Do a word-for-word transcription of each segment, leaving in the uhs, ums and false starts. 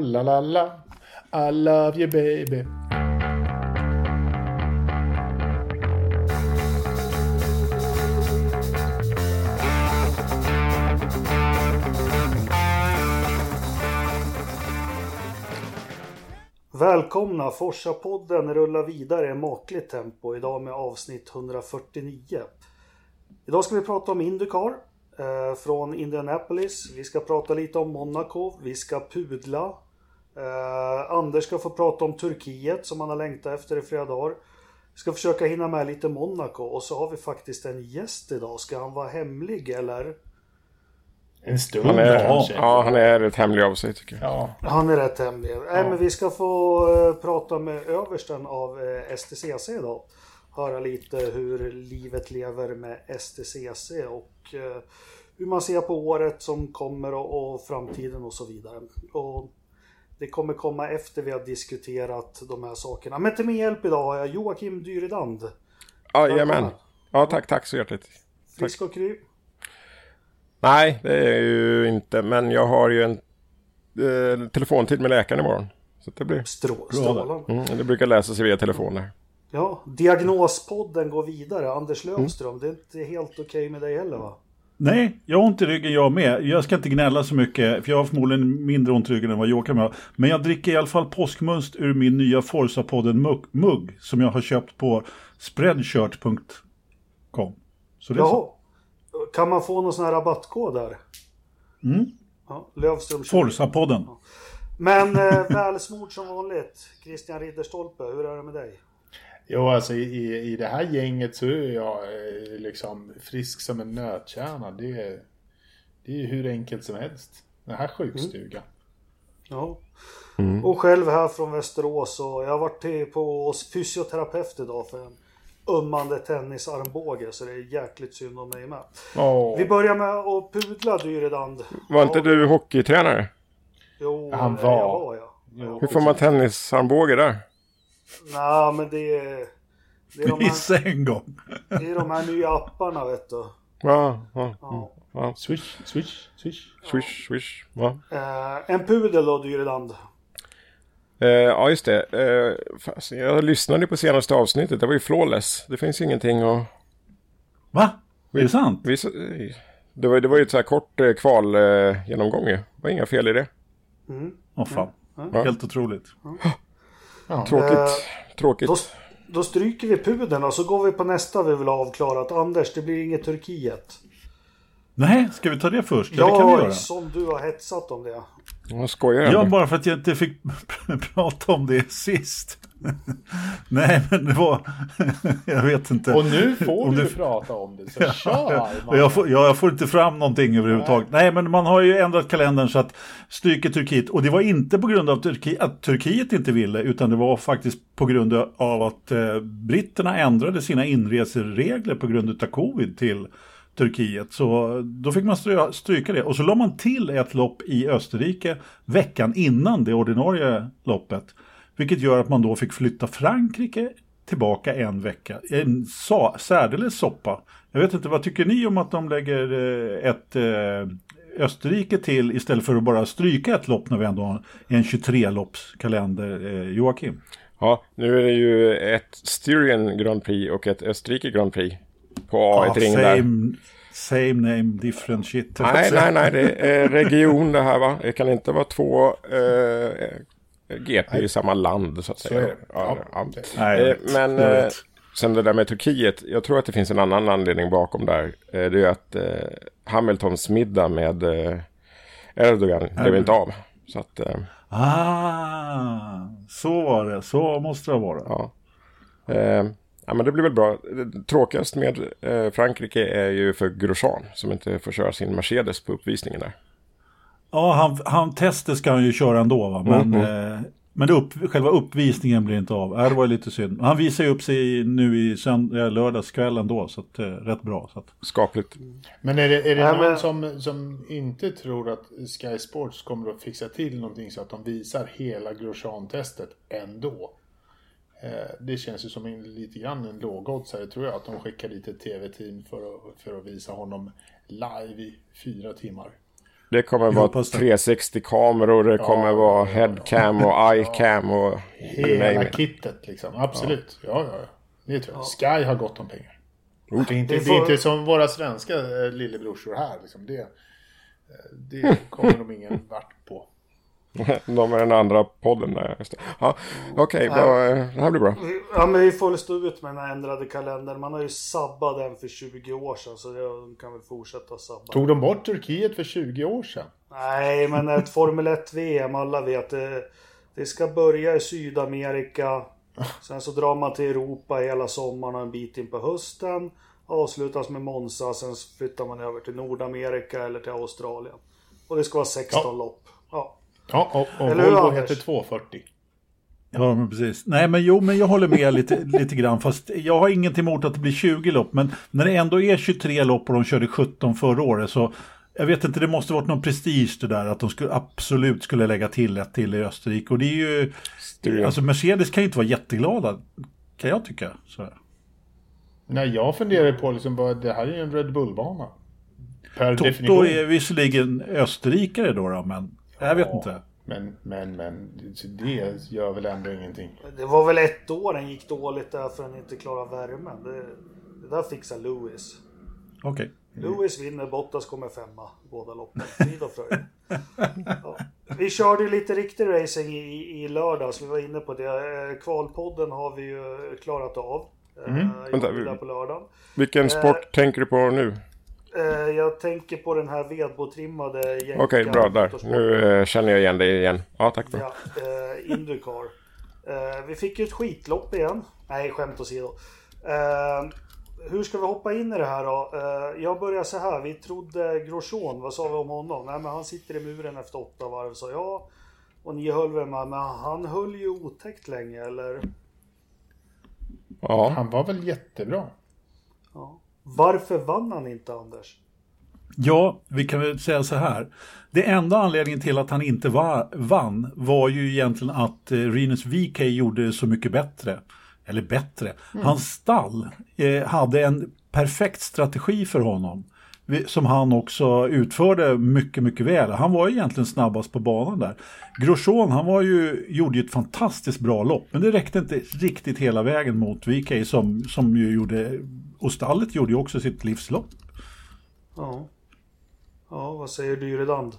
Oh la la la, I love you baby. Välkomna, Forsa-podden rullar vidare i makligt tempo idag med avsnitt etthundrafyrtionio. Idag ska vi prata om IndyCar eh, från Indianapolis. Vi ska prata lite om Monaco, vi ska pudla. Eh, Anders ska få prata om Turkiet som han har längtat efter i flera dagar. Vi ska försöka hinna med lite Monaco och så har vi faktiskt en gäst idag. Ska han vara hemlig eller? En stund han är, kanske. Ja, han är rätt hemlig av sig tycker jag. Ja. Han är rätt hemlig. Ja. Äh, men vi ska få uh, prata med översten av uh, S T C C idag. Höra lite hur livet lever med S T C C och uh, hur man ser på året som kommer och, och framtiden och så vidare. Och det kommer komma efter vi har diskuterat de här sakerna. Men till min hjälp idag har jag Joakim Dyredand. Ja, jajamän. Ja, tack, tack så hjärtligt. Frisk och kry. Nej, det är ju inte. Men jag har ju en eh, telefontid med läkaren imorgon. Så det blir Strå, strålande. Mm, det brukar läsa sig via telefoner. Ja, diagnospodden går vidare. Anders Löfström, mm. Det är inte helt okej okay med dig heller va? Nej, jag har ont i ryggen jag med. Jag ska inte gnälla så mycket, för jag har förmodligen mindre ont i ryggen än vad Joakim har. Men jag dricker i alla fall påskmunst ur min nya Forza-podden mugg som jag har köpt på spreadshirt punkt com. Så det är så. Kan man få någon sån här rabattkod där? Mm. Ja, Löfström. Forza-podden. Ja. Men eh, välsmord som vanligt. Christian Ridderstolpe, hur är det med dig? Jo, alltså i, i det här gänget så är jag eh, liksom frisk som en nötkärna. Det är, det är hur enkelt som helst. Den här sjukstugan. Mm. Ja. Mm. Och själv här från Västerås. Och jag har varit till på fysioterapeut idag för en ömmande tennisarmbåge. Så det är jäkligt synd om mig med. Oh. Vi börjar med att pudla Dyredand. Var inte du hockeytränare? Jo, han var. Jag var ja. Jo. Hur får man tennisarmbåge där? Nej, men det är... Det är, de här, en gång. det är de här nya apparna, vet du. Ja, ja, ja. ja. Swish, swish, swish. Swish, swish. Ja. Uh, en pudel då, Dyreland. Uh, ja, just det. Uh, fast jag lyssnade på senaste avsnittet. Det var ju flawless. Det finns ingenting att... Va? Är det sant? Vi, det, var, det var ju ett så här kort uh, kval uh, genomgång. Det var inga fel i det. Åh mm. oh, fan. Mm. Ja. Helt otroligt. Mm. Ja. Tråkigt. Uh, Tråkigt. Då, då stryker vi pudeln och så går vi på nästa vi vill ha avklarat. Anders, det blir inget Turkiet. Nej, ska vi ta det först? Ja, det kan vi göra. Som du har hetsat om det. Jag skojar ändå. Ja, bara för att jag inte fick prata om det sist. Nej, men det var... jag vet inte. Och nu får om du det... prata om det, så kör man. jag, får, ja, jag får inte fram någonting överhuvudtaget. Nej. Nej, men man har ju ändrat kalendern så att stryker Turkiet. Och det var inte på grund av Turki- att Turkiet inte ville, utan det var faktiskt på grund av att eh, britterna ändrade sina inreseregler på grund av covid till Turkiet. Så då fick man stry- stryka det. Och så la man till ett lopp i Österrike veckan innan det ordinarie loppet. Vilket gör att man då fick flytta Frankrike tillbaka en vecka. En sa- särdeles soppa. Jag vet inte, vad tycker ni om att de lägger eh, ett eh, Österrike till istället för att bara stryka ett lopp när vi ändå har en tjugotre-loppskalender, eh, Joakim? Ja, nu är det ju ett Styrian Grand Prix och ett Österrike Grand Prix på A ett-ring same, där. Same name, different shit. Nej, nej, nej, det är region det här va. Det kan inte vara två eh, G P i samma land så att säga. Så ja, ja. Nej, eh, men eh, sen det där med Turkiet, jag tror att det finns en annan anledning bakom där. Eh, det är att eh, Hamiltons middag med eh, Erdogan blev inte av. Så att... Eh, ah, så var det. Så måste det vara. Ja. Eh, ja, men det blir väl bra. Tråkigast med eh, Frankrike är ju för Grosjean som inte får köra sin Mercedes på uppvisningen där. Ja, han, han testet ska han ju köra ändå va? Men, mm, mm. Eh, men upp, själva uppvisningen blir inte av. Äh, det var lite synd. Han visar ju upp sig nu i sönd- lördagskvällen då, så att, eh, rätt bra. Så att. Skapligt. Men är det, är det ja, någon men... som, som inte tror att Sky Sports kommer att fixa till någonting så att de visar hela Grosjean-testet ändå? Det känns ju som en, lite grann en lågoddsare tror jag, att de skickar dit ett tv-team för att, för att visa honom live i fyra timmar. Det kommer vara trehundrasextio-kameror, det kommer ja, vara headcam och iCam och... Hela kittet liksom, absolut. Ja, ja, ja. Det tror jag. Ja. Sky har gott om pengar. Mm. Det, är inte, det, får... det är inte som våra svenska äh, lillebrorsor här. Liksom. Det, det kommer de ingen vart på. De är den andra podden där. Ja, okej, okay, det här blir bra. Ja, men vi får väl stå ut med den här ändrade kalendern. Man har ju sabbat den för tjugo år sedan, så de kan väl fortsätta sabba. Tog de bort Turkiet för tjugo år sedan? Nej, men ett Formel ett-V M, alla vet det. Det ska börja i Sydamerika. Sen så drar man till Europa hela sommaren och en bit in på hösten. Avslutas med Monza, sen flyttar man över till Nordamerika eller till Australien. Och det ska vara sexton ja. lopp. Ja. Ja, och, och Volvo heter tvåhundrafyrtio. Ja, men precis. Nej, men jo, men jag håller med lite, lite grann. Fast jag har inget emot att det blir tjugo lopp. Men när det ändå är tjugotre lopp och de körde sjutton förra året, så jag vet inte, det måste varit någon prestige det där. Att de skulle, absolut skulle lägga till ett till i Österrike. Och det är ju... Styr. Alltså Mercedes kan ju inte vara jätteglada, kan jag tycka. Så. Nej, jag funderar på liksom bara, det här är ju en Red Bull-bana. Per Toto definition. Är visserligen österrikare då, då men jag ja, vet inte. Men, men, men det gör väl ändå ingenting. Det var väl ett år den gick dåligt där för att den inte klarar värmen. Det, det där fixar Lewis. Okej. Okay. Mm. Lewis vinner, Bottas kommer femma. Båda loppen. Frid och fröjd. Ja. Vi körde ju lite riktig racing i, i lördags. Vi var inne på det. Kvalpodden har vi ju klarat av. Mm. Vänta, vi, på lördagen. Vilken sport eh, tänker du på nu? Eh, jag tänker på den här vedbotrimmade jänkan. Okej, okay, bra där. Nu eh, känner jag igen dig igen. Ja, tack för det. Ja, eh, Indycar. Eh, vi fick ju ett skitlopp igen. Nej, skämt åsido. Eh, hur ska vi hoppa in i det här då? Eh, jag börjar så här. Vi trodde Grosjean, vad sa vi om honom? Nej, men han sitter i muren efter åtta varv, så ja. Och ni höll väl med, men han höll ju otäckt länge, eller? Ja, han var väl jättebra. Ja. Varför vann han inte, Anders? Ja, vi kan väl säga så här. Det enda anledningen till att han inte var, vann var ju egentligen att eh, Rinus V K gjorde så mycket bättre. Eller bättre. Mm. Hans stall eh, hade en perfekt strategi för honom. Som han också utförde mycket, mycket väl. Han var ju egentligen snabbast på banan där. Grosjean, han var ju, gjorde ju ett fantastiskt bra lopp. Men det räckte inte riktigt hela vägen mot V K som, som ju gjorde... Och stallet gjorde ju också sitt livslopp. Ja. Ja, vad säger du, Juridand?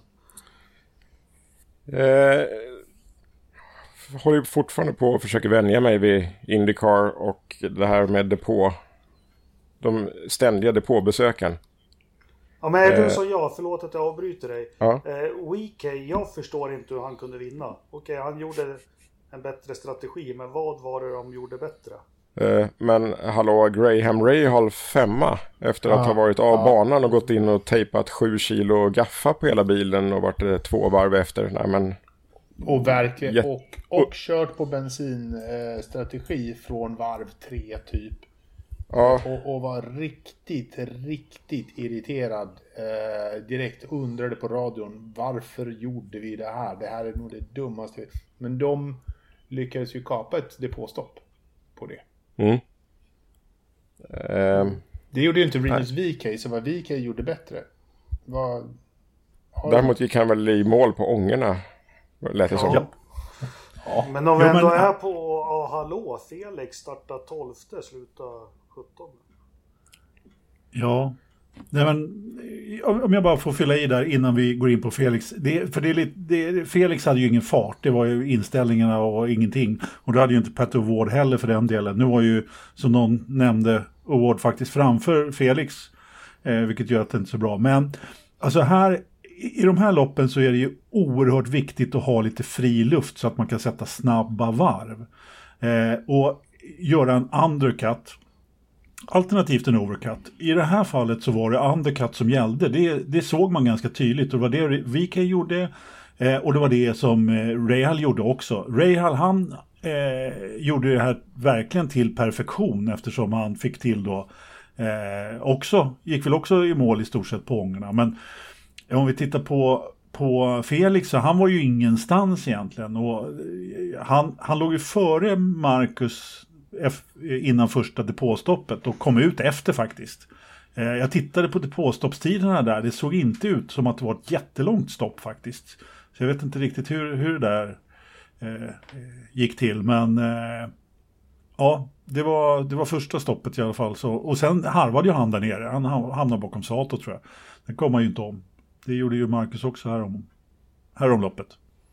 Eh, håller fortfarande på att försöka vänja mig vid IndyCar och det här med depå. De ständiga depåbesöken. Ja, men är du som jag, förlåt att jag avbryter dig. Ja. Eh, V K, jag förstår inte hur han kunde vinna. Okej, han gjorde en bättre strategi, men vad var det de gjorde bättre? Eh, men hallå, Graham Rahal femma efter att ja. ha varit av ja. banan och gått in och tejpat sju kilo gaffa på hela bilen och varit eh, två varv efter. Nej, men... Och verkligen, Jätt... och, och kört på bensinstrategi eh, från varv tre typ. Ja. Och, och var riktigt, riktigt irriterad. Eh, direkt undrade på radion, varför gjorde vi det här? Det här är nog det dummaste. Men de lyckades ju kapa ett depåstopp på det. Mm. Um, det gjorde ju inte Rinus V K, så vad V K gjorde bättre. Vad, Däremot gick han väl i mål på ångorna. Lät det ja. som. Ja. Men om vi ändå men... är på oh, hallå, Felix startar tolfte, slutar sjuttonde. Ja. Nej, men, om jag bara får fylla i där innan vi går in på Felix. Det, för det är lite, det, Felix hade ju ingen fart. Det var ju inställningarna och ingenting. Och det hade ju inte Pat O'Ward heller för den delen. Nu var ju, som någon nämnde, O'Ward faktiskt framför Felix. Eh, vilket gör att det inte är så bra. Men alltså här, i de här loppen så är det ju oerhört viktigt att ha lite fri luft så att man kan sätta snabba varv. Eh, och göra en undercut. Alternativt en overcut. I det här fallet så var det undercut som gällde. Det, det såg man ganska tydligt. Och det var det V K gjorde. Eh, och det var det som eh, Rahal gjorde också. Rahal, han eh, gjorde det här verkligen till perfektion. Eftersom han fick till då eh, också, gick väl också i mål i stort sett på ångorna. Men om vi tittar på, på Felix, så han var ju ingenstans egentligen. Och han, han låg ju före Marcus innan första depåstoppet och kom ut efter faktiskt. Eh, jag tittade på depåstoppstiderna där. Det såg inte ut som att det var ett jättelångt stopp faktiskt. Så jag vet inte riktigt hur, hur det där eh, gick till. Men eh, ja, det var, det var första stoppet i alla fall. Så, och sen harvade ju han där nere. Han hamnade bakom Sato tror jag. Den kom han ju inte om. Det gjorde ju Marcus också här om, här om loppet.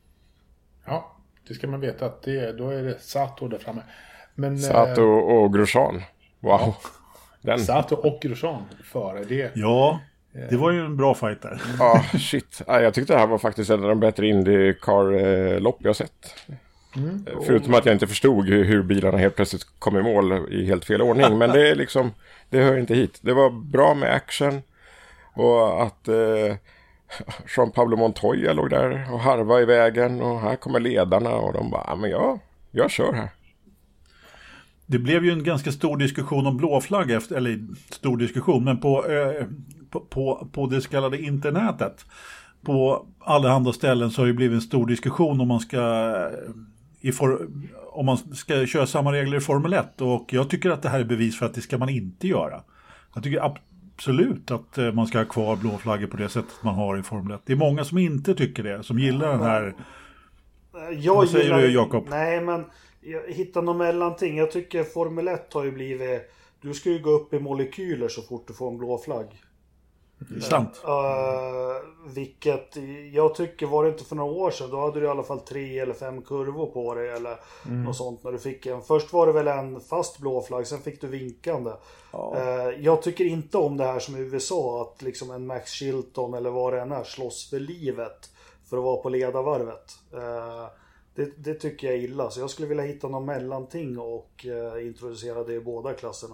Ja, det ska man veta att det, då är det Sato där framme. Men, Sato och Grosjean. Wow. Ja. Den. Sato och Grosjean före det. Ja, det var ju en bra fight där. Ja, ah, shit. Ah, jag tyckte det här var faktiskt en av de bättre IndyCar-lopp jag sett. Mm. Förutom att jag inte förstod hur, hur bilarna helt plötsligt kom i mål i helt fel ordning. Men det är liksom, det hör inte hit. Det var bra med action. Och att eh, Jean Pablo Montoya låg där och harva i vägen. Och här kommer ledarna och de bara, men ja, jag kör här. Det blev ju en ganska stor diskussion om blåflagg efter, eller stor diskussion, men på, eh, på, på, på det så kallade internetet. På alla andra ställen så har det blivit en stor diskussion om man ska i for, om man ska köra samma regler i Formel ett. Och jag tycker att det här är bevis för att det ska man inte göra. Jag tycker absolut att man ska ha kvar blåflaggor på det sättet man har i Formel ett. Det är många som inte tycker det, som gillar den här... Jag Vad säger gillar, du, Jakob? Nej, men jag hittar någon mellanting. Jag tycker Formel ett har ju blivit... Du ska ju gå upp i molekyler så fort du får en blå flagg. Det är sant. Uh, vilket jag tycker var det inte för några år sedan. Då hade du i alla fall tre eller fem kurvor på dig eller mm. något sånt när du fick en. Först var det väl en fast blå flagg, sen fick du vinkande. Ja. Uh, jag tycker inte om det här som i U S A, att liksom en Max Chilton eller vad det än är slåss för livet för att vara på ledarvarvet. Uh, det, det tycker jag är illa. Så jag skulle vilja hitta någon mellanting och uh, introducera det i båda klasserna.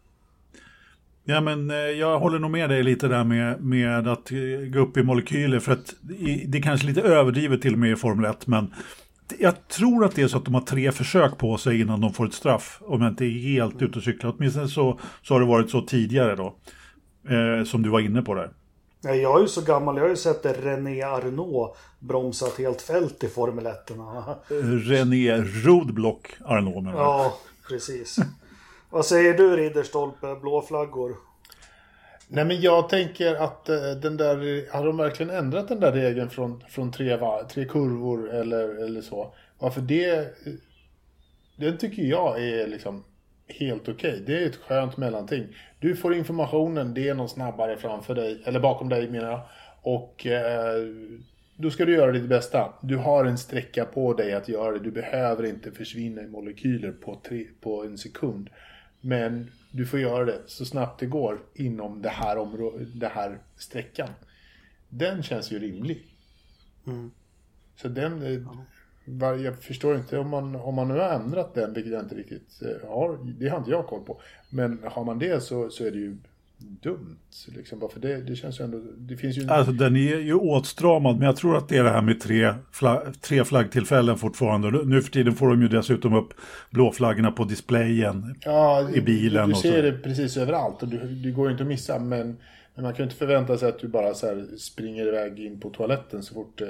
Ja, men jag håller nog med dig lite där med, med att gå upp i molekyler, för att det är kanske lite överdrivet till och med i Formel ett, men jag tror att det är så att de har tre försök på sig innan de får ett straff, om jag inte är helt ute och cyklar. Åtminstone så, så har det varit så tidigare då, eh, som du var inne på där. Jag är ju så gammal, jag har ju sett René Arnault bromsat helt fält i Formel ett. René Roadblock Arnault menar jag. Ja, precis. Vad säger du, Ridderstolpe, blåflaggor? Nej, men jag tänker att uh, den där, har de verkligen ändrat den där regeln från, från tre, tre kurvor eller, eller så? Varför det, den tycker jag är liksom helt okej. Okay. Det är ett skönt mellanting. Du får informationen, det är någon snabbare framför dig, eller bakom dig menar jag. Och uh, då ska du göra ditt bästa. Du har en sträcka på dig att göra det. Du behöver inte försvinna i molekyler på, tre, på en sekund. Men du får göra det så snabbt det går inom det här området, det här sträckan. Den känns ju rimlig. Mm. Så den, ja. Jag förstår inte om man, om man nu har ändrat den, vilket jag inte riktigt har, det har inte jag koll på. Men har man det så, så är det ju dumt. Liksom, för det, det känns ju ändå, det finns ju... Alltså den är ju åtstramad, men jag tror att det är det här med tre, flag, tre flaggtillfällen fortfarande. Nu för tiden får de ju dessutom upp blåflaggorna på displayen ja, i bilen. Du, du ser och så. Det precis överallt och du, det går inte att missa, men, men man kan ju inte förvänta sig att du bara så här springer iväg in på toaletten så fort eh,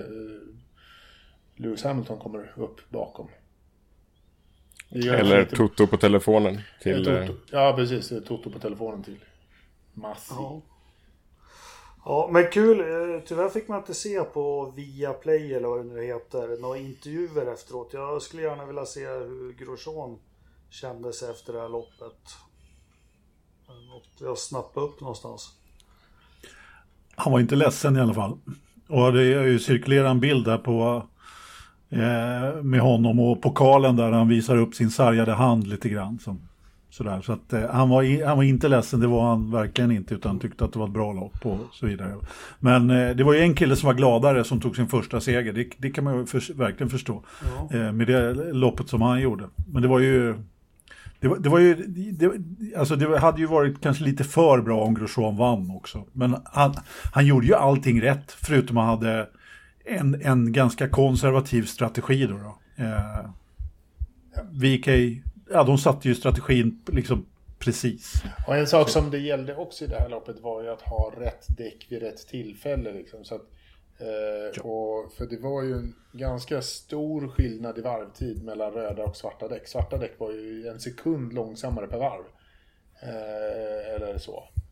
Lewis Hamilton kommer upp bakom. Eller lite... Toto på telefonen. Till, Toto. Ja, precis. Toto på telefonen till Massi. Ja. Ja, men kul. Tyvärr fick man inte se på Viaplay eller vad det nu heter några intervjuer efteråt. Jag skulle gärna vilja se hur Grosjean kände sig efter det här loppet. Något jag snappade upp någonstans. Han var inte ledsen i alla fall. Och det är ju cirkulerat en bild där på eh, med honom och pokalen där han visar upp sin sargade hand lite grann som sådär. Så att eh, han, var i, han var inte ledsen, det var han verkligen inte, utan tyckte att det var ett bra lopp och så vidare. Men eh, det var ju en kille som var gladare som tog sin första seger, det, det kan man ju för, verkligen förstå ja. eh, med det loppet som han gjorde. Men det var ju det var, det var ju det, alltså det hade ju varit kanske lite för bra om Grosjean vann också. Men han, han gjorde ju allting rätt, förutom att han hade en, en ganska konservativ strategi då. då. Eh, V K, ja, de satte ju strategin liksom precis. Och en sak som det gällde också i det här loppet var ju att ha rätt däck vid rätt tillfälle liksom. Så att, eh, ja. och, för det var ju en ganska stor skillnad i varvtid mellan röda och svarta däck. Svarta däck var ju en sekund långsammare per varv. Eh, eller så.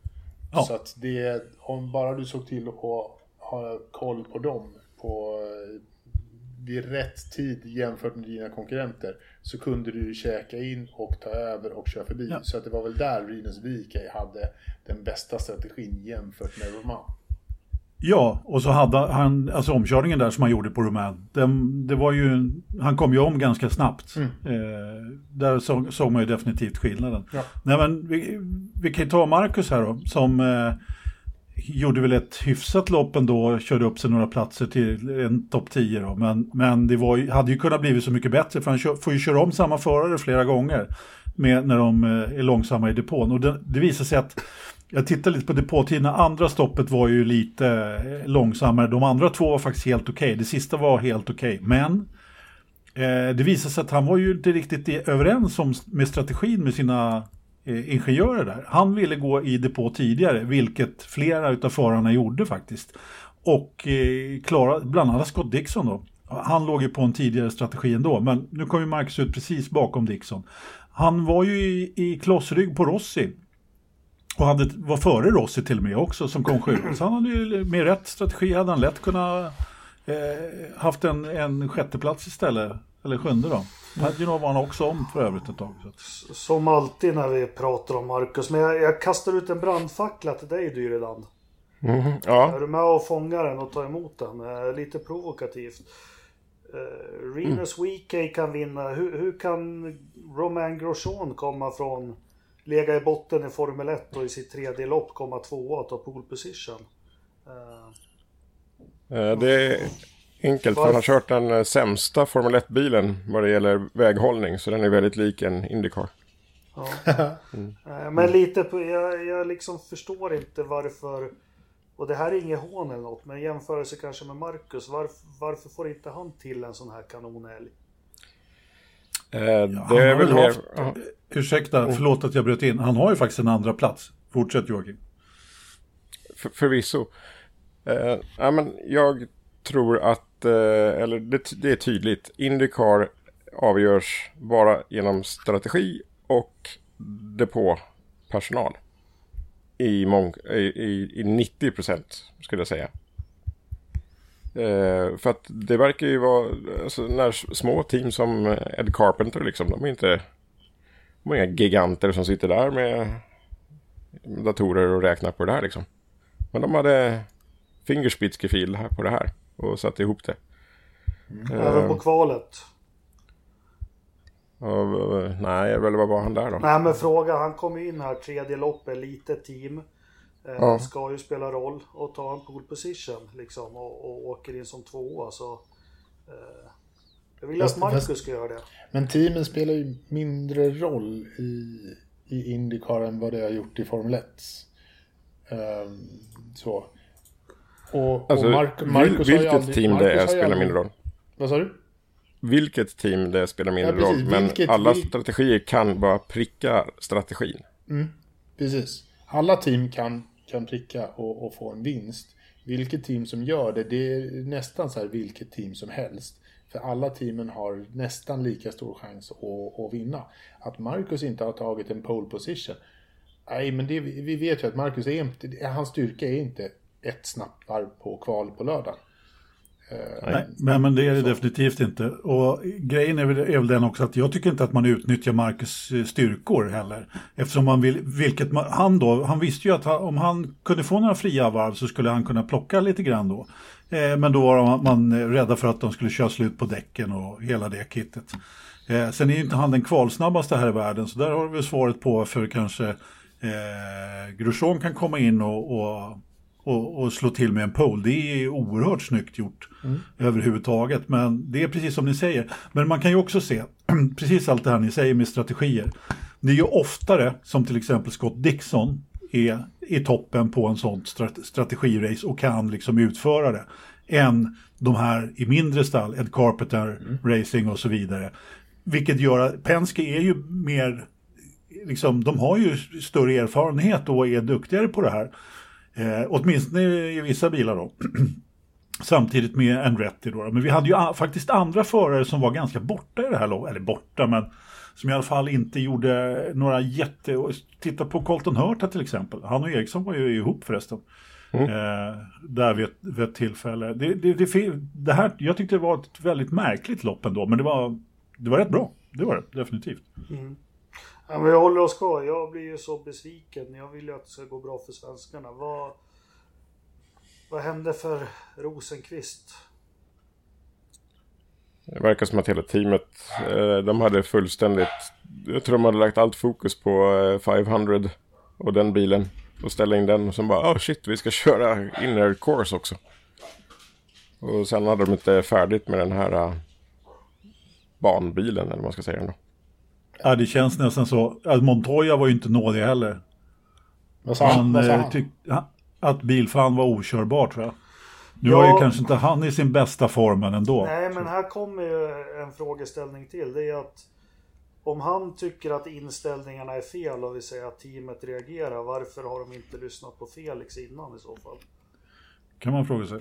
Ja. Så att det, om bara du såg till att ha koll på dem på, vid rätt tid jämfört med dina konkurrenter, så kunde du käka in och ta över och köra förbi. Ja. Så att det var väl där Rinus V K hade den bästa strategin jämfört med Romain. Ja, och så hade han, alltså omkörningen där som han gjorde på Romain, den, det var ju, han kom ju om ganska snabbt. Mm. Eh, där så, såg man ju definitivt skillnaden. Ja. Nej, men vi, vi kan ju ta Marcus här då, som eh, gjorde väl ett hyfsat lopp ändå och körde upp sig några platser till en topp tio då. Men, men det var, hade ju kunnat bli så mycket bättre, för han kör, får ju köra om samma förare flera gånger med, när de eh, är långsamma i depån. Och det, det visar sig att jag tittade lite på depåtiderna. Andra stoppet var ju lite långsammare. De andra två var faktiskt helt okej. Okay. Det sista var helt okej. Okay. Men eh, det visade sig att han var ju inte riktigt överens om, med strategin med sina eh, ingenjörer där. Han ville gå i depå tidigare, vilket flera utav förarna gjorde faktiskt. Och eh, klara, bland annat Scott Dixon då. Han låg ju på en tidigare strategi ändå. Men nu kom ju Marcus ut precis bakom Dixon. Han var ju i, i klossrygg på Rossi. Och hade, var före Rossi till och med också som kom sju. Så han hade ju med rätt strategi hade han lätt kunnat eh, haft en, en sjätteplats istället. Eller sjunde då. Hade var han också om för övrigt ett tag. Så. Som alltid när vi pratar om Marcus. Men jag, jag kastar ut en brandfackla till dig, Dyreland. Mm, ja. Är du med och fångar den och tar emot den? Eh, lite provokativt. Eh, Rinus mm. V K kan vinna. Hur, hur kan Romain Grosjean komma från lägga i botten i Formel ett och i sitt tredje lopp komma tvåa och ta pole position? Uh, det är enkelt, för han har kört den sämsta Formel ett-bilen vad det gäller väghållning, så den är väldigt lik en IndyCar. Ja. mm. uh, men lite på, jag, jag liksom förstår inte varför, och det här är inget hån eller något, men jämförelse kanske med Marcus, varför, varför får inte han till en sån här kanonälg? Uh, det är väl mer... Haft, ursäkta, oh. förlåt att jag bröt in. Han har ju faktiskt en andra plats. Fortsätt, Joakim. För, förvisso. Uh, ja, men jag tror att, uh, eller det, det är tydligt, IndyCar avgörs bara genom strategi och depåpersonal. I, mång- i, i, i nittio procent skulle jag säga. Uh, för att det verkar ju vara, alltså, när små team som Ed Carpenter liksom, de är inte många giganter som sitter där med datorer och räknar på det här liksom. Men de hade fingerspitzgefühl här på det här och satte ihop det. Mm. Uh, Även på kvalet. Uh, nej, väl vad var han där då? Nej, men fråga, han kom in här tredje loppet, litet team. Uh, uh. Ska ju spela roll och ta en pole position liksom, och, och åker in som tvåa, så uh, jag vill att Marcus ska göra det. Men teamen spelar ju mindre roll i, i IndyCar än vad det har gjort i Formel ett. Um, så. Och, alltså, och Mark, Marcus vil, vilket aldrig, team Marcus det är spelar aldrig, mindre roll. Vad sa du? Vilket team det spelar mindre ja, roll. Men vilket, alla vil... strategier kan bara pricka strategin. Mm, precis. Alla team kan, kan pricka och, och få en vinst. Vilket team som gör det, det är nästan så här vilket team som helst. För alla teamen har nästan lika stor chans att, att vinna. Att Marcus inte har tagit en pole position. Nej, men det, vi vet ju att Marcus är inte, hans styrka är inte ett snabbt varv på kval på lördag. Nej, men, men det är det så. Definitivt inte. Och grejen är väl, är väl den också att jag tycker inte att man utnyttjar Marcus styrkor heller. Eftersom man vill, vilket man, han då, han visste ju att han, om han kunde få några fria varv så skulle han kunna plocka lite grann då. Eh, men då var man, man rädda för att de skulle köra slut på däcken och hela det kittet. Eh, sen är ju inte han den kvalsnabbaste här i världen, så där har vi svaret på för kanske eh, Grosjean kan komma in och, och Och, och slå till med en pole. Det är oerhört snyggt gjort mm. överhuvudtaget. Men det är precis som ni säger. Men man kan ju också se precis allt det här ni säger med strategier. Det är ju oftare som till exempel Scott Dixon är i toppen på en sån strat- strategirace och kan liksom utföra det. Än de här i mindre stall, Ed Carpenter mm. Racing och så vidare. Vilket gör att Penske är ju mer liksom, de har ju större erfarenhet och är duktigare på det här. Eh, åtminstone i vissa bilar då. Samtidigt med Andretti då. Men vi hade ju a- faktiskt andra förare som var ganska borta i det här loppet. Eller borta, men som i alla fall inte gjorde några jätte... Titta på Colton Hurta till exempel. Han och Eriksson var ju ihop förresten. Mm. Eh, där vid ett, vid ett tillfälle. Det, det, det, det här, jag tyckte det var ett väldigt märkligt lopp ändå, men det var, det var rätt bra. Det var det, definitivt. Mm. Ja, men jag håller oss kvar. Jag blir ju så besviken. Jag vill ju att det ska gå bra för svenskarna. Vad, vad hände för Rosenqvist? Det verkar som att hela teamet, eh, de hade fullständigt, jag tror de hade lagt allt fokus på eh, femhundra och den bilen och ställa in den och sen bara, oh shit, vi ska köra inner course också. Och sen hade de inte färdigt med den här uh, banbilen, eller vad man ska säga ändå. Ja, det känns nästan så. Att Montoya var ju inte nådig heller. Vad sa han? Vad sa han? Tyck, att bilfan var okörbar, tror jag. Nu ja, var ju kanske inte han i sin bästa form ändå. Nej, men här kommer ju en frågeställning till. Det är att om han tycker att inställningarna är fel och vi säger att teamet reagerar, varför har de inte lyssnat på Felix innan i så fall? Kan man fråga sig.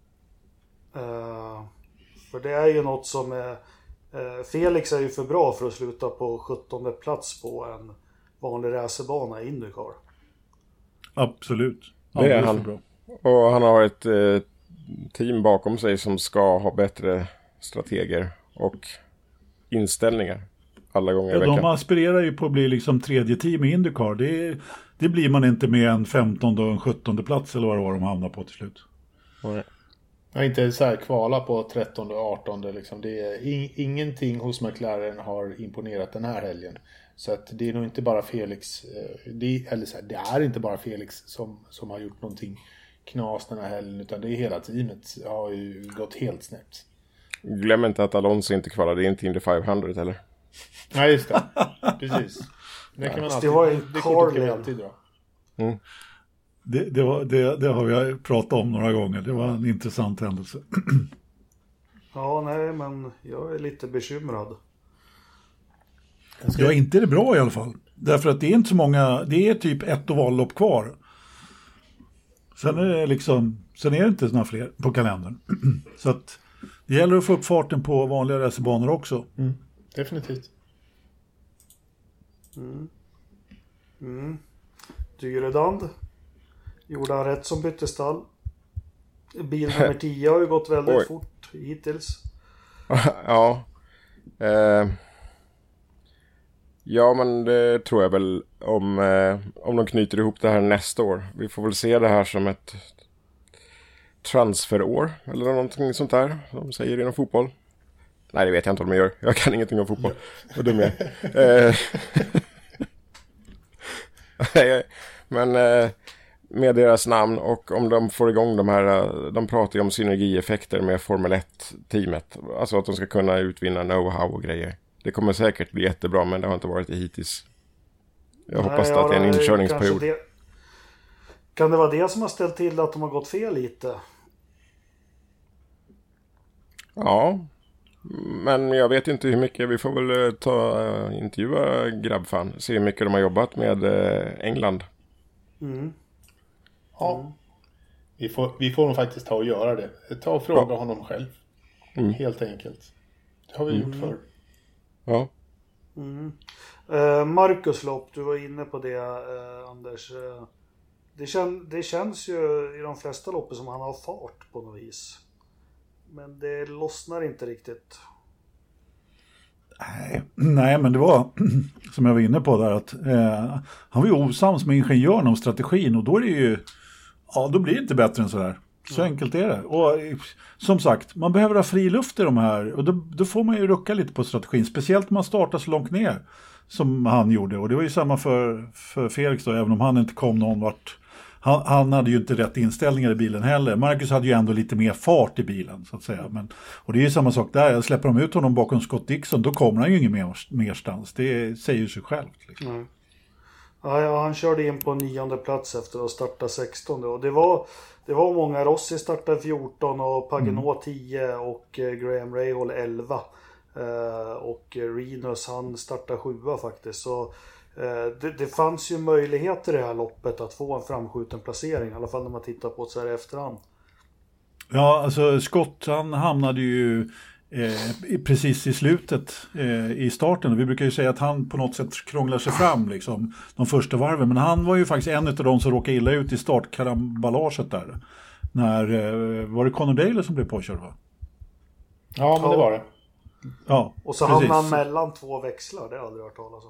Uh, för det är ju något som är... Uh, Felix är ju för bra för att sluta på sjuttonde plats på en vanlig racerbana i IndyCar. Absolut. Det är han. Bra. Och han har ett eh, team bakom sig som ska ha bättre strateger och inställningar alla gånger i ja, veckan. De aspirerar ju på att bli liksom tredje team i IndyCar. Det, det blir man inte med en femtonde och en sjuttonde plats eller vad det var de hamnar på till slut. Nej. Jag inte så här kvala på trettonde och artonde liksom. Det är in, ingenting hos McLaren har imponerat den här helgen. Så att det är nog inte bara Felix, det, eller så här, det är inte bara Felix som, som har gjort någonting knas den här helgen, utan det är hela teamet har ju gått helt snett. Glöm inte att Alonso inte kvalade in till Indy femhundra eller? Nej, just det. Precis. Det kan man alltid, det var ju det kortet kan vi alltid dra. Mm. Det, det, var, det, det har jag pratat om några gånger. Det var en intressant händelse. Ja, nej, men jag är lite bekymrad. Ska... Ja, inte är det bra i alla fall. Därför att det är inte så många, det är typ ett ovallopp kvar. Sen är det liksom, sen är det inte såna fler på kalendern. Så att det gäller att få upp farten på vanliga racerbanor också. Mm, definitivt. Mm. Mm. Dyredand. Gjorde han rätt som bytte stall. Bil nummer tio har ju gått väldigt Oj. fort hittills. Ja. Eh. Ja, men det tror jag väl om, eh, om de knyter ihop det här nästa år. Vi får väl se det här som ett transferår eller någonting sånt där, som de säger inom fotboll. Nej, det vet jag inte vad de gör. Jag kan ingenting om fotboll. Vad dum jag är. eh, Men eh, med deras namn och om de får igång de här, de pratar ju om synergieffekter med Formel ett-teamet. Alltså att de ska kunna utvinna know-how och grejer. Det kommer säkert bli jättebra, men det har inte varit det hittills. Jag Nej, hoppas ja, att det är en inkörningsperiod. Det, kan det vara det som har ställt till att de har gått fel lite? Ja, men jag vet inte hur mycket. Vi får väl ta uh, intervjua grabbfan. Se hur mycket de har jobbat med uh, England. Mm. Ja, mm. Vi, får, vi får nog faktiskt ta och göra det. Ta och fråga ja. honom själv. Mm. Helt enkelt. Det har vi mm. gjort förr. Ja. Mm. Uh, Marcus lopp, du var inne på det uh, Anders. Uh, det, kän, det känns ju i de flesta loppen som han har fart på något vis. Men det lossnar inte riktigt. Nej, nej men det var som jag var inne på där att uh, han var ju osams med ingenjören om strategin och då är det ju ja, då blir det inte bättre än så där. Så mm. enkelt är det. Och som sagt, man behöver ha fri luft i de här. Och då, då får man ju rucka lite på strategin. Speciellt om man startar så långt ner som han gjorde. Och det var ju samma för, för Felix då, även om han inte kom någon vart. Han, han hade ju inte rätt inställningar i bilen heller. Marcus hade ju ändå lite mer fart i bilen så att säga. Men, och det är ju samma sak där. Jag släpper de ut honom bakom Scott Dixon, då kommer han ju ingen mer, merstans. Det säger ju sig självt. Liksom. Mm. Ja, han körde in på nionde plats efter att starta sextonde. Och det var... Det var många. Rossi startade fjorton och Pagenot tio och Graham Rahal elva. Eh, och Renus han startade sjua faktiskt. Så eh, det, det fanns ju möjligheter i det här loppet att få en framskjuten placering. I alla fall när man tittar på det så här i efterhand. Ja, alltså Scott han hamnade ju eh, precis i slutet eh, i starten. Vi brukar ju säga att han på något sätt krånglar sig fram liksom, de första varven. Men han var ju faktiskt en av de som råkade illa ut i startkarambalaget där. När, eh, var det Conor Daly som blev påkörd, va? Ja, men det var det. Ja, och så hamnade han mellan två växlar, det har jag aldrig hört talas om.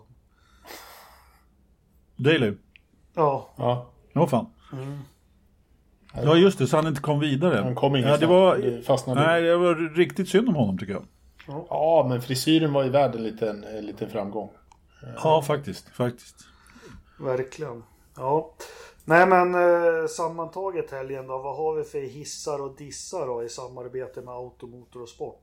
Daly? Ja. Ja. Ja, fan. Mm. Ja, just det, så han inte kom vidare. Han kom inget ja, det var, det fastnade. Nej, det var riktigt synd om honom, tycker jag. Ja, men frisyren var ju värd en liten, en liten framgång. Ja, faktiskt, faktiskt. Verkligen. Ja. Nej, men eh, sammantaget helgen då, vad har vi för hissar och dissar då i samarbete med Automotor och Sport?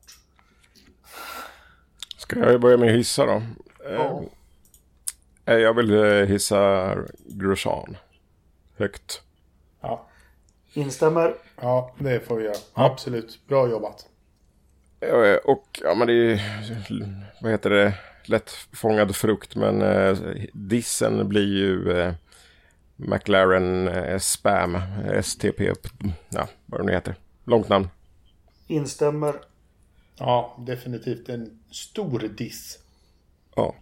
Ska jag börja med hissa då? Ja. Eh, jag vill eh, hissa Grosjean högt. Ja. Instämmer. Ja, det får vi göra. Absolut. Bra jobbat. Eh, och ja, men det är vad heter det? Lätt fångad frukt, men eh, dissen blir ju eh, McLaren eh, Spam S T P, ja, vad det nu heter. Långt namn. Instämmer. Ja, definitivt en stor diss. Ja.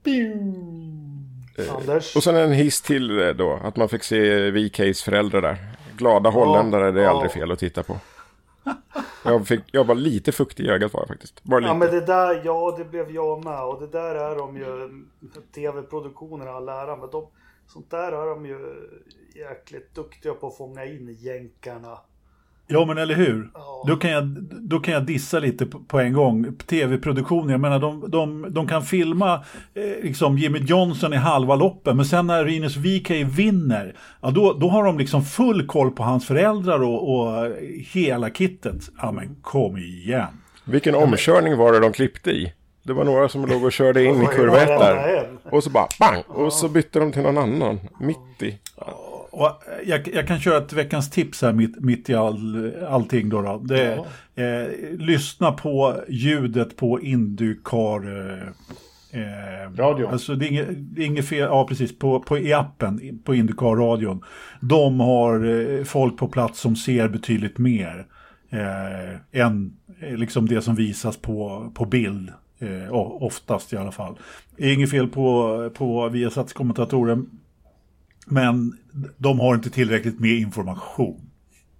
Eh, Anders. Och sen en hiss till eh, då, att man fick se V K:s föräldrar där. Glada holländare, det är ja. aldrig fel att titta på. Jag, fick, jag var lite fuktig i ögat var jag faktiskt. Bara lite. Ja, men det där, ja, det blev jag med. Och det där är de ju, tv-produktionerna all lära. Men de, sånt där är de ju jäkligt duktiga på att fånga in jänkarna. Ja, men eller hur? Ja. Då, kan jag, då kan jag dissa lite på, på en gång. Tv-produktion, jag menar de, de, de kan filma eh, liksom Jimmy Johnson i halva loppen. Men sen när Rinus V K vinner, ja, då, då har de liksom full koll på hans föräldrar och, och hela kittet. Ja, men kom igen. Vilken omkörning var det de klippte i? Det var några som låg och körde in i kurva ett där. Och så bara bang! Och så bytte de till någon annan. Mitt i. Och jag, jag kan köra ett veckans tips här mitt, mitt i all, allting då. då. Det är, eh, lyssna på ljudet på IndyCar eh, eh, Radio. Alltså det är inget, det är inget fel, ja precis, på, på i appen på IndyCar-radion. De har eh, folk på plats som ser betydligt mer eh, än eh, liksom det som visas på, på bild. Eh, oftast i alla fall. Det är inget fel på, på Viasats kommentatorer. Men de har inte tillräckligt med information.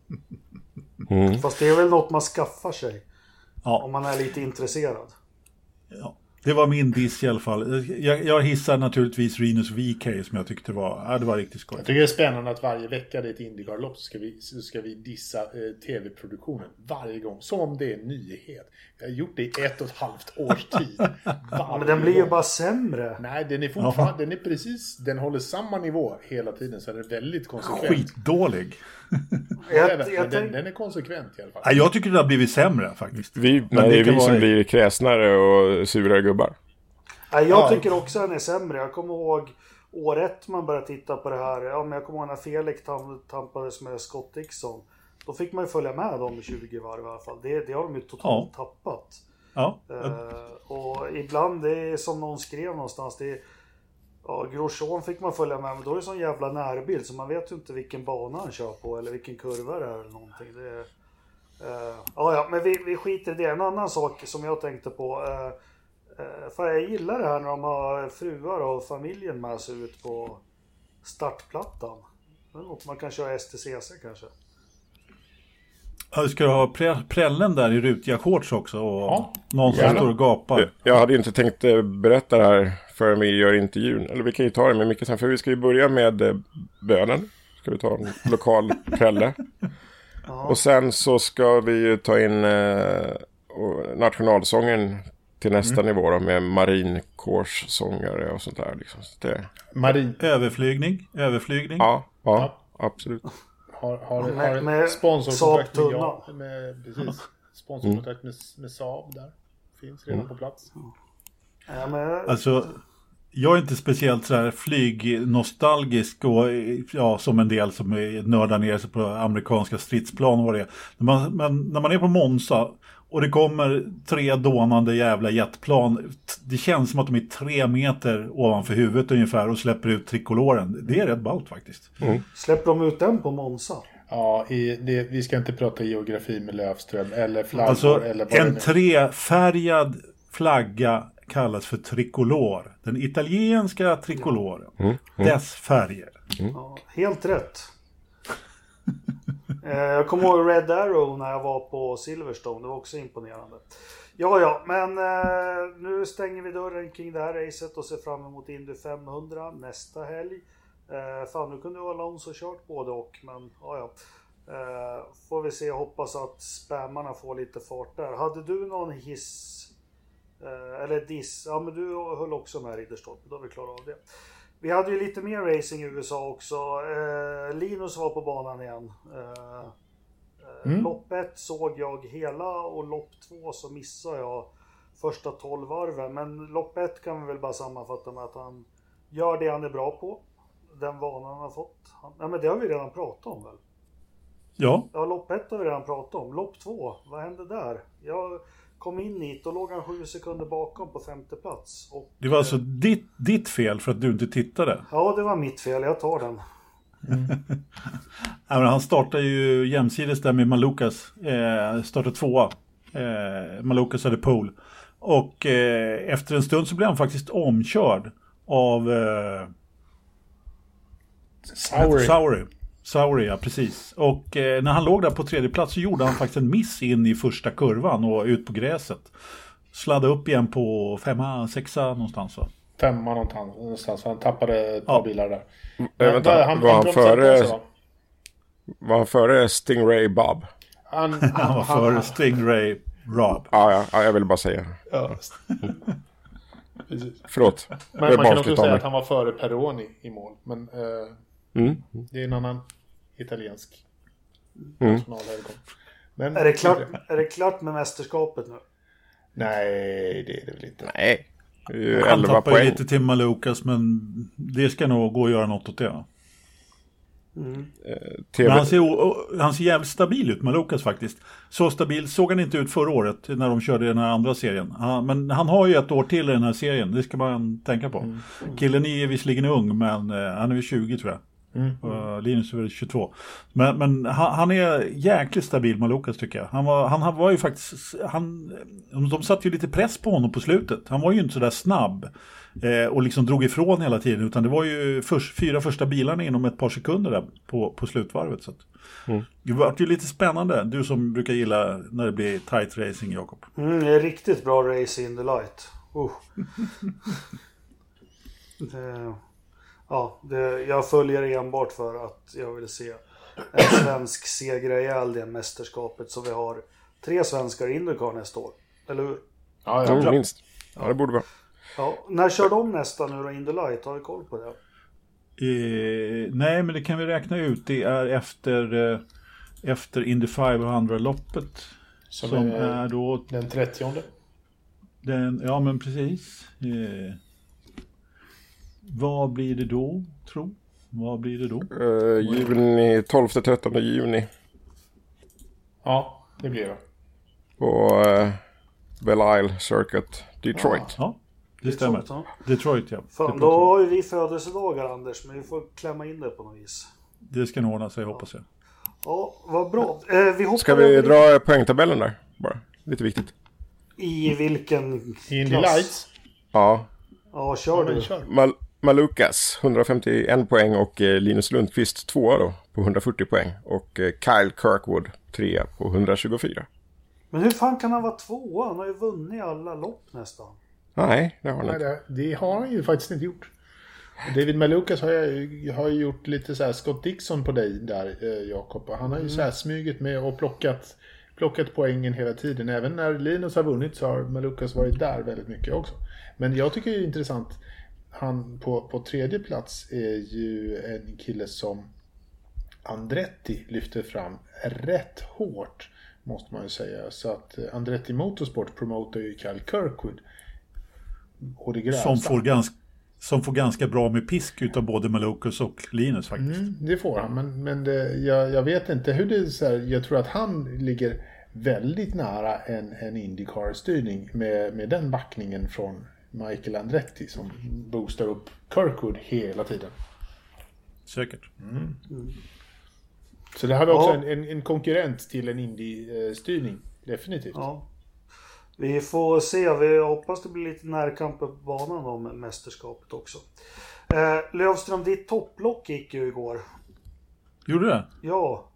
Mm. Fast det är väl något man skaffar sig. Ja. Om man är lite intresserad. Ja. Det var min diss i alla fall. Jag, jag hissar naturligtvis Rinus V K som jag tyckte var, ja, det var riktigt skoj. Jag tycker det är spännande att varje vecka det är ett IndyCar-lopp så ska vi, så ska vi dissa eh, tv-produktionen varje gång. Som om det är en nyhet. Jag har gjort det i ett och ett halvt års tid. Ja, men den blir ju bara sämre. Nej, den är fortfarande, den är precis, den håller samma nivå hela tiden så den är väldigt konsekvent. Skitdålig. Jag, jag, jag den, tänk... den är konsekvent i alla fall. Ja, jag tycker det har blivit sämre faktiskt. Vi, Men nej, det är vi kan som vara- blir kräsnare och surare gubbar. Ja, jag Ja. tycker också att den är sämre. Jag kommer ihåg år ett man började titta på det här. Ja, men jag kommer ihåg när Felix tam- tampades med Scott Dixon. Då fick man ju följa med dem i tjugo varv i alla fall. Det, det har de ju totalt Ja. tappat. Ja. Eh, och ibland, det är som någon skrev någonstans, det är, ja, Grosjean fick man följa med, men då är det sån jävla närbild så man vet ju inte vilken bana han kör på eller vilken kurva det är eller någonting. Det är, eh, ja, ja, men vi, vi skiter i det. En annan sak som jag tänkte på, eh, eh, för jag gillar det här när de har fruar och familjen med sig ut på startplattan. Det är något man kan köra S T C C kanske. Ja, ska du ha pre- prällen där i rutiga shorts också och Ja, någon som gärna. står och gapar. Jag, jag hade ju inte tänkt eh, berätta det här förrän vi gör intervjun. Eller vi kan ju ta det med mycket sen. För vi ska ju börja med eh, bönen. Ska vi ta en lokal prälle. Och sen så ska vi ju ta in eh, och nationalsången till nästa nivå då, med marinkårssångare och sånt där. Liksom. Så det, Marin Överflygning, överflygning. ja, ja, absolut. har, har, har Med- ett med sponsorkontrakt med, Saab-tunnan. ja, med, precis, sponsorkontrakt med, med Saab där. Finns redan på plats. Ja, men, Alltså, jag är inte speciellt så här flygnostalgisk och ja, som en del som är nördar ner sig på amerikanska stridsplan och vad det är. Men, man, men när man är på Monza och det kommer tre dånande jävla jetplan, det känns som att de är tre meter ovanför huvudet ungefär och släpper ut trikoloren. Det är rätt ballt faktiskt. släpper de ut den på Monza? Ja, i det, vi ska inte prata geografi med Löfström eller flaggor. Alltså, eller vad en trefärgad flagga kallas för tricolor. Den italienska tricoloren. Mm. Mm. Dess färger. Mm. Ja, helt rätt. eh, jag kommer ihåg Red Arrow när jag var på Silverstone. Det var också imponerande. Ja, ja, men eh, nu stänger vi dörren kring det här racet och ser fram emot Indy femhundra nästa helg. Eh, fan, nu kunde ju Alonso kört både och, men ja, ja. Eh, får vi se, hoppas att spammarna får lite fart där. Hade du någon hiss eh, eller diss? Ja, men du höll också med Ridderstolpe, då har vi klarat av det. Vi hade ju lite mer racing i U S A också. Eh, Linus var på banan igen. Eh, mm. Lopp ett såg jag hela och lopp två så missade jag första tolv varven. Men lopp ett kan vi väl bara sammanfatta med att han gör det han är bra på. Den vanan han har fått. Han, ja, men det har vi redan pratat om väl? Ja. Ja, lopp ett har vi redan pratat om. Lopp två, vad hände där? Jag kom in hit och låg han sju sekunder bakom på femte plats. Och, det var alltså ditt, ditt fel för att du inte tittade? Ja, det var mitt fel. Jag tar den. Mm. ja, men han startade ju jämsides där med Malukas. Eh, startade tvåa. Eh, Malukas hade pole. Och eh, efter en stund så blev han faktiskt omkörd av... Eh, Saury. Saury. Saury, ja, precis. Och eh, när han låg där på tredje plats så gjorde han faktiskt en miss in i första kurvan och ut på gräset. Sladdade upp igen på femma, sexa någonstans va? Femma någonstans, för han tappade ett par ja. bilar där. Mm, äh, vänta, han, var, han han före, också, var han före Stingray Bob? Han, han, han var han, före han, Stingray Rob. Ja, ja, ja, jag vill bara säga. Ja. Precis. Förlåt. Men man kan också säga att han var före Peroni i mål. Men eh, mm. det är en annan italiensk mm. nationalhelgon. Men är det klart, är det klart med mästerskapet nu? Nej, det är det väl inte. Nej. Han tappar ju lite till Malukas, men det ska nog gå att göra något åt det. Va? Mm. Men han ser, han ser jävligt stabil ut, Malukas faktiskt. Så stabil såg han inte ut förra året när de körde den här andra serien. Han, men han har ju ett år till i den här serien, det ska man tänka på. Mm. Killen är visserligen ung, men uh, han är ju tjugo tror jag. Mm. Uh, Linus är väl tjugotvå. Men, men han, han är jäkligt stabil, Malukas tycker jag. Han var, han var ju faktiskt... Han, de satte ju lite press på honom på slutet. Han var ju inte så där snabb. Eh, och liksom drog ifrån hela tiden. Utan det var ju först, fyra första bilarna inom ett par sekunder där på, på slutvarvet. Så att, mm. Det var ju lite spännande. Du som brukar gilla när det blir tight racing, Jakob. Mm, det är riktigt bra race in the light. Uh. det, ja, det, jag följer enbart för att jag vill se en svensk seger ihjäl det mästerskapet. Så vi har tre svenskar i IndyCar nästa år. Eller hur? Ja, ja, ja. minst. Ja, det borde vara. Ja, när kör de nästa nu då, In the Light? Har vi koll på det? Eh, nej, men det kan vi räkna ut. Det är efter, eh, efter Indy femhundra-loppet. Som, som är, är då... Den trettionde. Den, ja, men precis. Eh, vad blir det då, tro? Vad blir det då? Uh, juni, tolfte trettonde juni. Ja, det blir det. På uh, Belle Isle Circuit, Detroit. Ja, ja. Det stämmer. Detroit, ja. Detroit, ja. Fan, Detroit. då har ju vi födelsedagar, Anders, men vi får klämma in det på något vis. Det ska nog ordna sig, ja. Hoppas jag. Ja, vad bra. Eh, vi ska vi dra i... poängtabellen där? Bara, lite viktigt. I vilken I Indy Lights? Ja. Ja, kör du. Kör. Mal- Malukas, hundrafemtioen poäng och eh, Linus Lundqvist tvåa då, på hundrafyrtio poäng. Och eh, Kyle Kirkwood trea på hundratjugofyra. Men hur fan kan han vara tvåa? Han har ju vunnit alla lopp nästan. Nej, det har han Nej, inte. det, det har han ju faktiskt inte gjort. David Malukas har ju, har ju gjort lite så här Scott Dixon på dig där, eh, Jakob. Han har ju mm. så här smugit med och plockat, plockat poängen hela tiden. Även när Linus har vunnit så har Malukas varit där väldigt mycket också. Men jag tycker det är intressant. Han på, på tredje plats är ju en kille som Andretti lyfter fram rätt hårt, måste man ju säga. Så att Andretti Motorsport promotar ju Kyle Kirkwood. Och det som, får ganska, som får ganska bra med pisk utav både Malukas och Linus faktiskt. Mm, det får han, men, men det, jag, jag vet inte hur det är så här, jag tror att han ligger väldigt nära en, en IndyCar-styrning med, med den backningen från Michael Andretti som boostar upp Kirkwood hela tiden. Säkert. Mm. Mm. Så det här var också Ja. en, en, en konkurrent till en Indy-styrning. Definitivt. Ja. Vi får se. Vi hoppas det blir lite närkamp på banan om mästerskapet också. Eh, Lövström, ditt topplock gick ju igår. Gjorde det? Ja.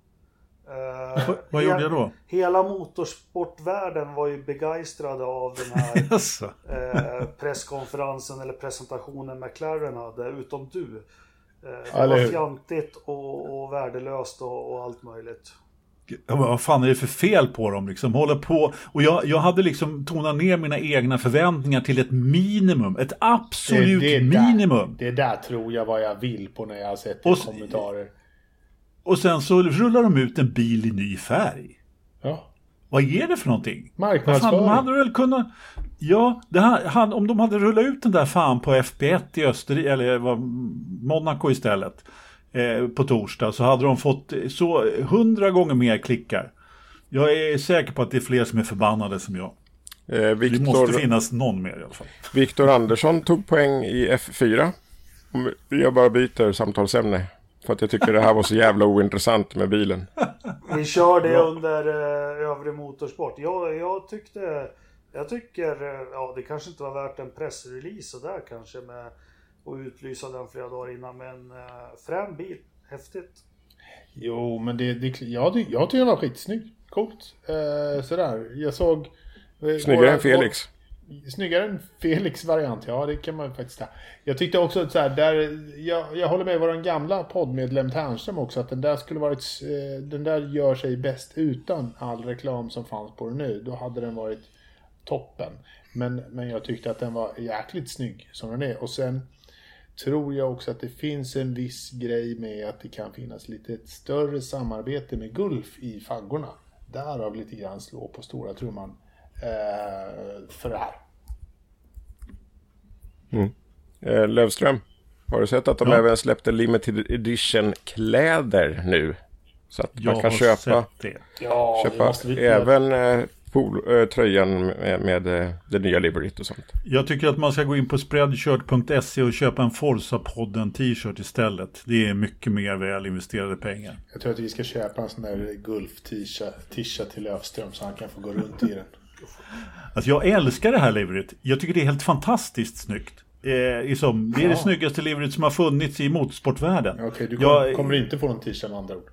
Eh, V- vad gjorde jag då? Hela motorsportvärlden var ju begeistrade av den här Jaså. eh, presskonferensen eller presentationen McLaren hade, utom du. Eh, det Eller var hur? fjantigt och, och värdelöst och, och allt möjligt. Ja, men vad fan är det för fel på dem liksom? Håller på. Och jag, jag hade liksom tonat ner mina egna förväntningar till ett minimum. Ett absolut det, det minimum. Där, det där tror jag vad jag vill på när jag har sett Och och s- kommentarer. Och sen så rullar de ut en bil i ny färg. Ja. Vad är det för någonting? Vad fan, Marknadsföring. de hade väl kunnat... Ja, det här, han, om de hade rullat ut den där fan på F P ett i Österrike, eller var Monaco istället, eh, på torsdag, så hade de fått så hundra gånger mer klickar. Jag är säker på att det är fler som är förbannade som jag. Eh, Det Victor, måste finnas någon mer i alla fall. Victor Andersson tog poäng i F fyra. Om jag bara byter samtalsämne. För att jag tycker det här var så jävla ointressant med bilen. Vi kör det under eh, övrig motorsport. Jag, jag tyckte, jag tycker, eh, ja det kanske inte var värt en pressrelease och där kanske med att utlysa den flera dagar innan, men eh, frän bil, häftigt. Jo, men det, det jag, ty- jag tycker den var skitsnygg. Coolt. Eh, sådär. Jag såg... eh, Snyggare våra- än Felix. Snyggare än Felix variant, ja det kan man ju faktiskt säga. Jag tyckte också att så här, där, jag, jag håller med vår gamla poddmedlem Tärnström också, att den där skulle varit, eh, den där gör sig bäst utan all reklam som fanns på den nu. Då hade den varit toppen. Men, men jag tyckte att den var jäkligt snygg som den är. Och sen tror jag också att det finns en viss grej med att det kan finnas lite ett större samarbete med Gulf i faggorna. Därav lite grann slå på stora trumman eh, för det här. Mm. Eh, Lövström, har du sett att de Ja. även släppte limited edition kläder nu? Så att Jag man kan har köpa, sett det. Ja, det köpa måste vi- även eh, pol, eh, tröjan med, med eh, det nya liveryt och sånt. Jag tycker att man ska gå in på spreadshirt punkt se och köpa en Forza-podden t-shirt istället. Det är mycket mer väl investerade pengar. Jag tror att vi ska köpa en sån där Gulf-tisha till Lövström så han kan få gå runt i den. Alltså jag älskar det här liveryt. Jag tycker det är helt fantastiskt snyggt. Eh, liksom, det är det snyggaste liveryt som har funnits i motorsportvärlden. Okej, du kom, Jag- kommer inte få någon tisha med andra ord.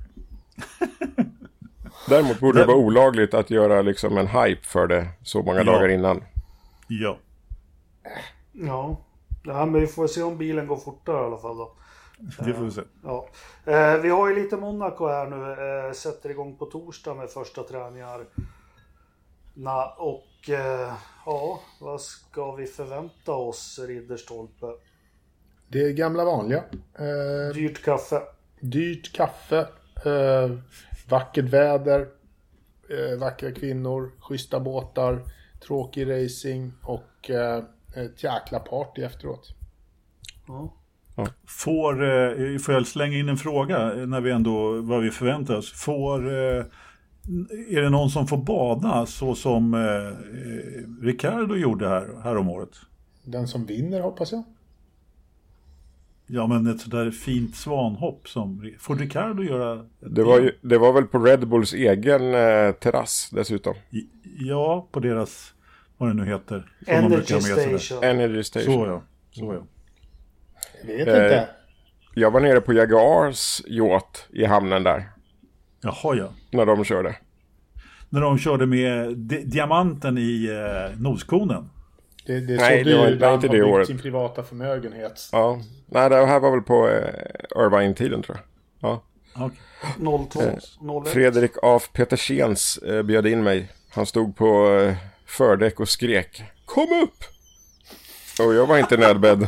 Däremot borde det vara olagligt att göra liksom en hype för det så många Ja. dagar innan. Ja. Ja. Ja, men vi får se om bilen går fortare i alla fall då. Det får vi se. Ja. Eh, vi har ju lite Monaco här nu. Eh, sätter igång på torsdag med första träningar. Na, och eh, ja, vad ska vi förvänta oss, Ridderstolpe? Det är gamla vanliga. Eh, Dyrt kaffe. dyrt kaffe. Eh, vackert väder. Eh, vackra kvinnor. Schyssta båtar. Tråkig racing. Och eh, ett jäkla party efteråt. Ja. Får, eh, får jag slänga in en fråga när vi ändå, vad vi förväntar oss? Får, eh, är det någon som får bada så som eh, eh, Ricardo gjorde här, här om året? Den som vinner hoppas jag. Ja, men ett sådär fint svanhopp som... Får Ricardo göra... Det var, ju, det var väl på Red Bulls egen eh, terrass dessutom. I- Ja, på deras... Vad det nu heter. som de Energy brukar ha med sig där. Station. Energy Station. Så ja. Så ja. Jag vet Eh, inte. Jag var nere på Jaguars yacht i hamnen där. Jaha, ja. När de körde. När de körde med di- diamanten i eh, noskonen. Det, det är Nej, så det var- dyrt det var han inte har det byggt året. sin privata förmögenhet. Ja. Nej, det här var väl på eh, Irvine-tiden tror jag. Ja. Okej. noll två noll ett. Fredrik af Petersens eh, bjöd in mig. Han stod på eh, fördäck och skrek. Kom upp! Och jag var inte nödbedd.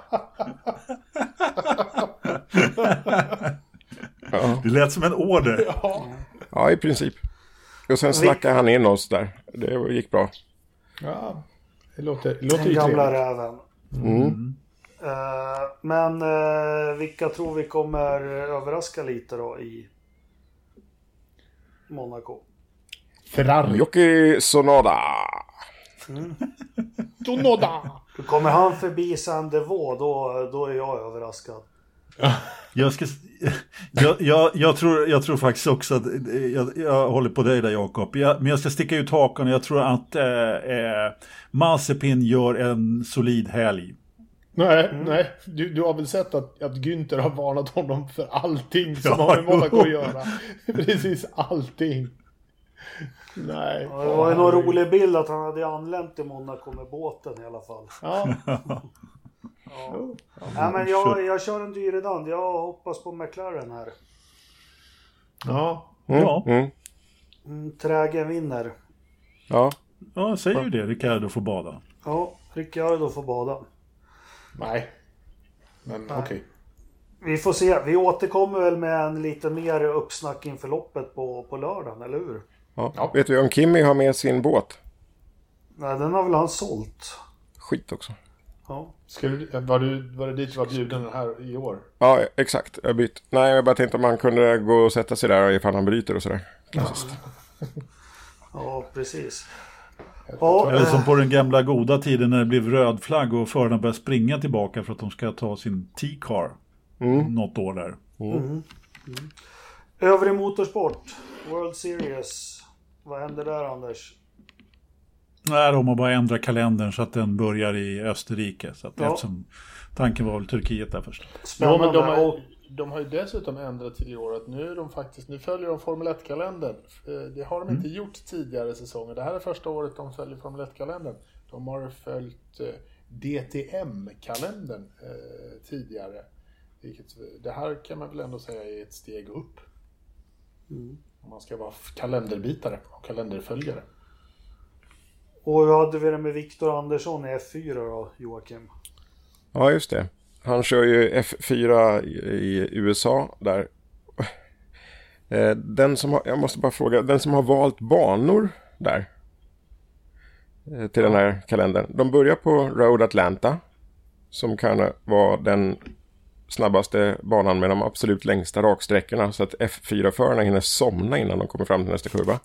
Ja. Det lät som en order. Ja, i princip. Och sen snackade han in oss där. Det gick bra. Ja, det låter, det låter Den ju gamla trevligt. räven. Mm. Eh, men eh, vilka tror vi kommer överraska lite då i Monaco? Ferrari. Yuki Tsunoda. Tsunoda. Kommer han förbi Saint-Devoux, då, då är jag överraskad. Jag, ska, jag, jag, jag, tror, jag tror faktiskt också att jag, jag håller på dig där, Jakob. Jag, men jag ska sticka ut hakan och jag tror att eh, Mazepin gör en solid helg. Nej, mm. nej. Du, du har väl sett att, att Günther har varnat honom för allting som Ja, har med Monaco att göra. Precis allting. Nej. Ja, det var ju någon rolig bild att han hade anlänt till Monaco med båten i alla fall. Ja. Ja. Ja, men jag, jag kör en dyredand. Jag hoppas på McLaren här. Ja. Mm. Ja. Mm. Mm, trägen vinner. Ja. Ja, säger ju det. Ricardo får bada. Ja, Ricciardo får bada. Nej. Men okej. Okay. Vi får se. Vi återkommer väl med en lite mer uppsnack inför loppet på, på lördagen, eller hur? Ja. Ja. Vet vi om Kimi har med sin båt? Nej, den har väl han sålt. Skit också. Ja. Ska du, var, du, var det dit du var bjuden här i år? Ja, exakt. Jag bytt. Nej, jag bara tänkte om man kunde gå och sätta sig där ifall han bryter och sådär. Klassiskt. Ja, precis. Ja, eller som på den gamla goda tiden när det blev röd flagg och förarna började springa tillbaka för att de ska ta sin T-car. Mm. Något år där. Mm. Mm. Övrig motorsport. World Series. Vad händer där, Anders? Nej, de har bara ändrat kalendern så att den börjar i Österrike. Så att ja. Eftersom tanken var väl Turkiet där först. Ja, men de, har, de har ju dessutom ändrat till i år att nu, är de faktiskt, nu följer de Formel ett-kalendern. Det har de mm. inte gjort tidigare säsonger. Det här är första året de följer Formel ett-kalendern. De har följt D T M-kalendern eh, tidigare. Vilket, det här kan man väl ändå säga är ett steg upp. Mm. Om man ska vara kalenderbitare och kalenderföljare. Och hur hade vi det med Viktor Andersson i F fyra då, Joakim? Ja, just det. Han kör ju F fyra i U S A där. Den som har, jag måste bara fråga, den som har valt banor där till den här kalendern. De börjar på Road Atlanta som kan vara den snabbaste banan med de absolut längsta raksträckorna så att F fyra-förarna hinner somna innan de kommer fram till nästa kurva.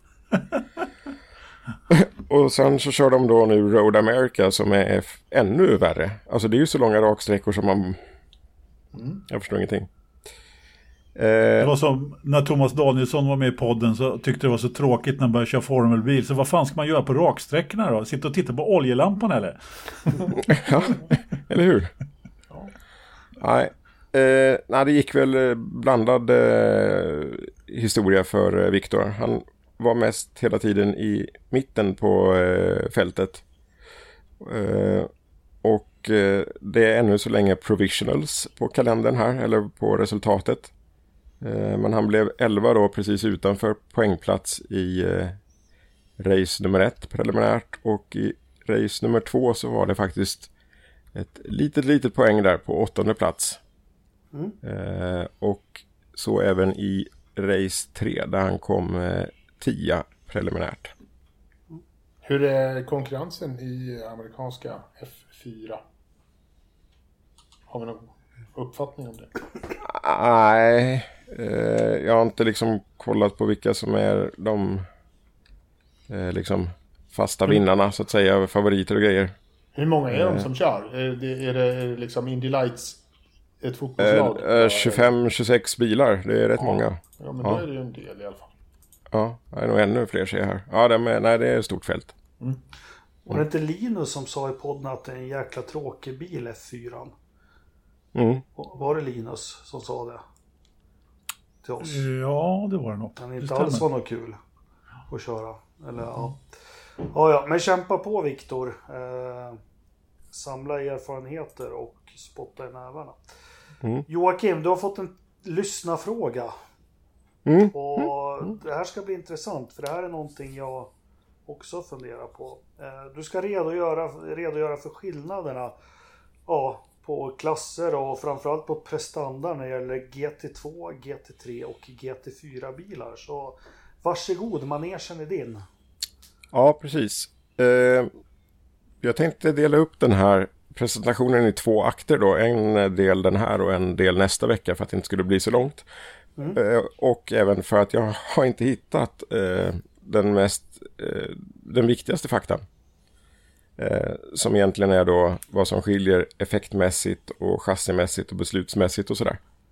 Och sen så kör de då nu Road America som är F- ännu värre. Alltså det är ju så långa raksträckor som man... Mm. Jag förstår ingenting. Eh... Det var som när Thomas Danielsson var med i podden så tyckte det var så tråkigt när man började köra formelbil. Så vad fan ska man göra på raksträckorna då? Sitta och titta på oljelampan eller? Ja, eller hur? Ja. Nej. Eh, nej, det gick väl blandad eh, historia för eh, Viktor. Han var mest hela tiden i mitten på eh, fältet. Eh, och eh, det är ännu så länge provisionals på kalendern här, eller på resultatet. Eh, men han blev elva då precis utanför poängplats i eh, race nummer ett preliminärt. Och i race nummer två så var det faktiskt ett litet, litet poäng där på åttonde plats. Mm. Eh, och så även i race tre där han kom eh, tia preliminärt. Hur är konkurrensen i amerikanska F fyra? Har vi någon uppfattning om det? Nej, eh, jag har inte liksom kollat på vilka som är de eh, liksom fasta vinnarna så att säga, favoriter och grejer. Hur många är de som kör? Är det, är det, är det liksom Indy Lights ett fotbollslag? Eh, eh, tjugofem tjugosex bilar, det är rätt ja. många. Ja, men då ja. Är det ju en del i alla fall. Ja, det är nog ännu fler ser jag här. Ja, det är, nej, det är ett stort fält. Mm. Var det inte Linus som sa i podden att det är en jäkla tråkig bil F fyra? Mm. Var det Linus som sa det? Till oss? Ja, det var det nog. Men inte alls var något kul att köra. Eller, ja. Ja, ja, men kämpa på Viktor. Eh, samla erfarenheter och spotta i nävarna. Mm. Joakim, du har fått en lyssnarfråga. Mm. Och mm. det här ska bli intressant för det här är någonting jag också funderar på. Eh, du ska redogöra, redogöra för skillnaderna ja, på klasser och framförallt på prestanda när det gäller G T två, G T tre och G T fyra bilar. Så varsågod, manegen är din. Ja, precis. Eh, jag tänkte dela upp den här presentationen i två akter då. En del den här och en del nästa vecka för att det inte skulle bli så långt. Mm. Eh, och även för att jag har inte hittat eh, den mest eh, den viktigaste faktan. Eh, som egentligen är då vad som skiljer effektmässigt och chassimässigt och beslutsmässigt och sådär.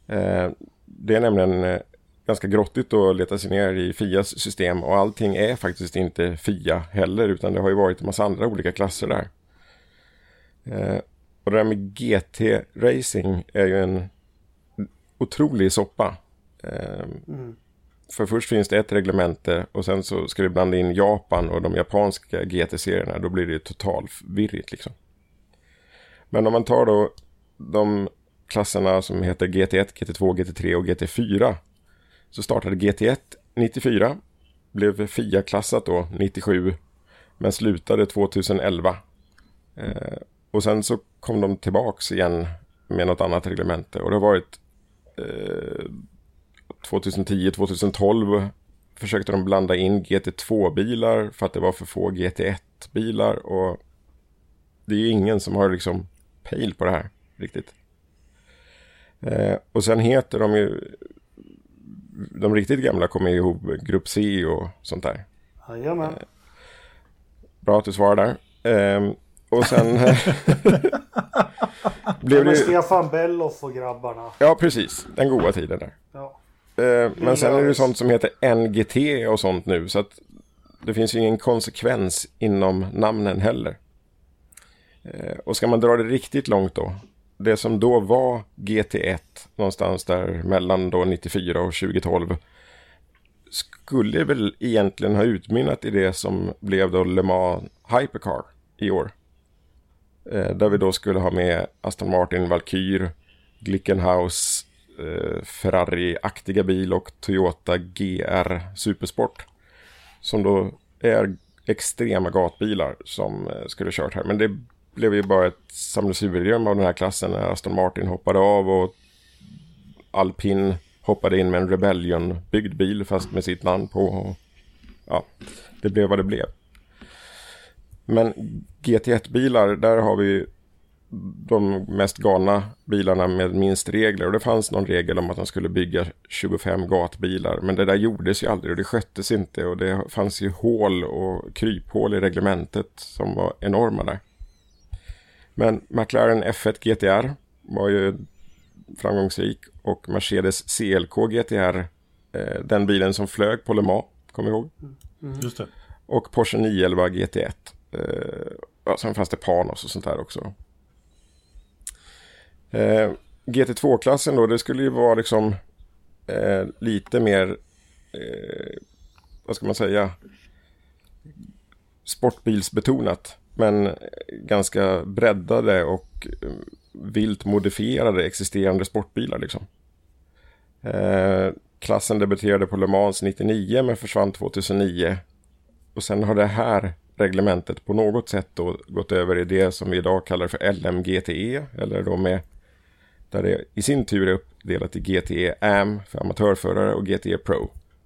Eh, det är nämligen eh, ganska grottigt att leta sig ner i F I As system och allting är faktiskt inte F I A heller, utan det har ju varit en massa andra olika klasser där. Eh, och det där med G T-racing är ju en otrolig soppa. Eh, mm. För först finns det ett reglemente och sen så ska vi blanda in Japan och de japanska G T-serierna. Då blir det totalt virrigt liksom. Men om man tar då de klasserna som heter G T ett, G T två, G T tre och G T fyra, så startade G T ett nittiofyra, blev F I A-klassat då nittiosju, men slutade tjugoelva. Eh, och sen så kom de tillbaks igen med något annat reglemente. Och det har varit eh, tjugohundratio tjugotolv försökte de blanda in G T två-bilar för att det var för få G T ett-bilar. Och det är ju ingen som har liksom pejl på det här riktigt. Eh, och sen heter de ju, de riktigt gamla kommer ihop Grupp C och sånt där. Jajamän. Eh, bra att du svarar där. Eh, och sen blev det Stefan Belloff och grabbarna. Ja, precis. Den goda tiden där. Ja. Eh, men sen är det sånt som heter N G T och sånt nu, så att det finns ju ingen konsekvens inom namnen heller. Eh, och ska man dra det riktigt långt då, det som då var G T ett någonstans där mellan då nittiofyra och tjugotolv skulle väl egentligen ha utmynnat i det som blev då Le Mans Hypercar i år. Eh, där vi då skulle ha med Aston Martin Valkyrie, Glickenhaus, eh, Ferrari-aktiga bil och Toyota G R Supersport. Som då är extrema gatbilar som eh, skulle kört här. Men det blev ju bara ett sammelsurium av den här klassen när Aston Martin hoppade av och Alpine hoppade in med en Rebellion-byggd bil fast med sitt namn på. Och, ja, det blev vad det blev. Men G T ett-bilar, där har vi de mest galna bilarna med minst regler. Och det fanns någon regel om att de skulle bygga tjugofem gatbilar. Men det där gjordes ju aldrig och det sköttes inte. Och det fanns ju hål och kryphål i reglementet som var enorma där. Men McLaren F ett G T R var ju framgångsrik. Och Mercedes C L K G T R, eh, den bilen som flög på Le Mans, kommer du ihåg? Mm. Just det. Och Porsche nio elva G T ett. Eh, ja, sen fanns det Panos och sånt där också. Eh, G T två-klassen då, det skulle ju vara liksom eh, lite mer, eh, vad ska man säga, sportbilsbetonat. Men ganska breddade och eh, vilt modifierade existerande sportbilar liksom. Eh, klassen debuterade på Le Mans nittionio men försvann tjugohundranio. Och sen har det här reglementet på något sätt då gått över i det som vi idag kallar för L M G T E, eller då med, där det i sin tur är uppdelat i G T E A M för amatörförare och G T E Pro.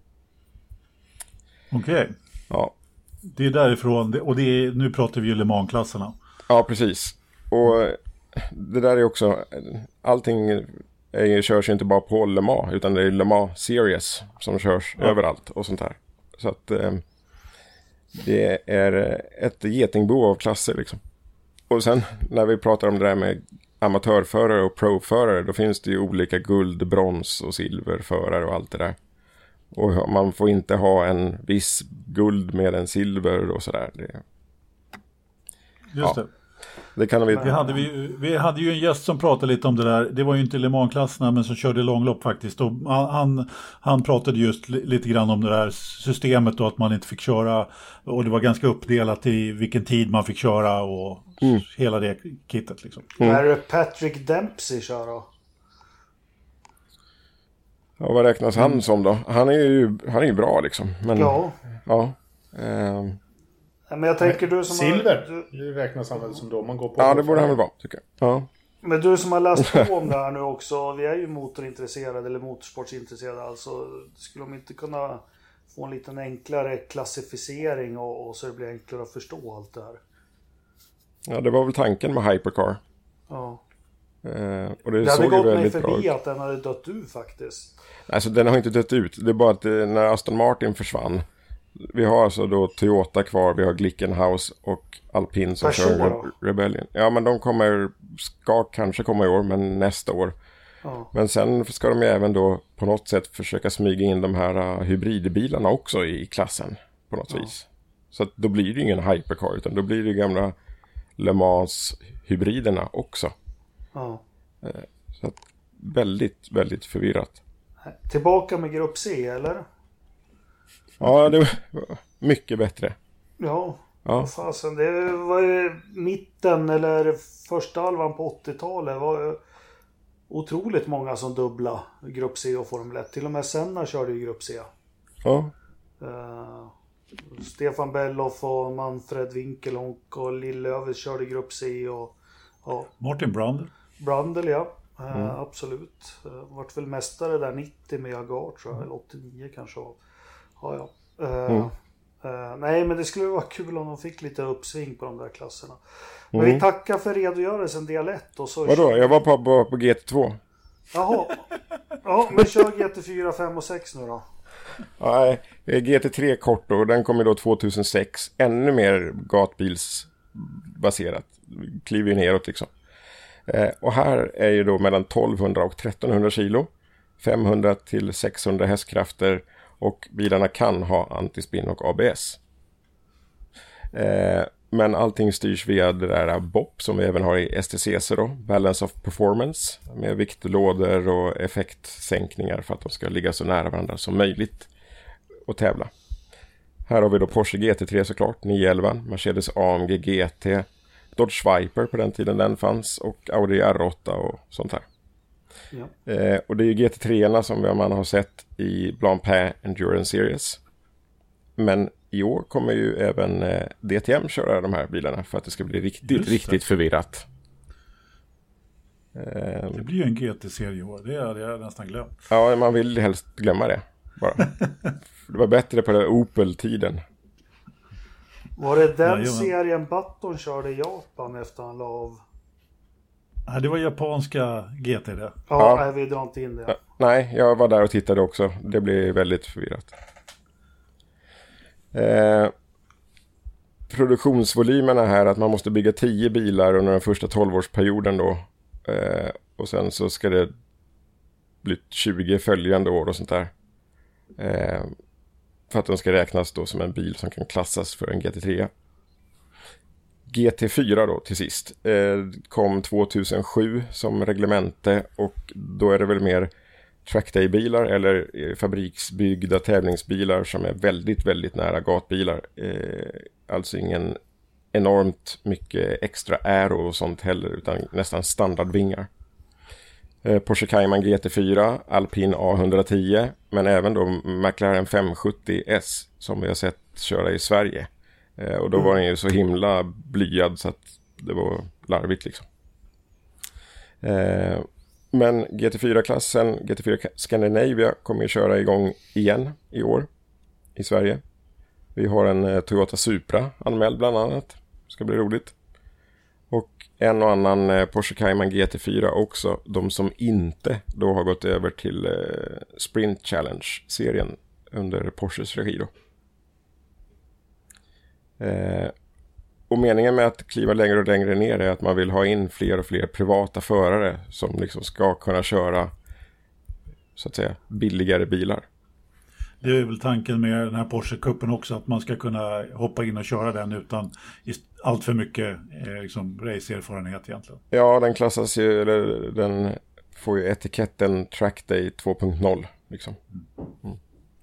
Okej. Okay. Ja. Det är därifrån, och det är, nu pratar vi ju Le Mans-klasserna. Ja, precis. Och det där är också, allting är, körs ju inte bara på Le Mans, utan det är Le Mans Series som körs ja. överallt och sånt här. Så att eh, det är ett getingbo av klasser liksom. Och sen när vi pratar om det där med amatörförare och proförare, då finns det ju olika guld, brons och silverförare och allt det där. Och man får inte ha en viss guld med en silver och sådär. Det, Just ja. det. Det kan vi... Vi, hade vi, vi hade ju en gäst som pratade lite om det där. Det var ju inte Le Mans-klasserna men som körde långlopp faktiskt. Och han, han pratade just lite grann om det där systemet och att man inte fick köra. Och det var ganska uppdelat i vilken tid man fick köra och mm. hela det kittet liksom. Mm. Är det Patrick Dempsey kör då? Ja, vad räknas han som då? Han är ju, han är ju bra liksom. Men, ja. Ja. Eh, Men jag tänker du som Silver, har, det räknas han väl som då man går på. Ja, det borde han väl vara, tycker jag. Ja. Men du som har läst på om det här nu också, vi är ju motorintresserade eller motorsportsintresserade, alltså skulle de inte kunna få en liten enklare klassificering och, och så det blir enklare att förstå allt det här? Ja, det var väl tanken med Hypercar. Ja. Eh, och det det hade såg gått ju mig väldigt förbi bra att den hade dött ut faktiskt. Alltså den har inte dött ut. Det är bara att när Aston Martin försvann. Vi har alltså då Toyota kvar, vi har Glickenhaus och Alpine som Peugeot, kör Re- Rebellion. Ja, men de kommer, ska kanske komma i år, men nästa år. Ja. Men sen ska de ju även då på något sätt försöka smyga in de här uh, hybridbilarna också i klassen på något Ja. vis. Så att då blir det ingen hypercar utan då blir det gamla Le Mans hybriderna också. Ja. Så att väldigt, väldigt förvirrat. Tillbaka med grupp C, eller? Ja, det var mycket bättre. Ja, Ja. vad fasen. Det var ju mitten eller första halvan på åttiotalet var ju otroligt många som dubbla grupp C och Formel ett. Till och med Senna körde ju grupp C. Ja, Uh, Stefan Belloff och Manfred Winkelhonk och Lillövis körde grupp C och ja, Martin Brundle. Brundle, ja. Uh, Mm. Absolut. Uh, vart väl mästare där nittio med Agard, tror jag, eller åttionio kanske. Ja, ja. Uh, Mm. uh, nej, men det skulle vara kul om de fick lite uppsving på de där klasserna. Men Mm. vi tackar för redogörelsen del ett. Och så vadå? Jag var på, på, på G T två. Jaha. Ja, men kör G T fyra, fem och sex nu då. Nej, G T tre kort då. Den kom ju då tvåtusensex. Ännu mer gatbilsbaserat. Kliver ju neråt liksom. Eh, och här är ju då mellan tolvhundra och trettonhundra kilo. femhundra till sexhundra hästkrafter. Och bilarna kan ha antispinn och A B S. Eh, men allting styrs via det där B O P som vi även har i S T C C då. Balance of Performance. Med viktlådor och effektsänkningar för att de ska ligga så nära varandra som möjligt och tävla. Här har vi då Porsche G T tre såklart, nio elva, Mercedes A M G G T, Dodge Viper på den tiden den fanns och Audi R åtta och sånt här. Ja. Eh, och det är ju G T tre-erna som man har sett i Blancpain Endurance Series. Men i år kommer ju även eh, D T M köra de här bilarna för att det ska bli riktigt, Just det. riktigt förvirrat. Eh, Det blir ju en G T-serie i år. Det hade jag nästan glömt. ja, man vill helst glömma det. Bara. Det var bättre på den Opel-tiden. Var det den Jajamän. serien Button körde i Japan efter han la av? Nej, det var japanska G T det. Ja, Ja. nej, vi drar inte in det. Ja, nej, jag var där och tittade också. Det blev väldigt förvirrat. Eh, produktionsvolymerna här, att man måste bygga tio bilar under den första tolvårsperioden då. Eh, och sen så ska det bli tjugo följande år och sånt där. Eh, för att den ska räknas då som en bil som kan klassas för en G T tre. G T fyra då till sist eh, kom tvåtusensju som reglemente och då är det väl mer trackday-bilar eller eh, fabriksbyggda tävlingsbilar som är väldigt, väldigt nära gatbilar. Eh, alltså ingen enormt mycket extra aero och sånt heller utan nästan standardvingar. Eh, Porsche Cayman G T fyra, Alpine A ett tio men även då McLaren femhundrasjuttio S som vi har sett köra i Sverige. Eh, och då var den ju så himla blyad så att det var larvigt liksom. Eh, men G T fyra-klassen, G T fyra Scandinavia kommer ju köra igång igen i år i Sverige. Vi har en eh, Toyota Supra anmäld bland annat. Ska bli roligt. Och en och annan eh, Porsche Cayman G T fyra också. De som inte då har gått över till eh, Sprint Challenge-serien under Porsches regi då. Eh, och meningen med att kliva längre och längre ner är att man vill ha in fler och fler privata förare som liksom ska kunna köra så att säga billigare bilar. Det är väl tanken med den här Porsche-cupen också, att man ska kunna hoppa in och köra den utan allt för mycket eh, liksom, race-erfarenhet egentligen. Ja, den klassas ju, eller den får ju etiketten Trackday två punkt noll liksom. Mm.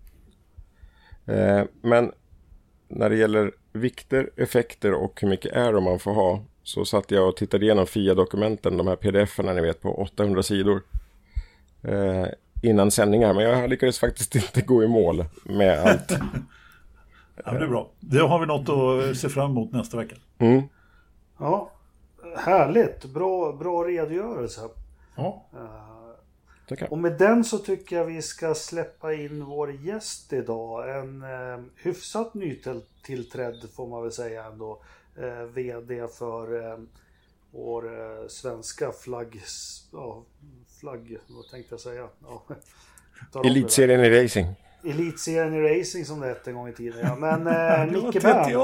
Eh, men när det gäller vikter, effekter och hur mycket aero man får ha så satt jag och tittade igenom F I A-dokumenten, de här pdf-erna ni vet på åttahundra sidor eh, innan sändningar, men jag lyckades faktiskt inte gå i mål med allt. Ja, det är bra. Det har vi något att se fram emot nästa vecka. Mm. Ja, härligt. Bra, bra redogörelse. Ja. Uh, och med den så tycker jag vi ska släppa in vår gäst idag. En uh, hyfsat nytillträdd får man väl säga ändå. Uh, V D för uh, vår uh, svenska flagg... Uh, flagg, vad tänkte jag säga? Uh, Elitserien i racing. Elitserien i racing som det hette en gång i tiden. Ja. Men uh, Micke Bern,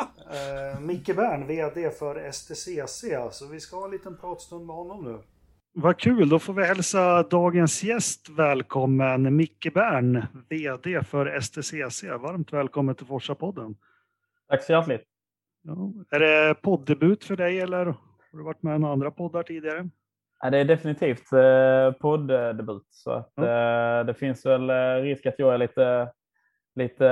uh, Micke Bern, V D för S T C C. Så vi ska ha en liten pratstund med honom nu. Vad kul, då får vi hälsa dagens gäst välkommen, Micke Bern, vd för S T C C. Varmt välkommen till Forsa-podden. Tack så hjärtligt. Ja, är det poddebut för dig eller har du varit med i några andra poddar tidigare? Ja, det är definitivt eh, podddebut, så att, Ja. eh, det finns väl eh, risk att jag är lite, lite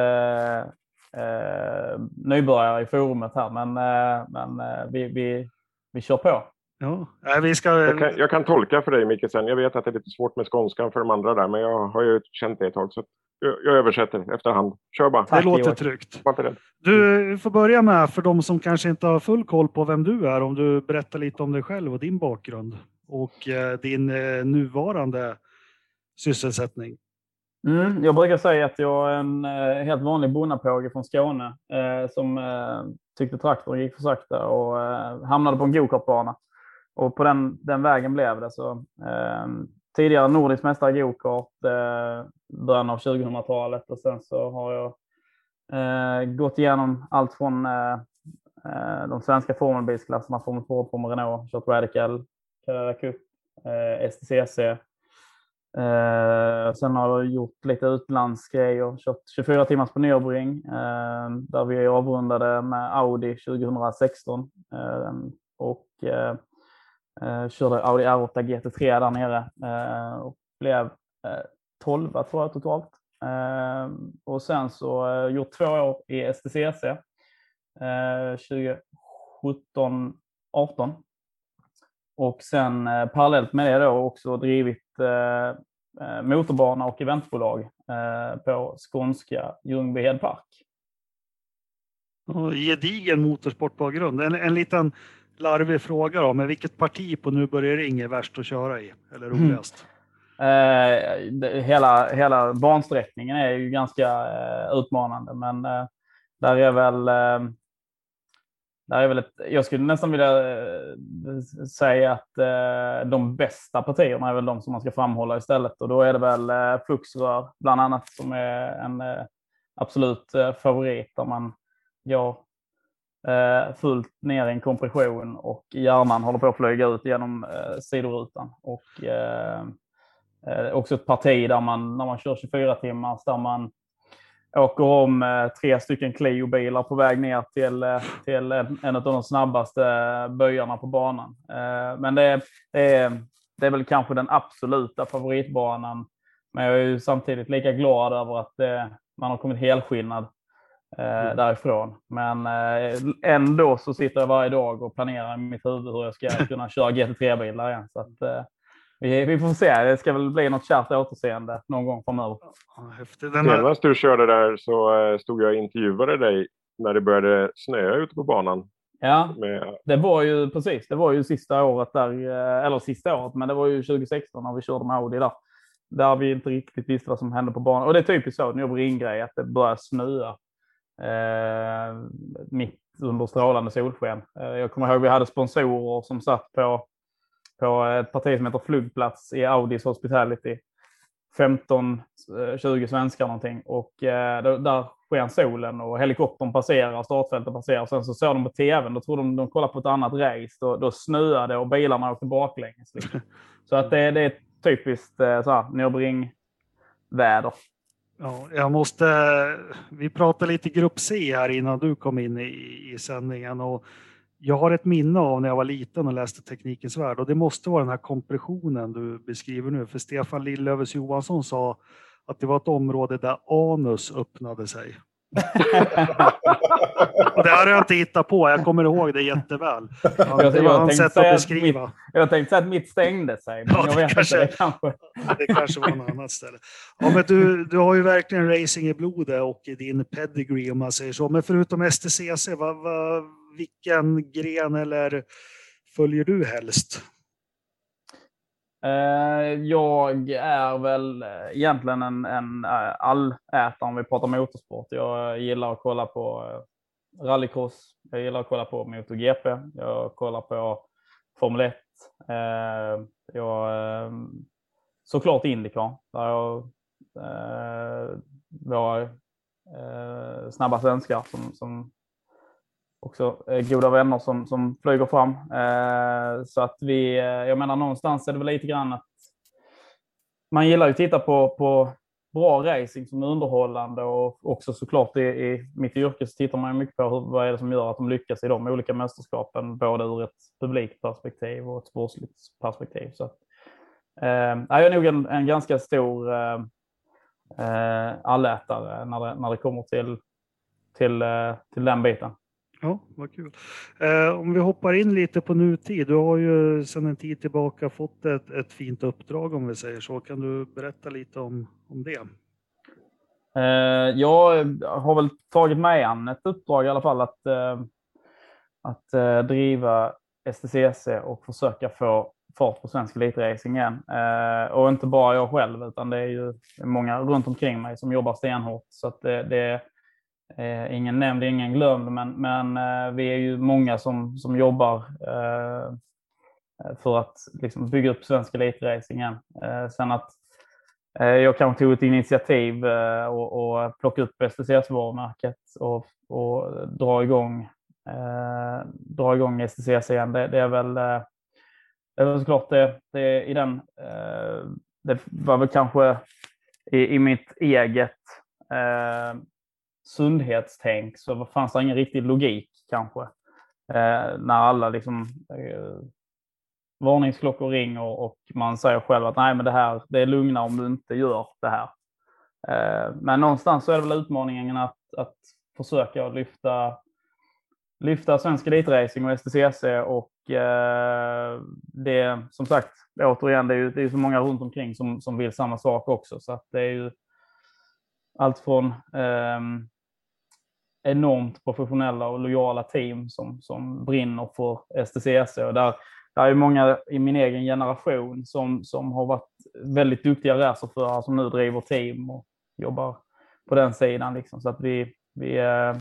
eh, nybörjare i forumet här, men, eh, men eh, vi, vi, vi kör på. Ja, Nej, vi ska... Jag kan, jag kan tolka för dig, Micke, sen. Jag vet att det är lite svårt med skånskan för de andra där, men jag har ju känt det ett tag, så jag, jag översätter efterhand. Kör bara. Det Tack, låter Joakim. tryggt. Var inte rädd. Du får börja med, för de som kanske inte har full koll på vem du är, om du berättar lite om dig själv och din bakgrund och eh, din eh, nuvarande sysselsättning. Mm, jag brukar säga att jag är en eh, helt vanlig bonnapåge från Skåne eh, som eh, tyckte traktorn gick för sakta och eh, hamnade på en go-kartbana. Och på den, den vägen blev det. Så, eh, tidigare nordisk mästare i go-kart, eh, början av tjugohundratalet, och sen så har jag eh, gått igenom allt från eh, eh, de svenska formelbilsklasserna, Formel två, Formel Renault, kört Radical, Carrera Cup, eh, S T C C. Eh, sen har jag gjort lite utlandsgrejer, kört tjugofyra timmars på Nürburgring, eh, där vi avrundade med Audi tjugohundrasexton eh, och eh, eh, körde Audi R åtta G T tre där nere eh, och blev eh, tolv tror jag totalt. Eh, och sen så har jag gjort två år i S T C C eh, tjugosjutton arton. Och sen eh, parallellt med det då också drivit eh, motorbana och eventbolag eh, på skånska Ljungbyhed Park. Och gedigen motorsportbakgrund. En, en liten larvig fråga då, men vilket parti på Nürburgring är värst att köra i? Eller roligast? Eh, det, hela, hela bansträckningen är ju ganska eh, utmanande, men eh, där är väl eh, där är väl ett, jag skulle nästan vilja eh, säga att eh, de bästa partierna är väl de som man ska framhålla istället, och då är det väl eh, fluxrör bland annat som är en eh, absolut eh, favorit, där man går eh, fullt ner i en kompression och hjärnan håller på att flyga ut genom eh, sidorutan, och eh, eh, också ett parti där man när man kör tjugofyra timmar där man åker om eh, tre stycken Clio-bilar på väg ner till, eh, till en, en av de snabbaste böjarna på banan. Eh, men det, det, är, det är väl kanske den absoluta favoritbanan. Men jag är ju samtidigt lika glad över att eh, man har kommit helskinnad eh, mm. därifrån. Men eh, ändå så sitter jag varje dag och planerar i mitt huvud hur jag ska kunna köra G T tre-bilar igen. Så att, eh, Vi, vi får se, det ska väl bli något kärt återseende någon gång framöver. Senast du körde där så stod jag och intervjuade dig när det började snöa ute på banan. Ja, med... det var ju precis, det var ju sista året där, eller sista året, men det var ju tjugohundrasexton när vi körde med Audi där. Där vi inte riktigt visste vad som hände på banan. Och det är typiskt så, när jag blir ingrej, att det börjar snöa eh, mitt under strålande solsken. Eh, jag kommer ihåg att vi hade sponsorer som satt på på ett parti som heter Flygplats i Audis Hospitality. femton tjugo svenskar någonting. Och eh, där sken solen och helikoptern passerar, startfältet passerar. Och sen så såg de på tvn, då trodde de de kollade på ett annat race. Då, då snöade och bilarna åkte baklänges. Liksom. Så att det, det är typiskt eh, så här, Nürburgring-väder. Ja, jag måste... Vi pratade lite grupp C här innan du kom in i, i sändningen, och jag har ett minne av när jag var liten och läste Teknikens värld, och det måste vara den här kompressionen du beskriver nu. För Stefan Lillövers Johansson sa att det var ett område där anus öppnade sig. Och det har jag inte hittat på, jag kommer ihåg det jätteväl. Ja, jag, det var hans sätt att beskriva. Mitt, jag tänkte säga att mitt stängde sig, men ja, jag vet kanske, inte, det kanske... det kanske var något annat ställe. Ja, men du, du har ju verkligen racing i blodet och i din pedigree, om man säger så. Men förutom S T C C, vad, vad, vilken gren eller följer du helst? Jag är väl egentligen en, en allätare om vi pratar motorsport. Jag gillar att kolla på rallycross, jag gillar att kolla på MotoGP, jag kollar på Formel ett, jag såklart IndyCar där jag var snabba svenskar som, som också eh, goda vänner som, som flyger fram. Eh, så att vi, eh, jag menar någonstans är det väl lite grann att man gillar ju att titta på, på bra racing som är underhållande, och också såklart i, i mitt yrke så tittar man mycket på hur, vad är det som gör att de lyckas i de olika mästerskapen, både ur ett publikperspektiv och ett sportsligt perspektiv. Så att, eh, jag är nog en, en ganska stor eh, eh, allätare när det, när det kommer till, till, eh, till den biten. Ja, vad kul. Eh, om vi hoppar in lite på nutid. Du har ju sedan en tid tillbaka fått ett, ett fint uppdrag, om vi säger så. Kan du berätta lite om, om det? Eh, jag har väl tagit med an ett uppdrag i alla fall att, eh, att eh, driva S T C C och försöka få fart på svensk elitracing igen. Eh, och inte bara jag själv, utan det är ju många runt omkring mig som jobbar stenhårt. Så att det, det är Eh, ingen nämnd, ingen glömd, men, men eh, vi är ju många som, som jobbar eh, för att liksom, bygga upp svensk elitracing igen. Eh, sen att eh, jag kanske tog ett initiativ eh, och, och plocka upp S T C S-varumärket och, och dra igång eh, dra igång S T C S igen. Det, det är väl eh, det är väl såklart det, det i den eh, det var väl kanske i, i mitt eget eh, sundhetstänk, så fanns det ingen riktig logik kanske. Eh, när alla liksom eh, varningsklockor ringer och man säger själv att nej, men det här, det är lugnare om du inte gör det här. Eh, men någonstans så är det väl utmaningen att, att försöka lyfta lyfta svensk elitracing och S T C S, och eh, det som sagt, återigen, det är ju det är så många runt omkring som, som vill samma sak också, så att det är ju allt från eh, enormt professionella och lojala team som, som brinner för S T C S, och där, där är många i min egen generation som, som har varit väldigt duktiga racerförare som nu driver team och jobbar på den sidan liksom. Så att vi, vi, eh,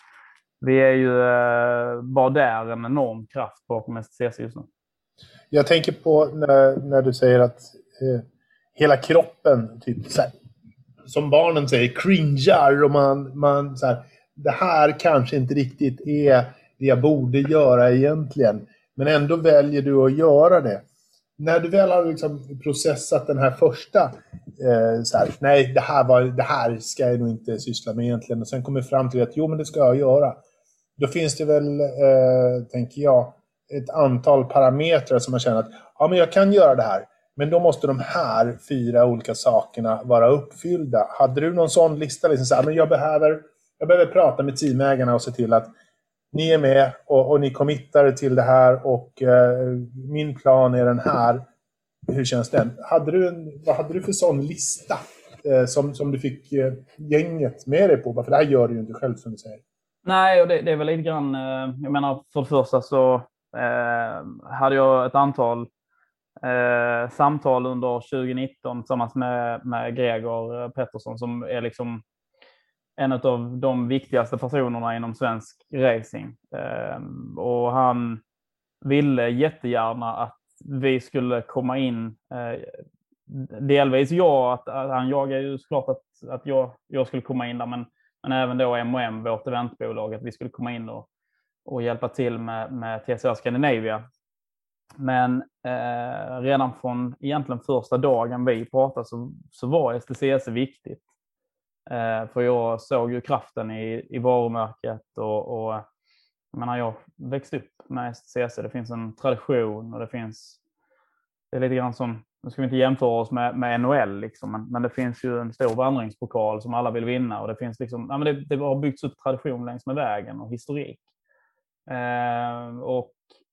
vi är ju eh, bara där en enorm kraft bakom S T C S just nu. Jag tänker på när, när du säger att eh, hela kroppen typ så här, som barnen säger, cringear, och man, man så här, det här kanske inte riktigt är det jag borde göra egentligen, men ändå väljer du att göra det. När du väl har liksom processat den här första eh, så här, nej, det här, var, det här ska jag nog inte syssla med egentligen, och sen kommer fram till att jo, men det ska jag göra. Då finns det väl, eh, tänker jag, ett antal parametrar som man känner att ja, men jag kan göra det här. Men då måste de här fyra olika sakerna vara uppfyllda. Hade du någon sån lista? Liksom så här, men jag, behöver, jag behöver prata med teamägarna och se till att ni är med och, och ni committar till det här, och eh, min plan är den här. Hur känns den? Hade du en, vad hade du för sån lista eh, som, som du fick eh, gänget med dig på? För det här gör du ju inte själv, som du säger. Nej, och det, det är väl lite grann, eh, jag menar, för det första så eh, hade jag ett antal Eh, samtal under tjugonitton tillsammans med, med Gregor Pettersson, som är liksom en av de viktigaste personerna inom svensk racing. Eh, och han ville jättegärna att vi skulle komma in, eh, delvis jag, att, att han jagar ju såklart att, att jag, jag skulle komma in där, men, men även då M och M, vårt eventbolag, att vi skulle komma in och, och hjälpa till med, med T C R Scandinavia. Men eh, redan från egentligen första dagen vi pratade så, så var S T C S viktigt. Eh, för jag såg ju kraften i, i varumärket, och, och jag menar, jag växte upp med S T C S. Det finns en tradition, och det finns, det är lite grann som, nu ska vi inte jämföra oss med, med N H L liksom, men, men det finns ju en stor vandringspokal som alla vill vinna, och det finns liksom, ja, men det, det har byggts upp tradition längs med vägen och historik. Eh, och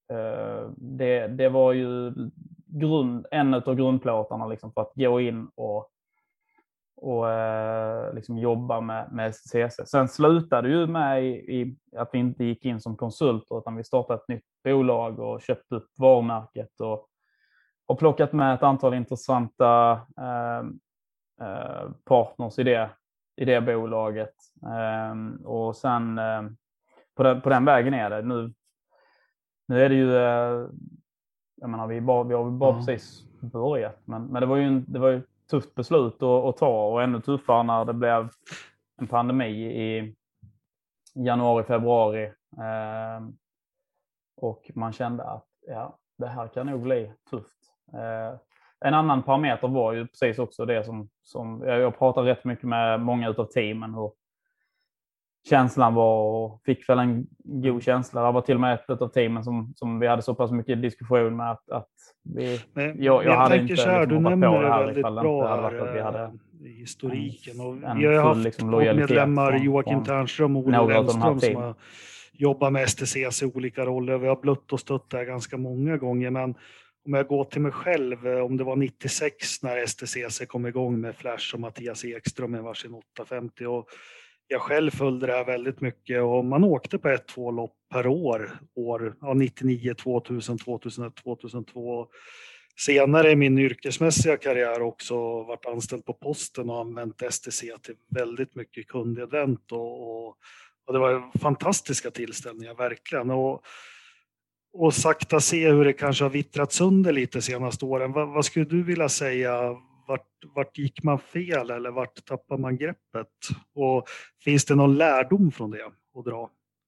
Det, det var ju grund, en av grundplåtarna liksom för att gå in och, och liksom jobba med, med S T C S. Sen slutade ju med i, i att vi inte gick in som konsulter, utan vi startade ett nytt bolag och köpte upp varumärket och, och plockat med ett antal intressanta eh, eh, partners i det, i det bolaget. Eh, och sen eh, på, den, på den vägen är det nu. Nu är det ju, jag menar, vi, bara, vi har bara mm. precis börjat, men, men det var ju en, det var ju ett tufft beslut att, att ta, och ännu tuffare när det blev en pandemi i januari, februari Eh, och man kände att ja, det här kan nog bli tufft. Eh, en annan parameter var ju precis också det som, som jag, jag pratade rätt mycket med många utav teamen hur känslan var och fick väl en god känsla. Det var till och med ett av teamen som, som vi hade så pass mycket diskussion med att, att vi, men, jag, jag, jag hade tänker inte så här, liksom du hoppat nämner på det här väldigt ifall det bra inte hade här, varit att vi hade historiken. Och en, vi har en haft full liksom, lojalitet medlemmar från, Joakim från Ternström och Olle några av de här Lennström som teamen. har jobbat med S T C C i olika roller. Vi har blött och stött det här ganska många gånger, men om jag går till mig själv, om det var nittiosex när S T C C kom igång med Flash och Mattias Ekström med varsin åttahundrafemtio, och jag själv följde det här väldigt mycket och man åkte på ett, två lopp per år, år ja, nittionio, tvåtusen, tvåtusenett, tvåtusentvå. Senare i min yrkesmässiga karriär också varit anställd på posten och använt S T C till väldigt mycket kundevent och, och, och det var fantastiska tillställningar verkligen. Och, och sakta se hur det kanske har vittrats under lite senaste åren. Vad, vad skulle du vilja säga? Vart, vart gick man fel eller vart tappar man greppet? Och finns det någon lärdom från det att dra?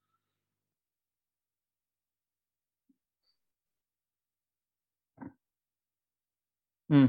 Mm.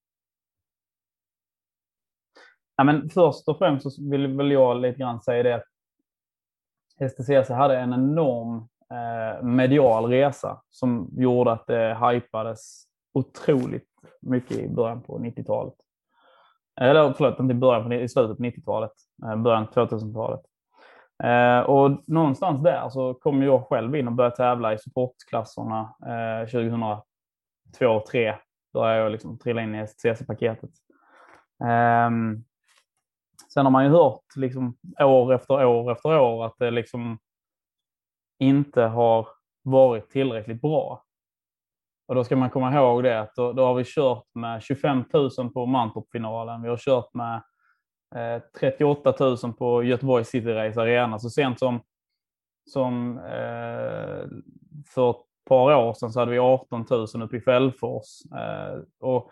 Ja, men först och främst så vill väl jag lite grann säga det att S T C C hade en enorm eh, medial resa som gjorde att det hypades otroligt mycket i början på nittiotalet. Eller förlåt, inte i början på, i slutet på nittiotalet, eh, början på tvåtusentalet. Eh, och någonstans där så kom jag själv in och började tävla i supportklasserna eh, tjugohundratvå tre. Då är jag liksom trillade in i S T C C-paketet. Eh, sen har man ju hört liksom år efter år efter år att det liksom inte har varit tillräckligt bra. Och då ska man komma ihåg det att då, då har vi kört med tjugofem tusen på Mantorp-finalen. Vi har kört med eh, trettioåtta tusen på Göteborg City Race Arena. Så sent som, som eh, för ett par år sedan så hade vi arton tusen uppe i Fällfors. Eh, och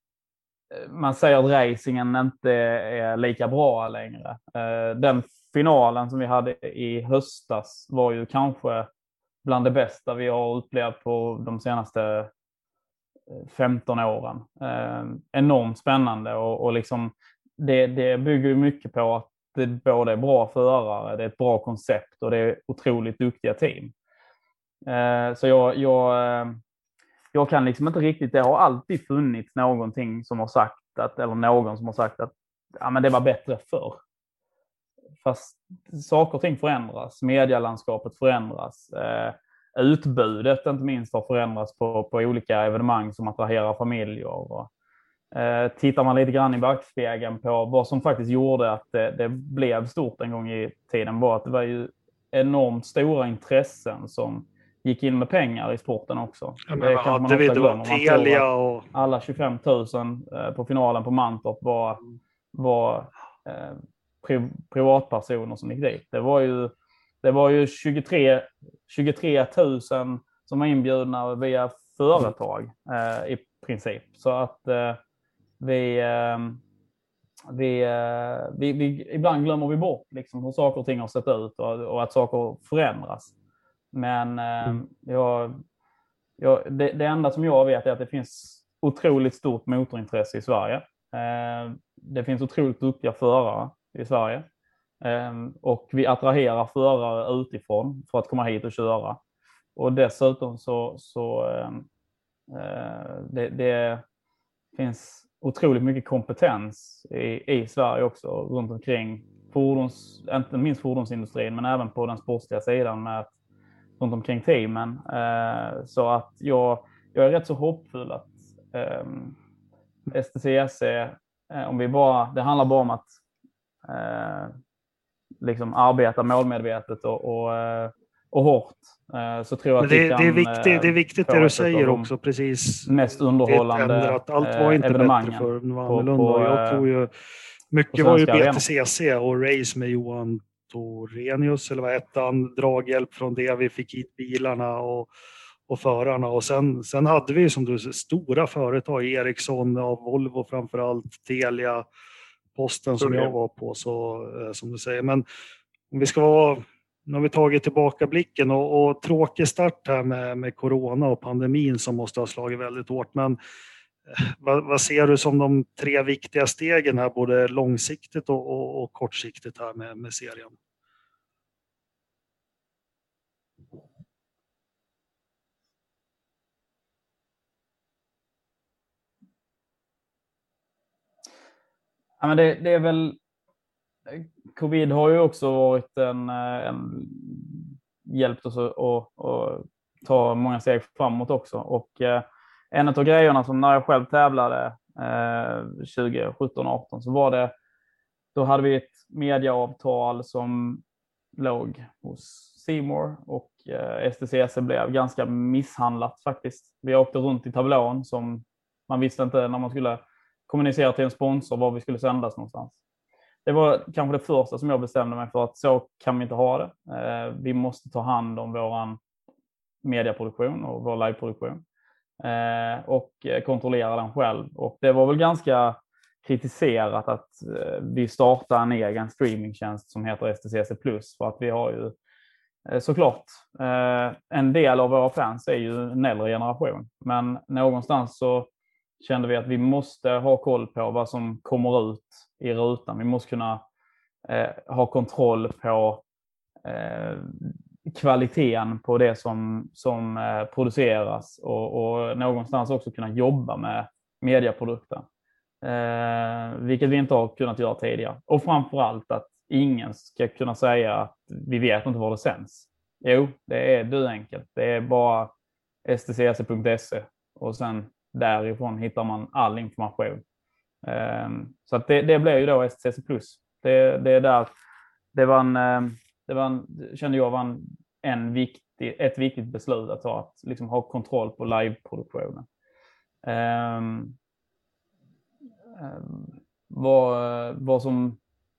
man säger att racingen inte är lika bra längre. Eh, den finalen som vi hade i höstas var ju kanske bland det bästa vi har upplevt på de senaste femton åren. Eh, enormt spännande och, och liksom det, det bygger ju mycket på att det både är bra förare, det är ett bra koncept och det är otroligt duktiga team. Eh, så jag, jag, jag kan liksom inte riktigt, det har alltid funnits någonting som har sagt att, eller någon som har sagt att ja, men det var bättre förr. Fast saker och ting förändras, medielandskapet förändras, eh, utbudet inte minst har förändrats på, på olika evenemang som attraherar familjer. Och, eh, tittar man lite grann i backspegeln på vad som faktiskt gjorde att det, det blev stort en gång i tiden var att det var ju enormt stora intressen som gick in med pengar i sporten också. Ja, men det vad kanske hade vi då? Telia och... Alla tjugofem tusen eh, på finalen på Mantorp var, var eh, pri- privatpersoner som gick dit. Det var ju, det var ju tjugotre, tjugotre tusen som var inbjudna via företag eh, i princip. Så att eh, vi, eh, vi, eh, vi, vi ibland glömmer vi bort liksom, hur saker och ting har sett ut och, och att saker förändras. Men eh, mm. jag, jag, det, det enda som jag vet är att det finns otroligt stort motorintresse i Sverige. Eh, det finns otroligt duktiga förare i Sverige. Eh, och vi attraherar förare utifrån för att komma hit och köra. Och dessutom så, så eh, det, det finns otroligt mycket kompetens i, i Sverige också runt omkring fordons, inte minst fordonsindustrin men även på den sportsliga sidan med runt omkring teamen. Eh, så att jag, jag är rätt så hoppfull att eh, S T C C, eh, om vi bara, det handlar bara om att eh, liksom arbeta målmedvetet och, och, och hårt. Eh, så tror jag Men att det, vi kan, det är viktigt, det är viktigt det du säger också, precis. Mest underhållande att allt var inte bättre för det var annorlunda. På, jag tror ju, mycket var ju B T C C och race med Johan Torenius, eller vad hette han, draghjälp från det, vi fick hit bilarna och, och förarna och sen, sen hade vi som du säger stora företag, Ericsson och Volvo framförallt, Telia, Posten som jag var på, så som du säger. Men om vi ska vara Nu har vi tagit tillbaka blicken och, och tråkig start här med, med corona och pandemin som måste ha slagit väldigt hårt. Men vad, vad ser du som de tre viktiga stegen här, både långsiktigt och, och, och kortsiktigt här med, med serien? Ja, men det, det är väl... Covid har ju också varit en, en hjälpt oss att, att, att ta många steg framåt också. Och eh, en av grejerna som när jag själv tävlade eh, tjugo sjutton arton så var det, då hade vi ett medieavtal som låg hos C More och eh, S T C C blev ganska misshandlat faktiskt. Vi åkte runt i tablån som man visste inte när man skulle kommunicera till en sponsor var vi skulle sändas någonstans. Det var kanske det första som jag bestämde mig för, att så kan vi inte ha det. Eh, vi måste ta hand om våran medieproduktion och vår liveproduktion eh, och kontrollera den själv. Och det var väl ganska kritiserat att eh, vi startade en egen streamingtjänst som heter S T C C plus, för att vi har ju eh, såklart eh, en del av våra fans är ju en äldre generation, men någonstans så kände vi att vi måste ha koll på vad som kommer ut i rutan. Vi måste kunna eh, ha kontroll på eh, kvaliteten på det som, som eh, produceras och, och någonstans också kunna jobba med mediaprodukten. Eh, vilket vi inte har kunnat göra tidigare. Och framförallt att ingen ska kunna säga att vi vet inte var det sänds. Jo, det är du enkelt. Det är bara s t c c punkt se och sen därifrån hittar man all information. Um, så att det, det blev ju då S T C C plus. Det, det är där det var en, det var en, kände jag var en, en viktig, ett viktigt beslut att ta, att liksom ha kontroll på liveproduktionen. Um, um, vad, vad som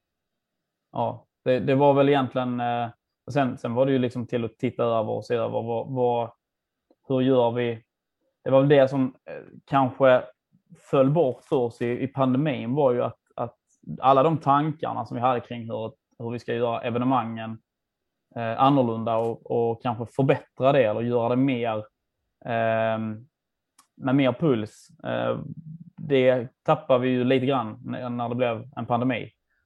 ja, det, det var väl egentligen uh, sen, sen var det ju liksom till att titta över och se över vad, vad, hur gör vi. Det var väl det som uh, kanske föll bort för oss i, i pandemin, var ju att, att alla de tankarna som vi hade kring hur, hur vi ska göra evenemangen eh, annorlunda och, och kanske förbättra det eller göra det mer eh, med mer puls. Eh, det tappar vi ju lite grann när det blev en pandemi.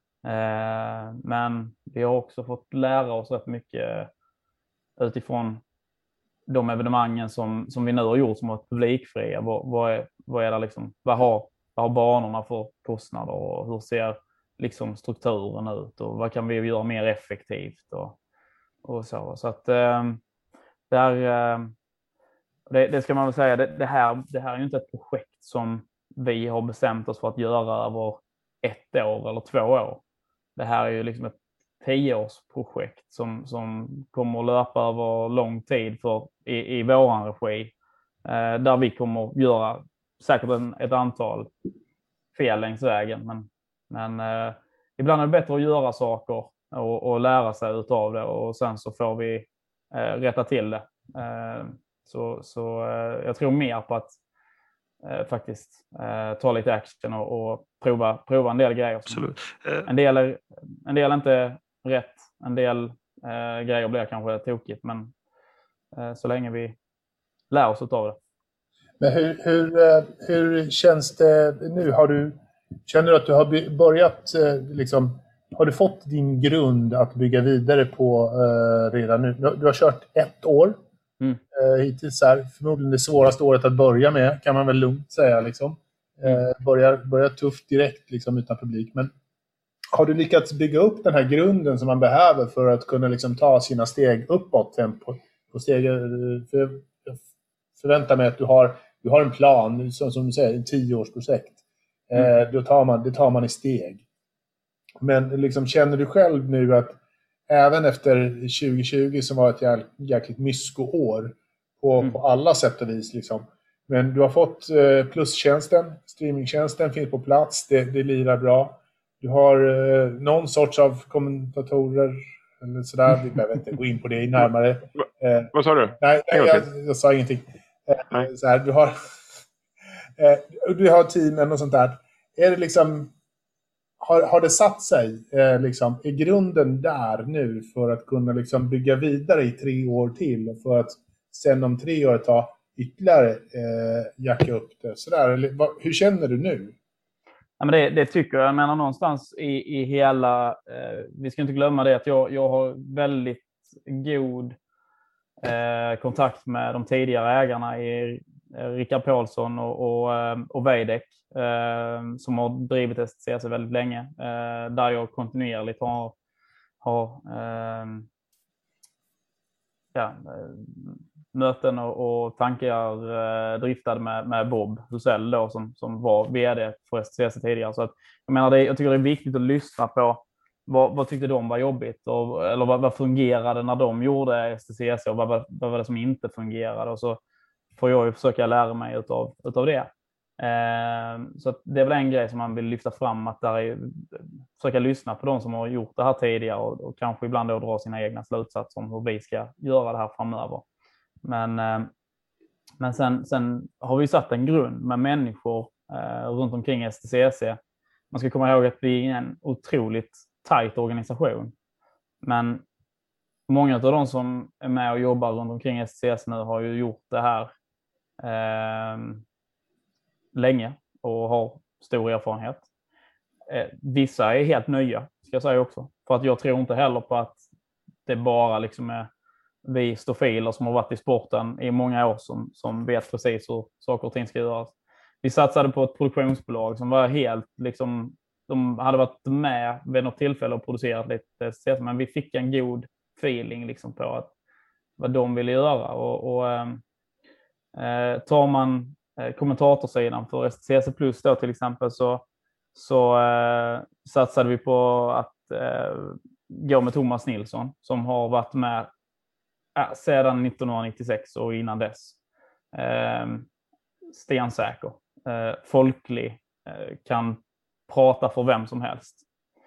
Eh, men vi har också fått lära oss rätt mycket utifrån de evenemangen som, som vi nu har gjort som varit publikfria. Vad, vad, är, vad är det liksom, vad har, vad har banorna för kostnader och hur ser liksom strukturen ut och vad kan vi göra mer effektivt och, och så. Så att eh, där, eh, det, det ska man väl säga, det, det, här, det här är ju inte ett projekt som vi har bestämt oss för att göra över ett år eller två år. Det här är ju liksom ett tioårsprojekt som, som kommer att löpa över lång tid för, i, i våran regi. Eh, där vi kommer att göra säkert en, ett antal fel längs vägen. Men, men eh, ibland är det bättre att göra saker och, och lära sig utav det. Och sen så får vi eh, rätta till det. Eh, så så eh, jag tror mer på att eh, faktiskt eh, ta lite action och, och prova, prova en del grejer. Absolut. En del är, en del är inte rätt. En del eh, grejer blir kanske tokigt, men eh, så länge vi lär oss av det. Men hur, hur, hur känns det nu? Har du, känner du att du har börjat, liksom, har du fått din grund att bygga vidare på eh, redan nu? Du har kört ett år mm. eh, hittills, här, förmodligen det svåraste året att börja med, kan man väl lugnt säga. Liksom. Eh, börjar, börjar tufft direkt liksom, utan publik, men har du lyckats bygga upp den här grunden som man behöver för att kunna liksom, ta sina steg uppåt tempo på steg? För jag förväntar mig att du har, du har en plan, som, som du säger, en tioårsprojekt. Mm. Eh, då tar man, det tar man i steg. Men liksom, känner du själv nu att även efter tjugo tjugo som var ett jäk, jäkligt mysko-år på, mm. på alla sätt och vis liksom. Men du har fått eh, plustjänsten, streamingtjänsten finns på plats, det, det lirar bra. Du har eh, någon sorts av kommentatorer eller sådär. Vi behöver inte gå in på det närmare. Eh, Vad sa du? Nej, nej jag, jag sa ingenting. Eh, så här, du har eh, du har teamen och sånt där. Är det liksom, har, har det satt sig eh, liksom, i grunden där nu för att kunna liksom, bygga vidare i tre år till och för att sen om tre år ta ytterligare eh, jacka upp det? Sådär, eller, vad, hur känner du nu? Ja, men det, det tycker jag. Jag menar någonstans i, i hela... Eh, vi ska inte glömma det att jag, jag har väldigt god eh, kontakt med de tidigare ägarna i eh, Rickard Paulsson och, och, eh, och Weidek eh, som har drivit S T C C väldigt länge. Eh, där jag kontinuerligt har, har eh, ja, möten och, och tankar eh, driftade med, med Bob Husell då, som, som var vd för S T C C tidigare. Så att, jag, menar det, jag tycker det är viktigt att lyssna på vad, vad tyckte de var jobbigt och, eller vad, vad fungerade när de gjorde S T C C och vad, vad, vad var det som inte fungerade. Och så får jag ju försöka lära mig utav, utav det. Eh, så att det är väl en grej som man vill lyfta fram, att där är, försöka lyssna på de som har gjort det här tidigare och, och kanske ibland då dra sina egna slutsatser om hur vi ska göra det här framöver. Men, eh, men sen, sen har vi satt en grund med människor eh, runt omkring S T C C. Man ska komma ihåg att vi är en otroligt tajt organisation. Men många av de som är med och jobbar runt omkring S T C C nu har ju gjort det här eh, länge och har stor erfarenhet. Eh, vissa är helt nya, ska jag säga också. För att jag tror inte heller på att det bara liksom är vi stofiler som har varit i sporten i många år som, som vet precis hur saker och ting ska göras. Vi satsade på ett produktionsbolag som var helt liksom, de hade varit med vid något tillfälle och producerat lite, men vi fick en god feeling liksom på att, vad de ville göra. Och, och eh, tar man eh, kommentatorsidan för S T C C Plus då till exempel, så, så eh, satsade vi på att eh, gå med Thomas Nilsson som har varit med äh, sedan nittonhundranittiosex och innan dess. Eh, stensäker, eh, folklig, eh, kan prata för vem som helst.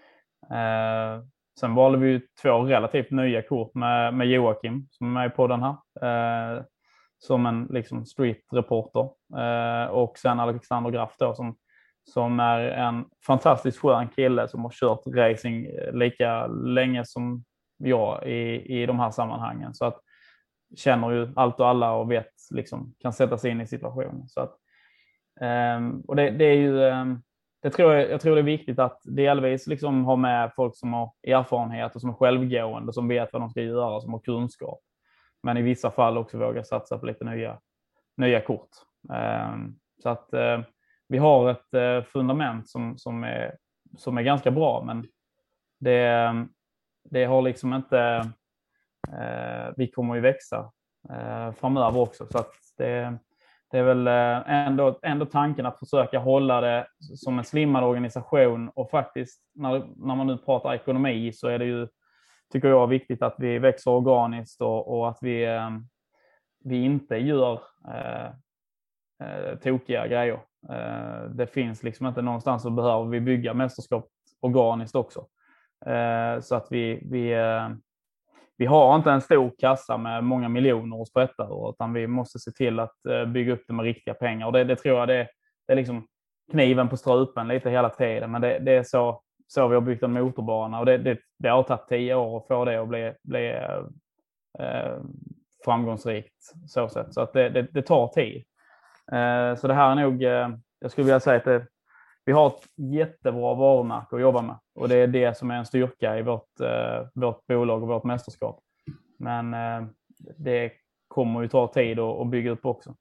Eh, sen valde vi ju två relativt nya kort med, med Joakim som är med på den här. Eh, som en liksom street-reporter. Eh, och sen Alexander Graff då som, som är en fantastiskt skön kille som har kört racing lika länge som jag i, i de här sammanhangen. Så att känner ju allt och alla och vet liksom, kan sätta sig in i situationen. Så att, eh, och det, det är ju... Eh, Det tror jag, jag tror det är viktigt att delvis liksom ha med folk som har erfarenhet och som är självgående, som vet vad de ska göra, som har kunskap. Men i vissa fall också våga satsa på lite nya, nya kort. Um, så att uh, vi har ett uh, fundament som, som, är, som är ganska bra, men det, det har liksom inte... Uh, vi kommer ju växa uh, framöver också, så att det... Det är väl ändå, ändå tanken att försöka hålla det som en slimmad organisation, och faktiskt när, när man nu pratar ekonomi så är det ju, tycker jag, viktigt att vi växer organiskt och, och att vi, eh, vi inte gör eh, eh, tokiga grejer. Eh, det finns liksom inte någonstans, så behöver vi bygga mästerskap organiskt också. Eh, så att vi... vi eh, Vi har inte en stor kassa med många miljoner att sprätta, utan vi måste se till att bygga upp det med riktiga pengar. Och det, det tror jag det, det är liksom kniven på strupen lite hela tiden. Men det, det är så, så vi har byggt en motorbana. Och det, det, det har tagit tio år att få det att bli, bli eh, framgångsrikt. Så, sätt. så att det, det, det tar tid. Eh, så det här är nog, eh, jag skulle vilja säga att det, vi har ett jättebra varumärke att jobba med. Och det är det som är en styrka i vårt, eh, vårt bolag och vårt mästerskap. Men eh, det kommer ju ta tid att, att bygga upp också.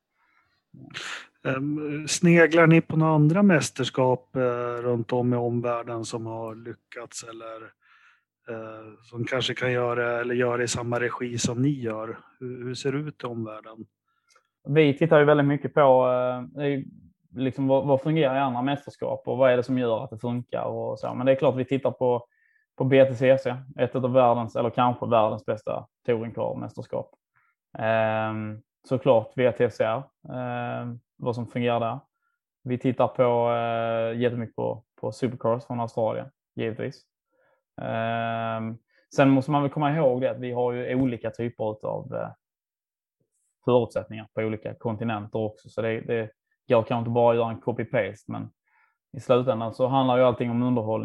Um, sneglar ni på några andra mästerskap eh, runt om i omvärlden som har lyckats, eller eh, som kanske kan göra eller göra i samma regi som ni gör? Hur, hur ser det ut i omvärlden? Vi tittar ju väldigt mycket på eh, liksom vad, vad fungerar i andra mästerskap och vad är det som gör att det funkar och så. Men det är klart vi tittar på, på B T C C, ett av världens, eller kanske världens bästa touringcar-mästerskap. Eh, såklart V T C R, eh, vad som fungerar där. Vi tittar på eh, jättemycket på, på Supercars från Australien, givetvis. Eh, sen måste man väl komma ihåg det att vi har ju olika typer av eh, förutsättningar på olika kontinenter också. Så det, det jag kan inte bara göra en copy-paste, men i slutändan så handlar ju allting om underhållning.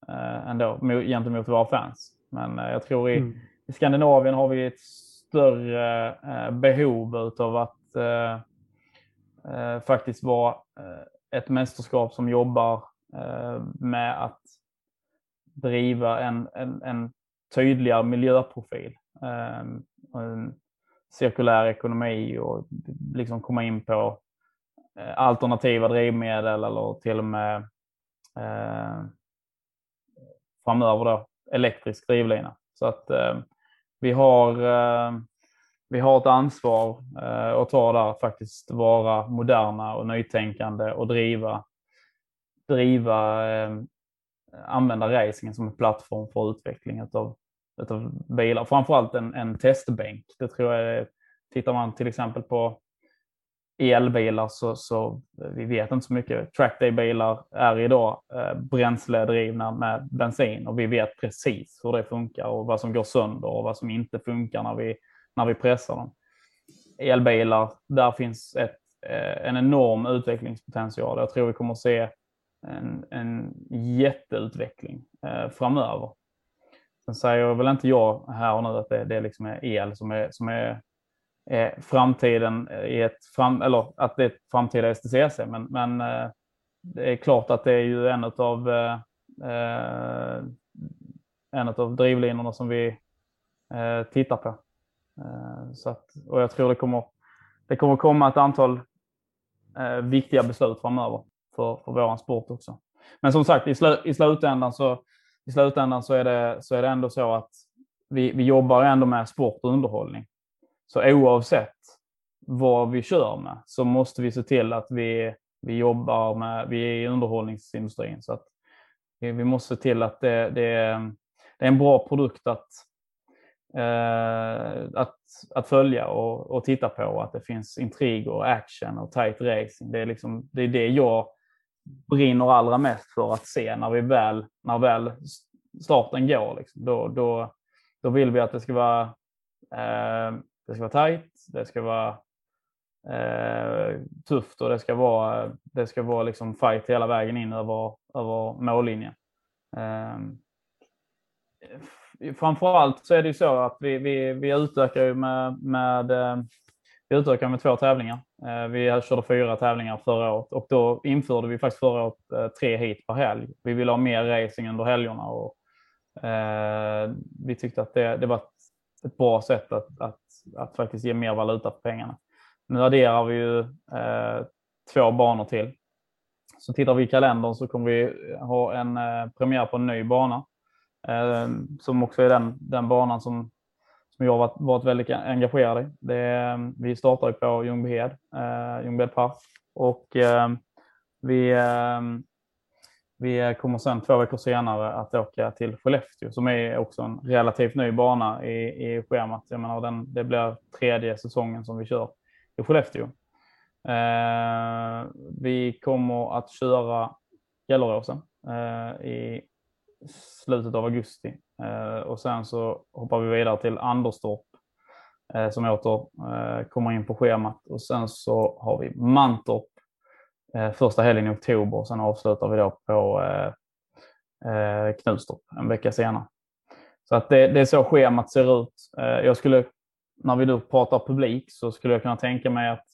eh, ändå gentemot våra fans. Men eh, jag tror i, Mm. i Skandinavien har vi ett större eh, behov av att eh, eh, faktiskt vara eh, ett mästerskap som jobbar eh, med att driva en, en, en tydligare miljöprofil. Eh, en cirkulär ekonomi och liksom komma in på eh, alternativa drivmedel eller till och med eh, framöver då elektrisk drivlina. Så att eh, vi har eh, vi har ett ansvar eh, att ta där, faktiskt vara moderna och nytänkande och driva driva eh, använda racingen som en plattform för utveckling av utav bilar. Framförallt en, en testbänk. Det tror jag är, tittar man till exempel på elbilar så, så vi vet inte så mycket. Trackday-bilar är idag eh, bränsledrivna med bensin och vi vet precis hur det funkar och vad som går sönder och vad som inte funkar när vi, när vi pressar dem. Elbilar, där finns ett, eh, en enorm utvecklingspotential. Jag tror vi kommer att se en, en jätteutveckling eh, framöver. Sen säger väl inte jag här och nu att det, det liksom är el som är, som är Eh, framtiden i ett fram, eller att det är ett framtida S T C C, men, men eh, det är klart att det är ju en av eh, en av drivlinorna som vi eh, tittar på. Eh, så att, och jag tror det kommer det kommer komma ett antal eh, viktiga beslut framöver för, för våran sport också. Men som sagt, i, slu, i slutändan så i slutändan så är det så är det ändå så att vi, vi jobbar ändå med sport och underhållning. Så oavsett vad vi kör med så måste vi se till att vi, vi jobbar med, vi är i underhållningsindustrin. Så att vi, vi måste se till att det, det, det är en bra produkt att, eh, att, att följa och, och titta på. Att det finns intrig och action och tight racing. Det är, liksom, det är det jag brinner allra mest för att se när vi väl, när väl starten går. Liksom. Då, då, då vill vi att det ska vara... Eh, Det ska vara tajt, det ska vara eh, tufft och det ska vara, det ska vara liksom fight hela vägen in över, över mållinjen. Eh, framförallt så är det ju så att vi, vi, vi utökar ju med, med, eh, vi utökar med två tävlingar. Eh, vi körde fyra tävlingar förra året och då införde vi faktiskt förra året eh, tre hit per helg. Vi vill ha mer racing under helgerna och eh, vi tyckte att det, det var ett bra sätt att, att, att faktiskt ge mer valuta för pengarna. Nu adderar vi ju eh, två banor till. Så tittar vi i kalendern så kommer vi ha en eh, premiär på en ny bana. Eh, som också är den, den banan som, som jag har varit, varit väldigt engagerad i. Det, vi startar ju på Ljungbyhed, eh, Ljungbyhed Park. Och eh, vi... Eh, Vi kommer sen två veckor senare att åka till Skellefteå som är också en relativt ny bana i, i schemat. Jag menar, den, det blir tredje säsongen som vi kör i Skellefteå. Eh, vi kommer att köra Gelleråsen eh, i slutet av augusti. Eh, och sen så hoppar vi vidare till Anderstorp eh, som åter eh, kommer in på schemat. Och sen så har vi Mantorp första helgen i oktober och sen avslutar vi då på eh, Knutstorp en vecka senare. Så att det, det är så schemat ser ut. Eh, jag skulle, när vi då pratar publik så skulle jag kunna tänka mig att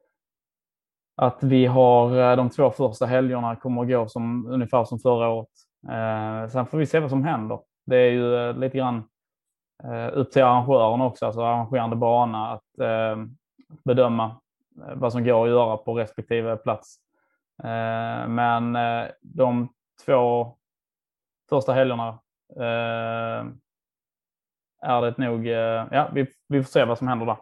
att vi har de två första helgerna kommer att gå som, ungefär som förra året. Eh, sen får vi se vad som händer. Det är ju lite grann eh, upp till arrangören också, alltså arrangerande bana att eh, bedöma vad som går att göra på respektive plats. Eh, men eh, de två första helgerna eh, är det nog, eh, ja, vi, vi får se vad som händer där.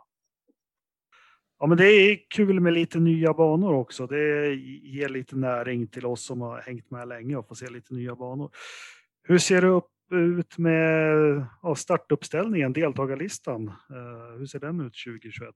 Ja, men det är kul med lite nya banor också. Det ger lite näring till oss som har hängt med länge och får se lite nya banor. Hur ser det upp, ut med ja, startuppställningen, deltagarlistan? Eh, hur ser den ut tjugo tjugoett?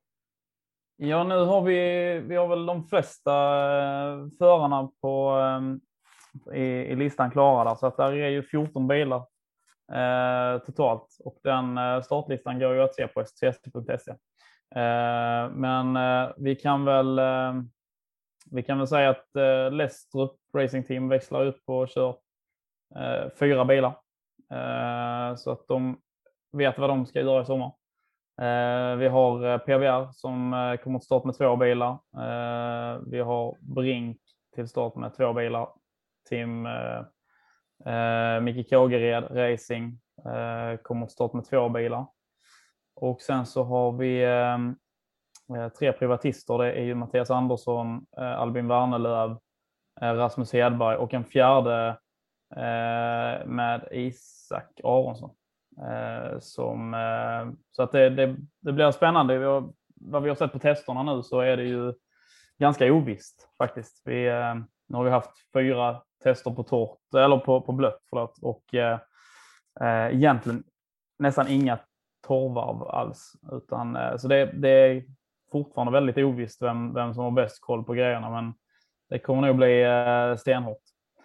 Ja, nu har vi, vi har väl de flesta förarna på, i, i listan klara där. Så att där är ju fjorton bilar eh, totalt. Och den eh, startlistan går ju att se på s t c punkt s e. Eh, men eh, vi kan väl eh, vi kan väl säga att eh, Lestrup Racing Team växlar upp och kör eh, fyra bilar. Eh, så att de vet vad de ska göra i sommar. Eh, vi har eh, P V R som eh, kommer att starta med två bilar. Eh, vi har Brink till start med två bilar. Team eh, eh, Micke Kågered Racing eh, kommer att starta med två bilar. Och sen så har vi eh, tre privatister. Det är ju Mattias Andersson, eh, Albin Warnelöv, eh, Rasmus Hedberg och en fjärde eh, med Isak Aronsson. Eh, som, eh, så att det, det, det blir spännande. Vi har, vad vi har sett på testerna nu så är det ju ganska ovisst faktiskt. Vi, eh, nu har vi haft fyra tester på torrt, eller på, på blött, förlåt, och eh, eh, egentligen nästan inga torrvarv alls. Utan, eh, så det, det är fortfarande väldigt ovisst vem, vem som har bäst koll på grejerna, men det kommer nog bli eh, stenhårt.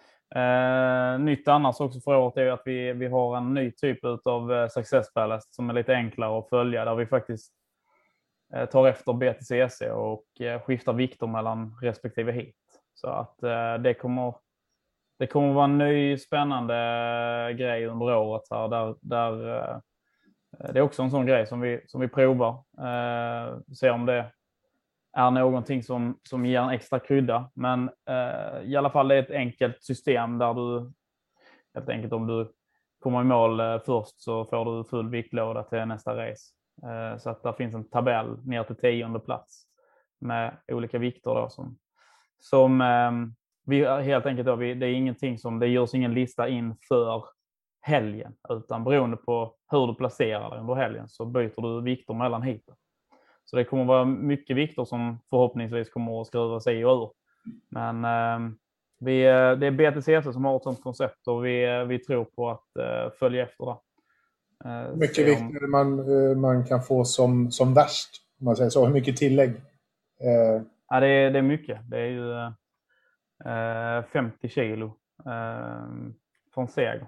Eh, nytt annars också för året är att vi, vi har en ny typ av eh, Success Ballast som är lite enklare att följa, där vi faktiskt eh, tar efter B T C C och eh, skiftar vikter mellan respektive hit. Så att eh, det kommer det kommer vara en ny spännande grej under året här, där, där eh, det är också en sån grej som vi, som vi provar. Eh, se om det är någonting som, som ger en extra krydda. Men eh, i alla fall det är ett enkelt system där du, helt enkelt om du kommer i mål eh, först så får du full viktlåda till nästa race. Eh, så att där finns en tabell ner till tionde plats med olika vikter då som, som eh, vi helt enkelt då, vi, det är ingenting som, det görs ingen lista in för helgen, utan beroende på hur du placerar dig under helgen så byter du vikter mellan hiten. Så det kommer vara mycket vikter som förhoppningsvis kommer att skruvas i och ur. Men eh, vi, det är B T C C som har ett sådant koncept och vi, vi tror på att eh, följa efter det. Eh, mycket vikter om... man, man kan få som, som värst, om man säger så. Hur mycket tillägg? Eh... Ja, det är, det är mycket. Det är ju eh, femtio kilo eh, från seger.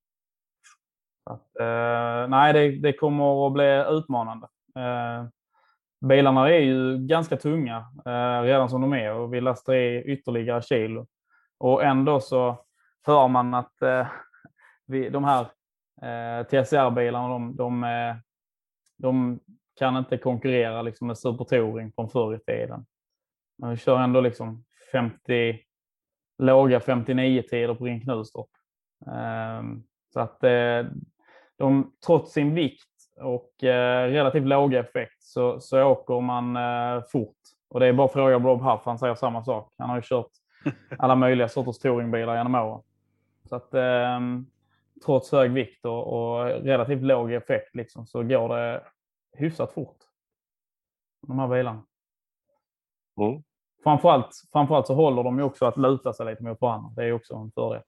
Att, eh, nej, det, det kommer att bli utmanande. Eh, bilarna är ju ganska tunga eh, redan som de är och vi lastar i ytterligare kilo. Och ändå så hör man att eh, vi, de här eh, T S R-bilarna de, de, eh, de kan inte konkurrera liksom, med Super Touring från förr i tiden. Men vi kör ändå liksom femtio, låga femtionio tider på Ring Knutstorp. Eh, så att eh, de, trots sin vikt och eh, relativt låga effekt så, så åker man eh, fort. Och det är bara att fråga Rob Huff, han säger samma sak. Han har ju kört alla möjliga sorters touringbilar genom åren. Så att eh, trots hög vikt och, och relativt låg effekt liksom, så går det hyfsat fort. De här bilarna. Mm. Framförallt, framförallt så håller de ju också att luta sig lite mot varandra. Det är ju också en fördel.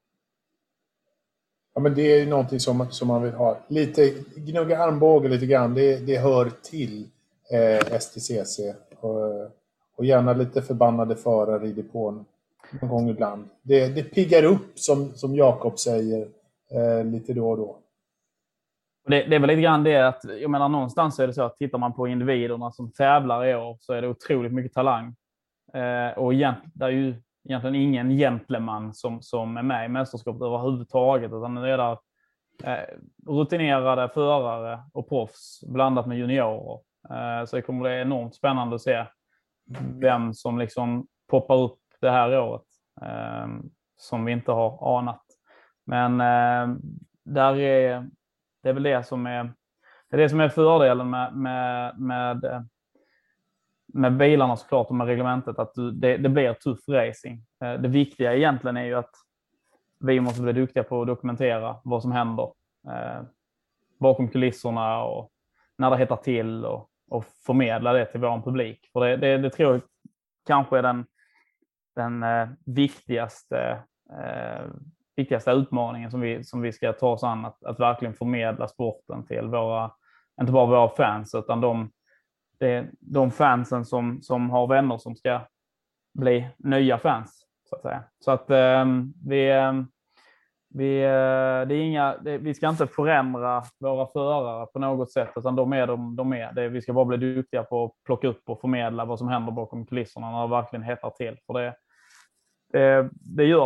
Ja, men det är ju någonting som, som man vill ha. Lite gnugga armbåge lite grann. Det, det hör till eh, S T C C. Och, och gärna lite förbannade förare i depån. Någon gång ibland. Det, det piggar upp som, som Jakob säger eh, lite då och då. Det, det är väl lite grann det att, jag menar någonstans är det så att tittar man på individerna som tävlar i år så är det otroligt mycket talang. Eh, och egentligen, det är ju egentligen ingen gentleman som, som är med i mästerskapet överhuvudtaget, utan det är där eh, rutinerade förare och proffs blandat med juniorer. Eh, så det kommer bli enormt spännande att se vem som liksom poppar upp det här året eh, som vi inte har anat. Men eh, där är det är väl det som är det är det som är fördelen med med med med bilarna såklart och med reglementet, att du, det, det blir tuff racing. Det viktiga egentligen är ju att vi måste bli duktiga på att dokumentera vad som händer eh, bakom kulisserna och när det hettar till och, och förmedla det till vår publik. För det, det, det tror jag kanske är den, den eh, viktigaste, eh, viktigaste utmaningen som vi, som vi ska ta oss an, att, att verkligen förmedla sporten till våra, inte bara våra fans utan de Det är de fansen som, som har vänner som ska bli nya fans, så att säga. Så att eh, vi, vi, det är inga, det, vi ska inte förändra våra förare på något sätt, utan de är de, de är. Det, vi ska bara bli duktiga på att plocka upp och förmedla vad som händer bakom kulisserna när det verkligen hettar till. För det, det, det gör det.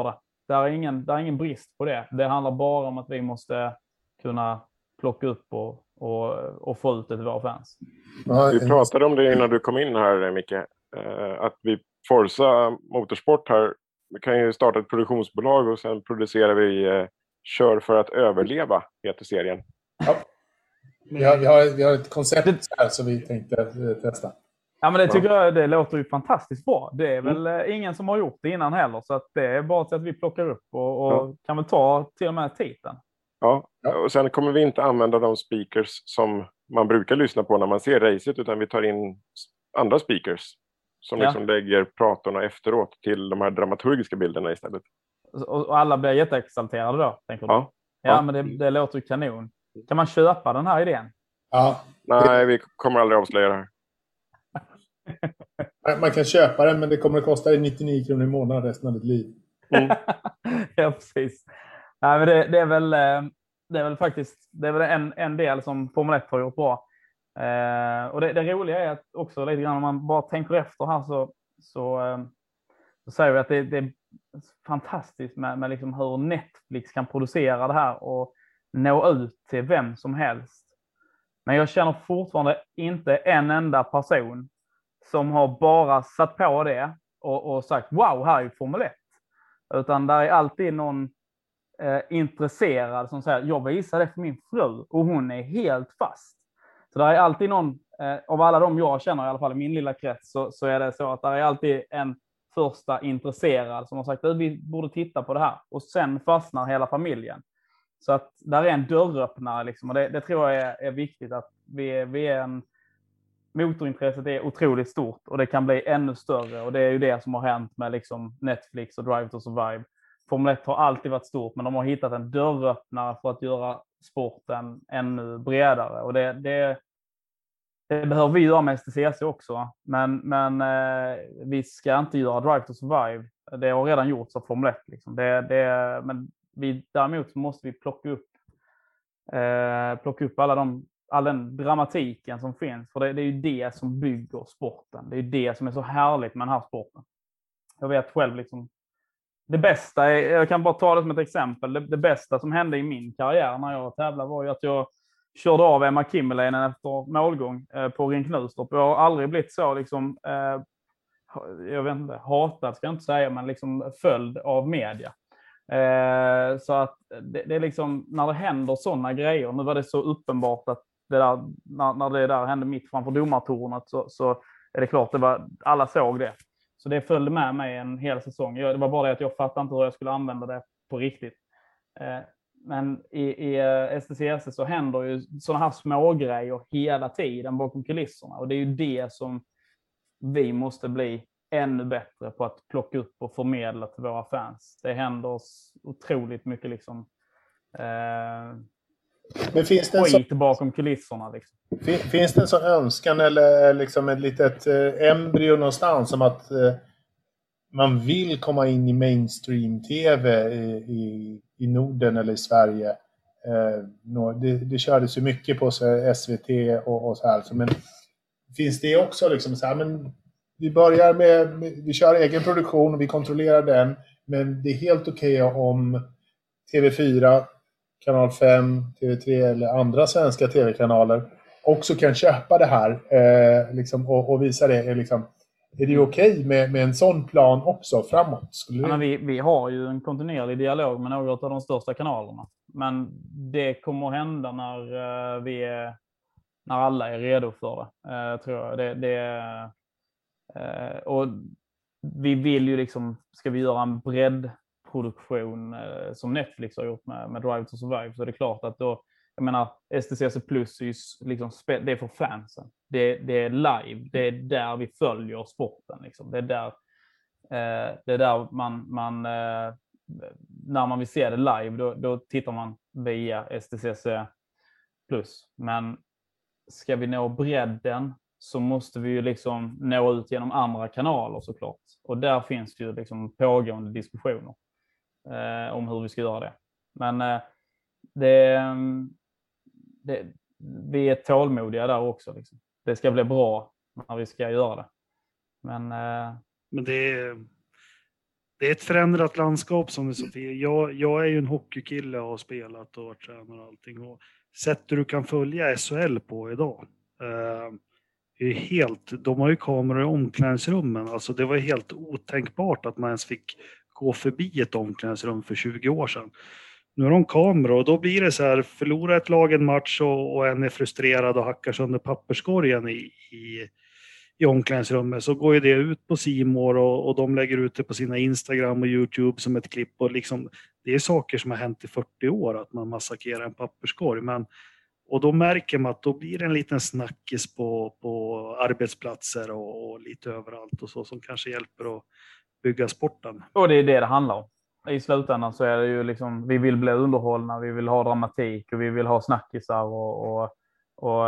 där är ingen, där är ingen brist på det. Det handlar bara om att vi måste kunna plocka upp och, och, och få ut det till våra fans. Vi pratade om det innan du kom in här, Micke. Att vi Forza Motorsport här, vi kan ju starta ett produktionsbolag och sen producerar vi Kör för att överleva, heter serien. Ja. Vi har, vi har, vi har ett koncept här som vi tänkte testa. Ja, men det tycker jag, det låter ju fantastiskt bra. Det är väl mm. ingen som har gjort det innan heller, så att det är bara till att vi plockar upp och, och ja. kan väl ta till och med titeln. Ja, och sen kommer vi inte använda de speakers som man brukar lyssna på när man ser racet, utan vi tar in andra speakers som liksom ja. lägger pratorna efteråt till de här dramaturgiska bilderna istället. Och, och alla blir jätteexalterade då, tänker du? Ja. Ja, ja. men det, det låter ju kanon. Kan man köpa den här idén? Ja. Nej, vi kommer aldrig avslöja det här. Man kan köpa den, men det kommer att kosta nittionio kronor i månaden resten av ditt liv. Mm. Ja, precis. Nej, men det, det är väl det är väl faktiskt det är väl en, en del som Formel ett har gjort bra. Eh, och det, det roliga är att också lite grann om man bara tänker efter här så, så, eh, så säger vi att det, det är fantastiskt med, med liksom hur Netflix kan producera det här och nå ut till vem som helst. Men jag känner fortfarande inte en enda person som har bara satt på det och, och sagt wow, här är Formel ett. Utan där är alltid någon eh, intresserad som säger jag visar det för min fru och hon är helt fast. Så där är alltid någon, eh, av alla de jag känner i alla fall i min lilla krets, så, så är det så att där är alltid en första intresserad som har sagt att vi borde titta på det här. Och sen fastnar hela familjen. Så att där är en dörröppnare liksom, och det, det tror jag är, är viktigt att vi, vi är en motorintresset är otroligt stort och det kan bli ännu större, och det är ju det som har hänt med liksom Netflix och Drive to Survive. Formel ett har alltid varit stort, men de har hittat en dörröppnare för att göra sporten ännu bredare, och det, det, det behöver vi göra med S T C C också, men, men eh, vi ska inte göra Drive to Survive. Det har redan gjorts av Formel ett liksom. det, det, men vi, däremot måste vi plocka upp eh, plocka upp alla de all den dramatiken som finns. För det, det är ju det som bygger sporten. Det är ju det som är så härligt med den här sporten. Jag vet själv liksom. Det bästa, är, jag kan bara ta det som ett exempel. Det, det bästa som hände i min karriär när jag tävlade var ju att jag körde av Emma Kimmerleinen efter målgång eh, på Ring Knudstorp. Jag har aldrig blivit så liksom, eh, jag vet inte, hatad ska jag inte säga, men liksom följd av media. Eh, så att det, det är liksom, när det händer sådana grejer, nu var det så uppenbart att det där, när, när det där hände mitt framför domartornet, så, så är det klart, det var, alla såg det. Så det följde med mig en hel säsong. Jag, det var bara det att jag fattade inte hur jag skulle använda det på riktigt. Eh, men i, i S T C S så händer ju sådana här små grejer hela tiden bakom kulisserna. Och det är ju det som vi måste bli ännu bättre på att plocka upp och förmedla till våra fans. Det händer otroligt mycket liksom eh, men finns det en skit så, bakom kulisserna liksom. Finns det en sån önskan eller liksom ett litet eh, embryo någonstans som att eh, man vill komma in i mainstream-tv i, i, i Norden eller i Sverige? Eh, no, det, det kördes ju mycket på så, S V T och, och så här. Så, men finns det också liksom så här, men vi börjar med, vi kör egen produktion och vi kontrollerar den, men det är helt okej okay om T V fyra, Kanal fem, T V tre eller andra svenska tv-kanaler också kan köpa det här eh, liksom, och, och visa det. Liksom, är det okej okay med, med en sån plan också framåt? Skulle ja, men vi, vi har ju en kontinuerlig dialog med några av de största kanalerna. Men det kommer att hända när, uh, vi är, när alla är redo för det, uh, tror jag. Det, det, uh, och vi vill ju liksom, ska vi göra en breddproduktion uh, som Netflix har gjort med, med Drive to Survive, så är det klart att då, jag menar, S T C C Plus är, liksom, det är för fansen. Det, det är live. Det är där vi följer sporten. Liksom. Det är där, eh, det är där man, man eh, när man vill se det live, då, då tittar man via S T C C Plus. Men ska vi nå bredden så måste vi ju liksom nå ut genom andra kanaler såklart. Och där finns det ju liksom pågående diskussioner eh, om hur vi ska göra det. Men eh, det, det, vi är tålmodiga där också. Liksom. Det ska bli bra när vi ska göra det. Men, eh... Men det, det är ett förändrat landskap som det är Sofie. Jag, jag är ju en hockeykille och har spelat och varit tränare och allting. Och sättet du kan följa S H L på idag. Eh, är helt, de har ju kameror i omklädningsrummen. Alltså det var helt otänkbart att man ens fick gå förbi ett omklädningsrum för tjugo år sedan. Nu har de kameror och då blir det så här, förlorar ett lag en match och, och en är frustrerad och hackar sönder papperskorgen i, i, i omklädningsrummet, så går ju det ut på C More och, och de lägger ut det på sina Instagram och YouTube som ett klipp. Och liksom, det är saker som har hänt i fyrtio år, att man massakrerar en papperskorg. Men, och då märker man att då blir det en liten snackis på, på arbetsplatser och, och lite överallt och så, som kanske hjälper att bygga sporten. Och det är det det handlar om. I slutändan så är det ju liksom, vi vill bli underhållna, vi vill ha dramatik och vi vill ha snackisar och, och, och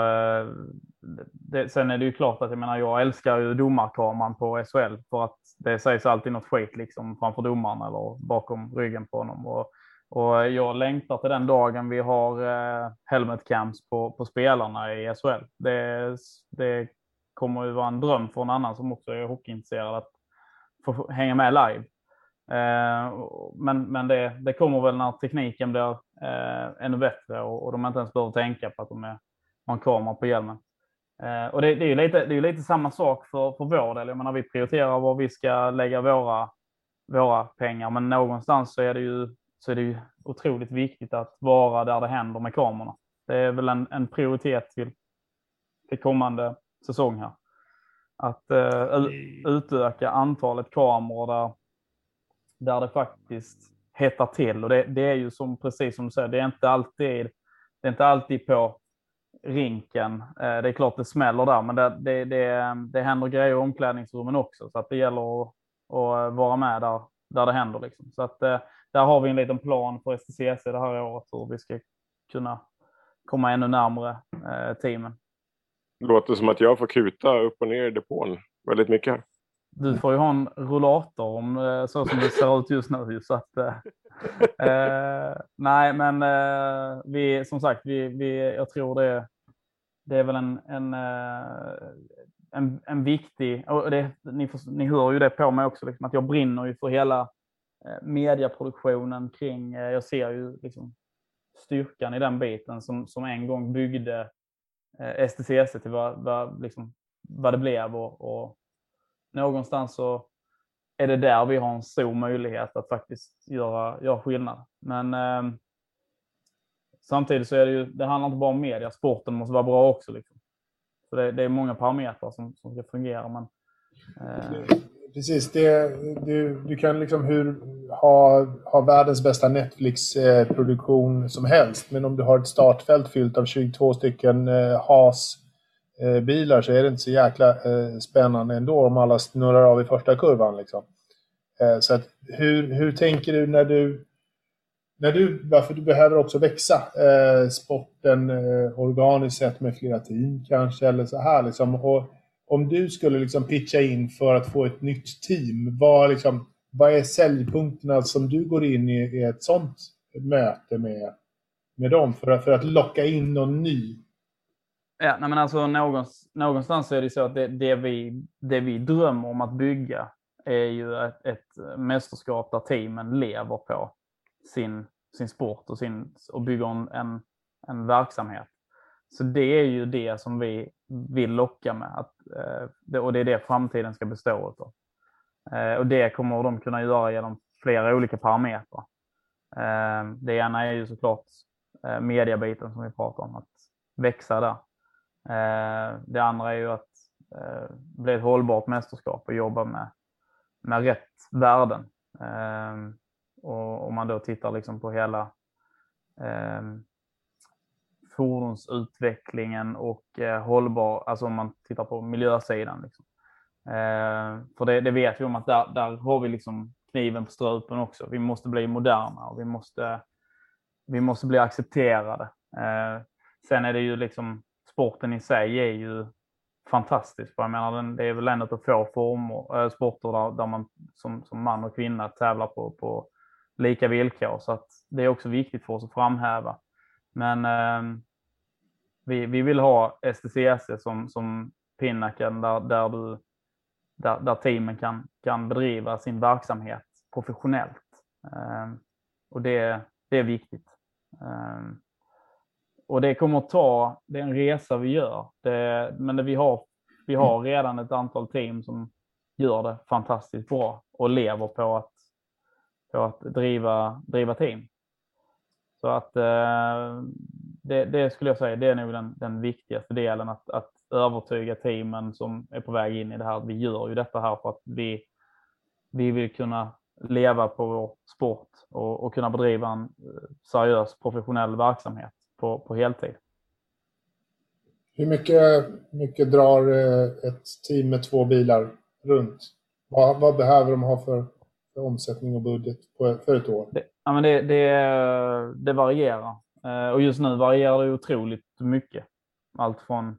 det, sen är det ju klart att jag menar, jag älskar ju domarkameran på S H L för att det sägs alltid något skit liksom framför domaren eller bakom ryggen på honom. Och, och jag längtar till den dagen vi har eh, helmet cams på, på spelarna i S H L. Det, det kommer ju vara en dröm för en annan som också är hockeyintresserad att få hänga med live. Eh, men men det, det kommer väl när tekniken blir eh, ännu bättre och, och de inte ens behöver tänka på att de är, har en kamera på hjälmen. Eh, och det, det är ju lite, det är lite samma sak för, för vår del. Jag menar, vi prioriterar var vi ska lägga våra, våra pengar, men någonstans så är det ju, så är det ju otroligt viktigt att vara där det händer med kamerorna. Det är väl en, en prioritet till, till kommande säsong här. Att eh, utöka antalet kameror där där det faktiskt hettar till. Och det, det är ju som, precis som du säger, det är inte alltid, det är inte alltid på rinken. Det är klart det smäller där, men det, det, det, det händer grejer i omklädningsrummen också. Så att det gäller att, att vara med där, där det händer. Liksom. Så att där har vi en liten plan för S T C C det här året, hur vi ska kunna komma ännu närmare eh, teamen. Det låter som att jag får kuta upp och ner i depån väldigt mycket här. Du får ju ha en rollator om, så som det ser ut just nu. Så att, eh, nej, men eh, vi, som sagt, vi, vi, jag tror det, det är väl en, en, en, en viktig... Och det, ni, får, ni hör ju det på mig också, liksom, att jag brinner ju för hela mediaproduktionen kring... Jag ser ju liksom styrkan i den biten som, som en gång byggde S T C C till vad, vad, liksom, vad det blev och, och någonstans så är det där vi har en stor möjlighet att faktiskt göra, göra skillnad. Men eh, samtidigt så är det ju, det handlar inte bara om media. Sporten måste vara bra också. Liksom. Så det, det är många parametrar som, som ska fungera. Men, eh... Precis, det, du, du kan liksom hur, ha, ha världens bästa Netflix-produktion som helst. Men om du har ett startfält fyllt av tjugotvå stycken eh, has bilar så är det inte så jäkla eh, spännande ändå om alla snurrar av i första kurvan liksom. Eh, så att hur, hur tänker du när du när du, varför du behöver också växa eh, sporten eh, organiskt sett med flera team kanske eller så här liksom. Och om du skulle liksom pitcha in för att få ett nytt team, vad liksom, vad är säljpunkterna som du går in i, i ett sånt möte med med dem för att, för att locka in någon ny? Ja, nej men alltså någonstans, någonstans är det så att det, det, vi, det vi drömmer om att bygga är ju ett, ett mästerskap där teamen lever på sin, sin sport och, sin, och bygger en, en, en verksamhet. Så det är ju det som vi vill locka med. Att, eh, och det är det framtiden ska bestå av. Eh, och det kommer de kunna göra genom flera olika parametrar. Eh, det ena är ju såklart eh, mediabiten som vi pratar om, att växa där. Eh, det andra är ju att eh, bli ett hållbart mästerskap och jobba med, med rätt värden. Eh, och om man då tittar liksom på hela eh, fordonsutvecklingen och eh, hållbar, alltså om man tittar på miljösidan. Liksom. Eh, för det, det vet vi om att där, där har vi liksom kniven på strupen också. Vi måste bli moderna och vi måste, vi måste bli accepterade. Eh, sen är det ju liksom sporten i sig är ju fantastisk. Jag menar, det är väl en av få former, äh, sporter där, där man som, som man och kvinna tävlar på, på lika villkor. Så att det är också viktigt för oss att framhäva. Men eh, vi, vi vill ha S T C C som, som pinnaken där, där, du, där, där teamen kan, kan bedriva sin verksamhet professionellt. Och det, det är viktigt. Och det kommer att ta, det är en resa vi gör. Det, men det vi, har, vi har redan ett antal team som gör det fantastiskt bra och lever på att, på att driva, driva team. Så att det, det skulle jag säga, det är nog den, den viktigaste delen, att, att övertyga teamen som är på väg in i det här. Vi gör ju detta här för att vi, vi vill kunna leva på vår sport och, och kunna bedriva en seriös professionell verksamhet på, på heltid. Hur mycket, mycket drar ett team med två bilar runt? Vad, vad behöver de ha för, för omsättning och budget på, för ett år? Det, ja, men det, det, det varierar. Och just nu varierar det otroligt mycket. Allt från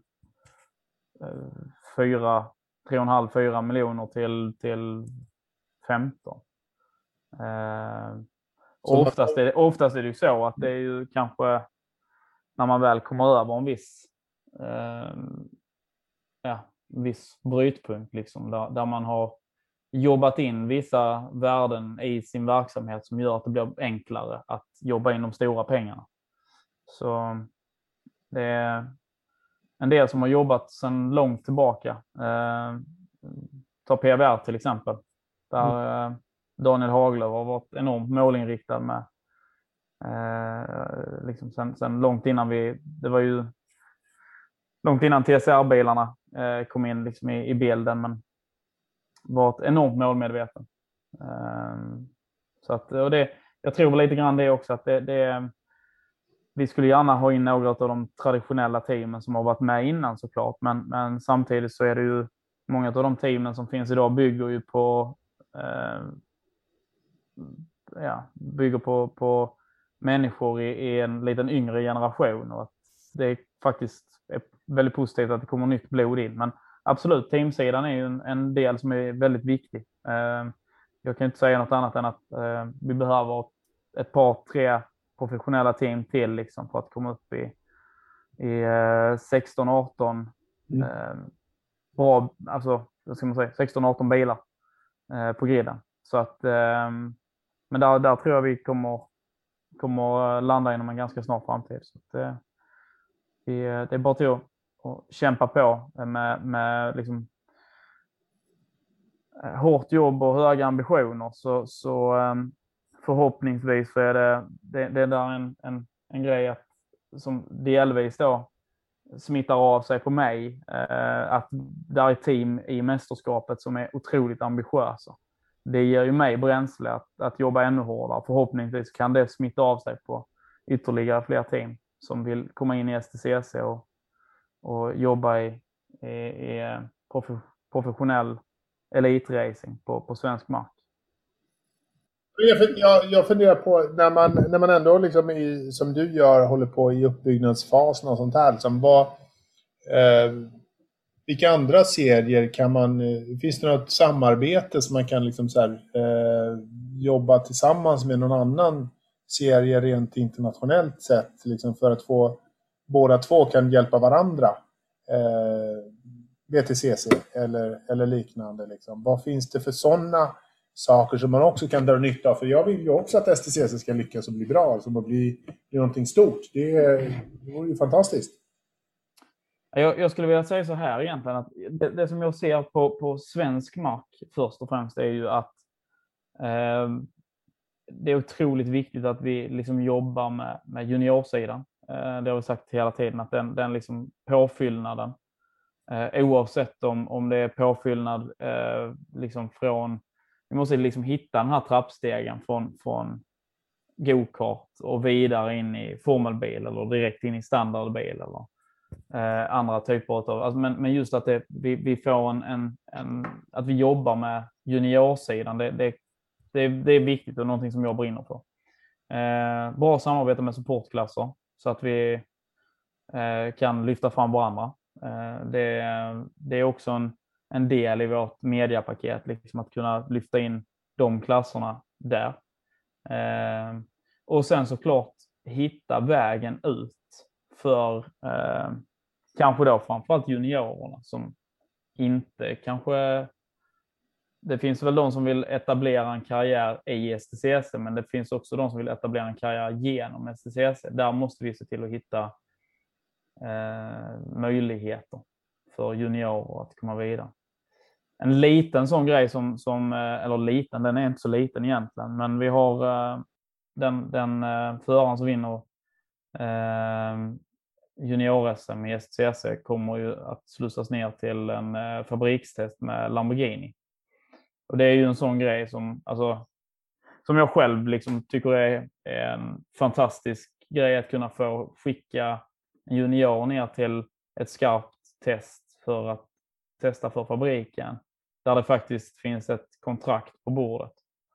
fyra, tre och en halv, fyra miljoner till, till femton. Eh, och oftast, är det, oftast är det ju så att det är ju kanske när man väl kommer över en viss eh, ja, viss brytpunkt liksom, där, där man har jobbat in vissa värden i sin verksamhet som gör att det blir enklare att jobba in de stora pengarna. Så det är en del som har jobbat sedan långt tillbaka. Eh, ta P V R till exempel. Där eh, Daniel Haglöf har varit enormt målinriktad med. Eh, liksom sen, sen långt innan vi, det var ju långt innan T C R-bilarna eh, kom in liksom i, i bilden, men varit enormt målmedveten. Eh, så att, och det, jag tror lite grann det också, att det, det vi skulle gärna ha in några av de traditionella teamen som har varit med innan såklart. Men, men samtidigt så är det ju många av de teamen som finns idag bygger ju på eh, ja, bygger på, på människor i, i en liten yngre generation. Och att det är faktiskt är väldigt positivt att det kommer nytt blod in. Men absolut, teamsidan är ju en, en del som är väldigt viktig. Eh, jag kan inte säga något annat än att eh, vi behöver ett par, tre professionella team till liksom, för att komma upp i, i eh, sexton arton mm. eh, bra, alltså vad ska man säga, sexton arton bilar eh, på griden. Så att eh, men där, där tror jag vi kommer kommer landa inom en ganska snar framtid. Så att, eh, vi, det är bara till att, att kämpa på med, med liksom, hårt jobb och höga ambitioner, så, så eh, förhoppningsvis så är det, det, det är där en, en, en grej att, som delvis då smittar av sig på mig. Eh, att där är team i mästerskapet som är otroligt ambitiösa. Det ger ju mig bränsle att, att jobba ännu hårdare. Förhoppningsvis kan det smitta av sig på ytterligare fler team som vill komma in i S T C C och, och jobba i, i, i professionell elitracing på, på svensk mark. Jag, jag funderar på, när man, när man ändå liksom i, som du gör, håller på i uppbyggnadsfasen och sånt här, liksom, vad, eh, vilka andra serier kan man, finns det något samarbete som man kan liksom så här, eh, jobba tillsammans med någon annan serie rent internationellt sett, liksom, för att få, båda två kan hjälpa varandra, eh, B T C C eller, eller liknande liksom. Vad finns det för sådana saker som man också kan dra nytta av? För jag vill ju också att S T C C ska lyckas och bli bra, alltså att bli, bli någonting stort. Det, det vore ju fantastiskt. Jag, jag skulle vilja säga så här egentligen, att det, det som jag ser på, på svensk mark först och främst är ju att eh, det är otroligt viktigt att vi liksom jobbar med, med juniorsidan. Eh, det har vi sagt hela tiden, att den, den liksom påfyllnaden, eh, oavsett om, om det är påfyllnad eh, liksom från, vi måste liksom hitta den här trappstegen från, från go-kart och vidare in i formelbil eller direkt in i standardbil eller eh, andra typer av, alltså, men, men just att det, vi, vi får en, en, en, att vi jobbar med juniorsidan, det, det, det, det är viktigt och någonting som jag brinner för. Eh, bra samarbete med supportklasser så att vi eh, kan lyfta fram varandra. Eh, det, det är också en, en del i vårt mediapaket, liksom att kunna lyfta in de klasserna där. Eh, och sen såklart hitta vägen ut för eh, kanske då framförallt juniorerna som inte kanske det finns väl de som vill etablera en karriär i S T C C, men det finns också de som vill etablera en karriär genom S T C C. Där måste vi se till att hitta eh, möjligheter för juniorer att komma vidare. En liten sån grej som, som, eller liten, den är inte så liten egentligen, men vi har eh, den, den eh, föraren som vinner eh, junior-S M i S T C C kommer ju att slussas ner till en eh, fabrikstest med Lamborghini. Och det är ju en sån grej som, alltså, som jag själv liksom tycker är, är en fantastisk grej att kunna få skicka en junior ner till ett skarpt test för att testa för fabriken. Där det faktiskt finns ett kontrakt på bordet.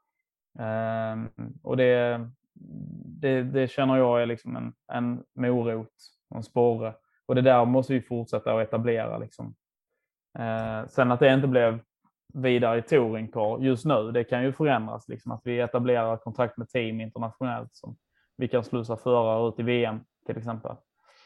Um, och det, det, det känner jag är liksom en, en morot, en sporre. Och det där måste vi fortsätta att etablera. Liksom. Uh, sen att det inte blev vidare i touringcar just nu, det kan ju förändras. Liksom, att vi etablerar kontrakt med team internationellt som vi kan slussa förare ut i V M till exempel.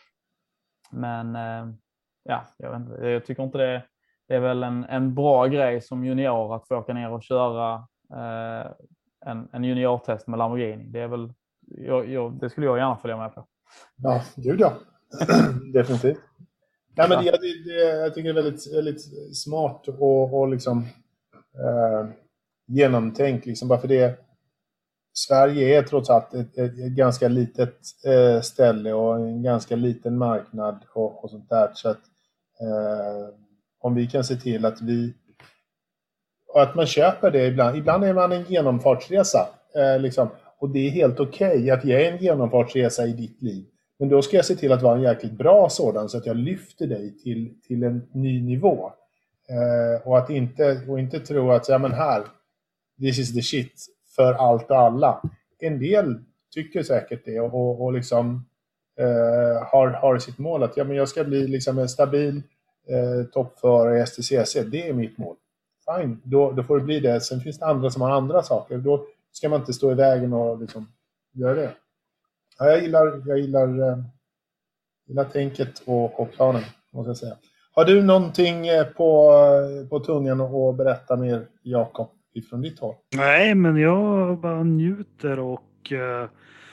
Men uh, ja, jag vet inte, jag tycker inte det, det är väl en, en bra grej som junior att få åka ner och köra uh, en, en juniortest med Lamborghini. Det är väl, jag, jag, det skulle jag gärna följa med på. Ja, gud ja. Definitivt. Nej, men det, det, det, jag tycker det är väldigt, väldigt smart och, och liksom, eh, genomtänkt. Liksom, bara för det, Sverige är trots allt ett, ett, ett ganska litet eh, ställe och en ganska liten marknad och, och sånt där. Så att eh, om vi kan se till att vi och att man köper det ibland. Ibland är man en genomfartsresa. Eh, liksom, och det är helt okej okay att jag är en genomfartsresa i ditt liv. Men då ska jag se till att vara en jäkligt bra sådan så att jag lyfter dig till, till en ny nivå. Eh, och att inte, och inte tro att ja, men här, this is the shit för allt och alla. En del tycker säkert det och, och, och liksom eh, har, har sitt mål att ja, men jag ska bli liksom en stabil eh, toppförare i S T C C. Det är mitt mål. Fine, då, då får det bli det. Sen finns det andra som har andra saker. Då ska man inte stå i vägen och liksom göra det. Ja, jag gillar, jag gillar, uh, gillar tänket och, och planen, måste jag säga. Har du någonting på, på tungan att berätta mer, Jakob, ifrån ditt håll? Nej, men jag bara njuter och uh,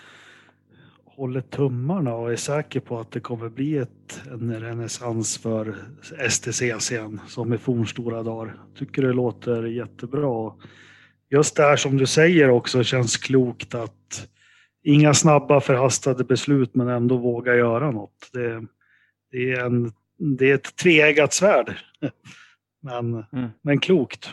håller tummarna och är säker på att det kommer bli ett, en renässans för S T C C som är fornstora dagar. Tycker det låter jättebra. Just det här som du säger också känns klokt att inga snabba förhastade beslut men ändå våga göra något. Det, det, är, en, det är ett tveeggat svärd. Men, mm. men klokt.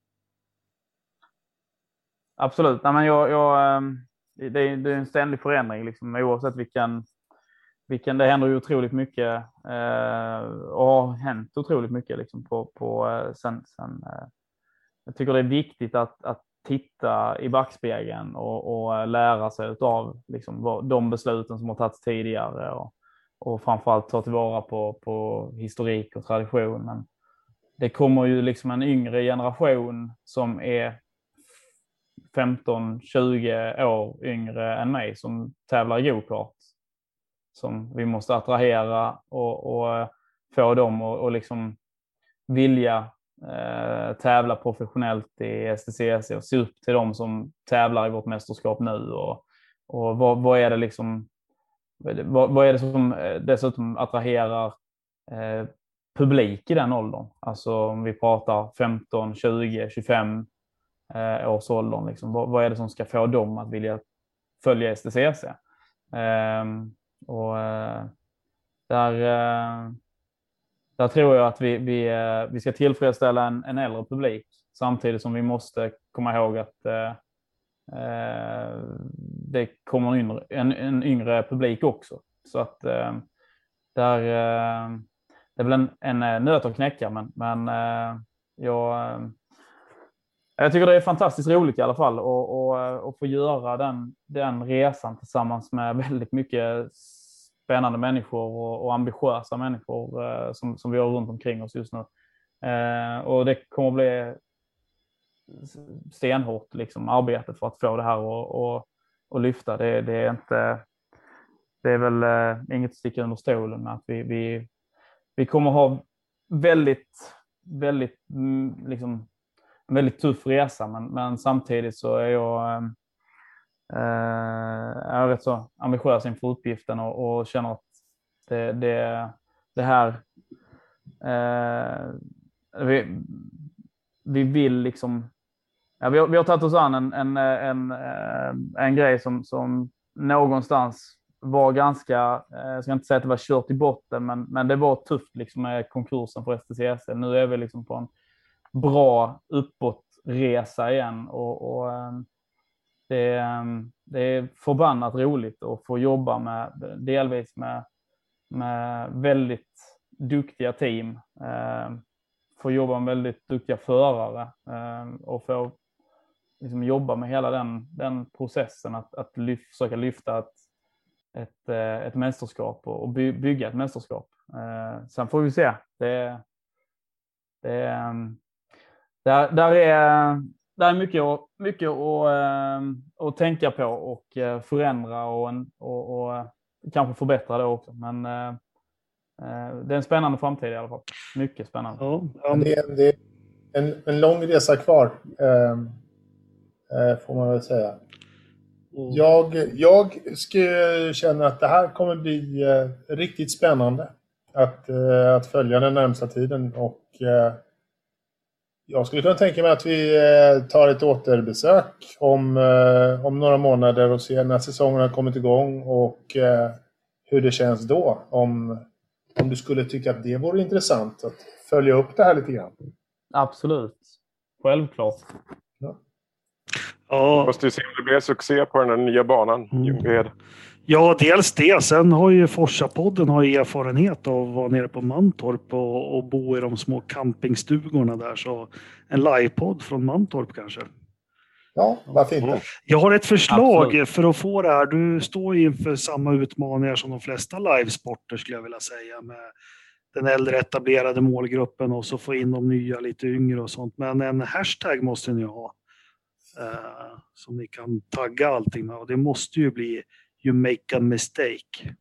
Absolut. Nej, men jag, jag, det, är, det är en ständig förändring. Liksom, oavsett vilken, vilken... Det händer ju otroligt mycket. Eh, och har hänt otroligt mycket liksom, på, på, sen... sen eh, jag tycker det är viktigt att, att titta i backspegeln och, och lära sig av liksom, de besluten som har tagits tidigare och, och framförallt ta tillvara på, på historik och tradition. Men det kommer ju liksom en yngre generation som är femton tjugo år yngre än mig som tävlar i go-kart som vi måste attrahera och, och få dem och, och liksom vilja Eh, tävla professionellt i S T C C och se upp till dem som tävlar i vårt mästerskap nu och, och vad, vad är det liksom vad, vad är det som dessutom attraherar eh, publik i den åldern, alltså om vi pratar femton, tjugo, tjugofem eh, års åldern liksom. vad, vad är det som ska få dem att vilja följa S T C C eh, och eh, där eh, Där tror jag att vi, vi, vi ska tillfredsställa en, en äldre publik samtidigt som vi måste komma ihåg att eh, det kommer en yngre, en, en yngre publik också. Så att eh, där, eh, det är väl en, en nöt att knäcka, men, men eh, jag, eh, jag tycker det är fantastiskt roligt i alla fall att och, och få göra den, den resan tillsammans med väldigt mycket spännande människor och, och ambitiösa människor eh, som, som vi har runt omkring oss just nu. Eh, och det kommer bli stenhårt liksom, arbetet för att få det här och, och, och lyfta. Det, det är inte det är väl eh, inget att sticka under stolen med att vi, vi, vi kommer ha väldigt, väldigt mm, liksom, en väldigt tuff resa, men, men samtidigt så är jag, eh, är rätt så ambitiös inför uppgiften och, och känner att det, det, det här eh, vi, vi vill liksom ja, vi, har, vi har tagit oss an en, en, en, en, en grej som, som någonstans var ganska, jag ska inte säga att det var kört i botten, men, men det var tufft liksom med konkursen för S T C S. Nu är vi liksom på en bra uppåtresa igen och, och det, det är förbannat roligt att få jobba med, delvis med, med väldigt duktiga team, få jobba med väldigt duktiga förare och få liksom jobba med hela den, den processen att, att lyf, försöka lyfta ett Ett, ett mästerskap och by, bygga ett mästerskap. Eh, sen får vi se. Det, det, där, där är, där är mycket, att, mycket att, att tänka på och förändra och, och, och kanske förbättra det också. Men eh, det är en spännande framtid i alla fall. Mycket spännande. Ja, ja. Det är, det är en, en lång resa kvar, eh, eh, får man väl säga. Mm. Jag, jag känner att det här kommer bli eh, riktigt spännande att, eh, att följa den närmsta tiden och eh, jag skulle kunna tänka mig att vi eh, tar ett återbesök om, eh, om några månader och ser när säsongen har kommit igång och eh, hur det känns då, om, om du skulle tycka att det vore intressant att följa upp det här lite grann. Absolut, självklart. Ja. Ja. Måste ju se om det blir succé på den här nya banan. Mm. Ja, dels det. Sen har ju Forsa-podden har ju erfarenhet av att vara nere på Mantorp och, och bo i de små campingstugorna där. Så en livepodd från Mantorp kanske. Ja, varför inte? Jag har ett förslag Absolut. För att få det här. Du står ju inför samma utmaningar som de flesta livesporter skulle jag vilja säga. Med den äldre etablerade målgruppen och så få in de nya lite yngre och sånt. Men en hashtag måste ni ha. Uh, som ni kan tagga allting med och det måste ju bli you make a mistake.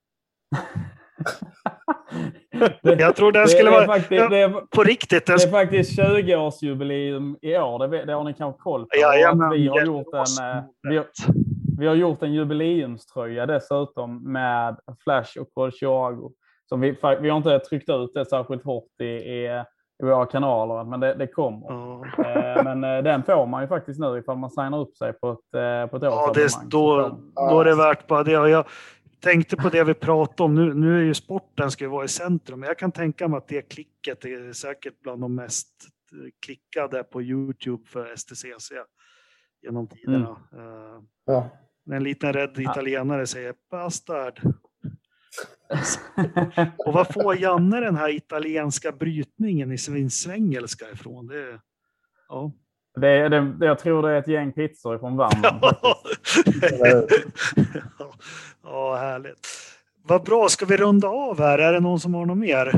det, jag tror den skulle vara faktiskt, ja, är, på riktigt. Det är faktiskt tjugo-årsjubileum i år, det, det har ni kanske koll på. Ja, ja, men, vi, har gjort en, vi, har, vi har gjort en jubileumströja dessutom med Flash och Colchiago. Som vi, vi har inte tryckt ut det särskilt hårt i, i i våra kanaler, men det, det kommer. Oh. Eh, men eh, den får man ju faktiskt nu ifall man signar upp sig på ett, eh, på ett ja, det, då, då är det värt bara det. Jag tänkte på det vi pratade om. Nu, nu är ju sporten ska ju vara i centrum, men jag kan tänka mig att det klicket är säkert bland de mest klickade på YouTube för S T C C genom tiderna. Mm. Uh, ja. En liten rädd italienare säger bastard. Och vad får Janne den här italienska brytningen i sin svengelska ifrån? Det, ja. det, det, jag tror det är ett gäng pizzor från Värmland. ja, ja, härligt. Vad bra, ska vi runda av här? Är det någon som har något mer?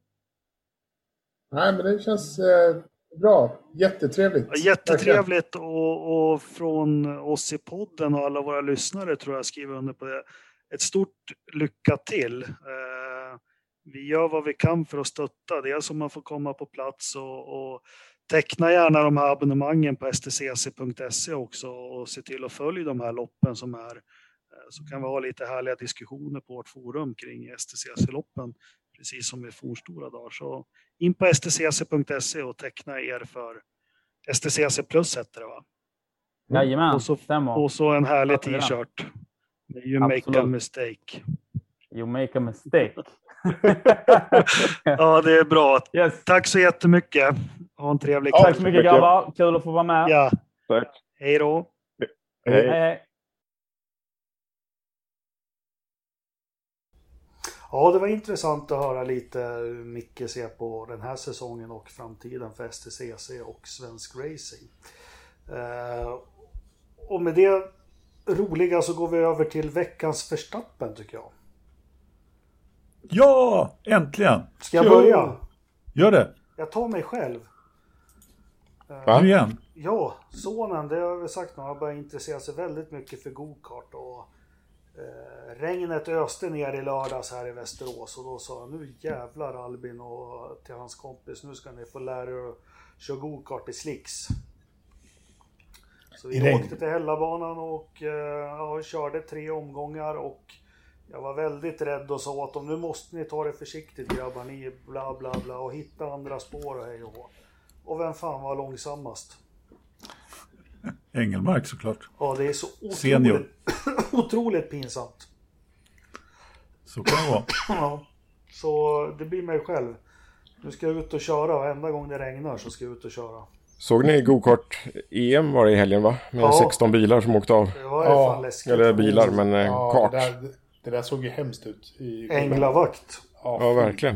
Nej, men det känns eh, bra. Jättetrevligt. Ja, jättetrevligt och, och från oss i podden och alla våra lyssnare tror jag skriver under på det. Ett stort lycka till. Eh, vi gör vad vi kan för att stötta. Dels om man får komma på plats och, och teckna gärna de här abonnemangen på s t c c punkt se också och se till att följa de här loppen som är. Eh, så kan vi ha lite härliga diskussioner på vårt forum kring S T C C-loppen precis som i forstora dagar. Så in på s t c c punkt se och teckna er för S T C C plus heter det va? Jajamän, och så, och så en härlig t-shirt. You Absolut. make a mistake. You make a mistake. Ja, det är bra. Yes. Tack så jättemycket. Ha en trevlig kväll. Tack så mycket grabbar. Kul att få vara med. Ja. Tack. Hej då. Hej. Hej. Ja, det var intressant att höra lite hur Micke ser på den här säsongen och framtiden för S T C C och svensk racing. Uh, och med det roliga så går vi över till veckans Verstappen tycker jag. Ja, äntligen. Ska jag börja? Gör det. Jag tar mig själv. Va? Nu igen? Ja, sonen, det har jag sagt nu, har börjat intressera sig väldigt mycket för go-kart och eh, regnet öste ner i lördags här i Västerås och då sa jag, nu jävlar Albin och till hans kompis, nu ska ni få lära er att kör go-kart i slicks. Så I vi regn. åkte till Hällabanan och eh, ja, körde tre omgångar och jag var väldigt rädd och sa att om nu måste ni ta det försiktigt grabbar, ni bla bla bla och hitta andra spår och hej och hå. Och vem fan var långsammast? Engelmark såklart. Ja, det är så Senior. otroligt, otroligt pinsamt. Så kan det vara. Ja, så det blir mig själv. Nu ska jag ut och köra. Varenda gång det regnar så ska jag ut och köra. Såg ni go-kart-E M var det i helgen va? Med Ja. sexton bilar som åkte av. Det var Ja, fan läskigt. Eller bilar, men eh, Ja, kart. det, där, det där såg ju hemskt ut. I... Änglavakt. Ja, fy. verkligen.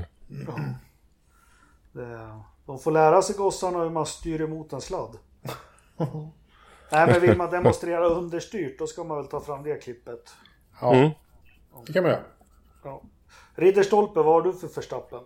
Det, de får lära sig gossarna hur man styr emot en sladd. Nej, men vill man demonstrera understyrt då ska man väl ta fram det klippet. Ja, Mm. det kan man göra. Ja. Ridderstolpe, vad har du för Verstappen?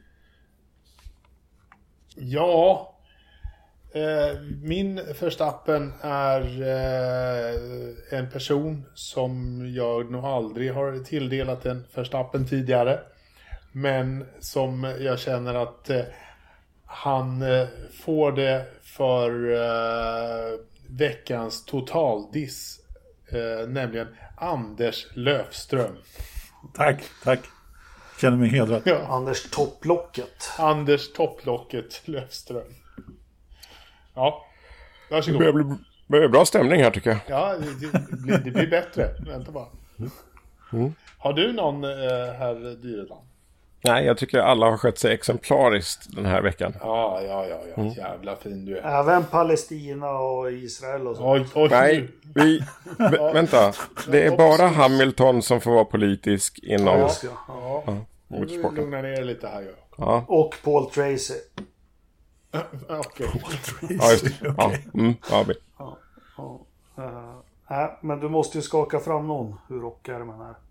Ja, eh, min Verstappen är eh, en person som jag nog aldrig har tilldelat en Verstappen tidigare. Men som jag känner att eh, han eh, får det för eh, veckans totaldiss. Eh, nämligen Anders Löfström. Tack, tack. Känner mig hedrad. Ja. Anders Topplocket. Anders Topplocket Löfström. Ja, Det varsågod. börjar bli börjar bli bra stämning här tycker jag. Ja, det, det, blir, det blir bättre. Vänta bara. Mm. Har du någon eh, herr Dyreland? Nej, jag tycker alla har skött sig exemplariskt den här veckan. Ja, ja, ja, ja. Mm. Jävla fin du är. Även Palestina och Israel och så. Oj, oj, Nej, vi... Vä- vänta. Det är bara Hamilton som får vara politisk Ja, inom just det. Ja. Ja, nu motorsporten. lugna ner lite här. Ja. Ja, Och Paul Tracy. Okej. ja just det. Ja, mm, ja, vi- Ja. Ja. Uh, nej, men du måste ju skaka fram någon hur rockärmen är.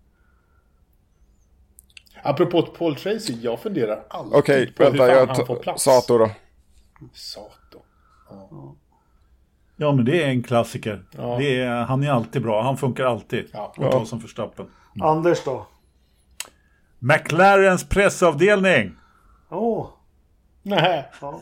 Apropå Paul Tracy, jag funderar alltid Okej, på vänta. hur fan Jag han får tar plats. Sato då. Sato. Ja, men det är en klassiker. Ja. Det är, han är alltid bra. Han funkar alltid. Ja. Och ta som Verstappen. Anders då? McLarens pressavdelning. Åh. Nej. Ja.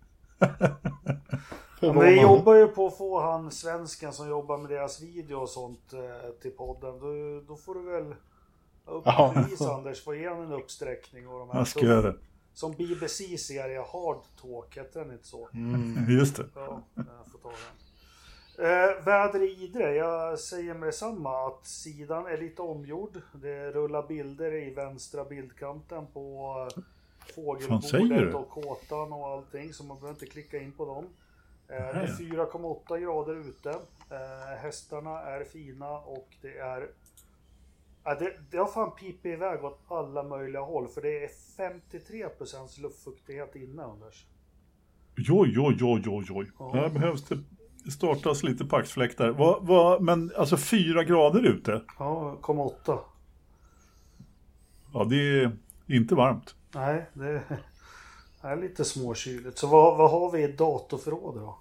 För Men vi jobbar ju på att få han svensken som jobbar med deras video och sånt eh, till podden. Då, då får du väl upp Ja. bevis Anders. Få igen en uppsträckning. Och de här Jag ska göra det. Som B B C serie Hard Talk, heter den inte så? Just det. Ja, jag får ta den. Eh, väder i Idre, jag säger med detsamma att sidan är lite omgjord. Det rullar bilder i vänstra bildkanten på eh, Fan, säger fågelbordet du? och kåtan och allting, så man behöver inte klicka in på dem. Eh, det Nej. är fyra komma åtta grader ute. Eh, hästarna är fina och det är... Ja, det, det har fan pipit iväg åt alla möjliga håll, för det är femtiotre procent luftfuktighet inne, Anders. Oj, oj, oj, oj, oj. Ja. Här behövs det startas lite paxfläktar. Vad, vad, men alltså fyra grader ute. Ja, komma åtta. Ja, det är inte varmt. Nej, det är lite småkyligt. Så vad, vad har vi i datorförråd då?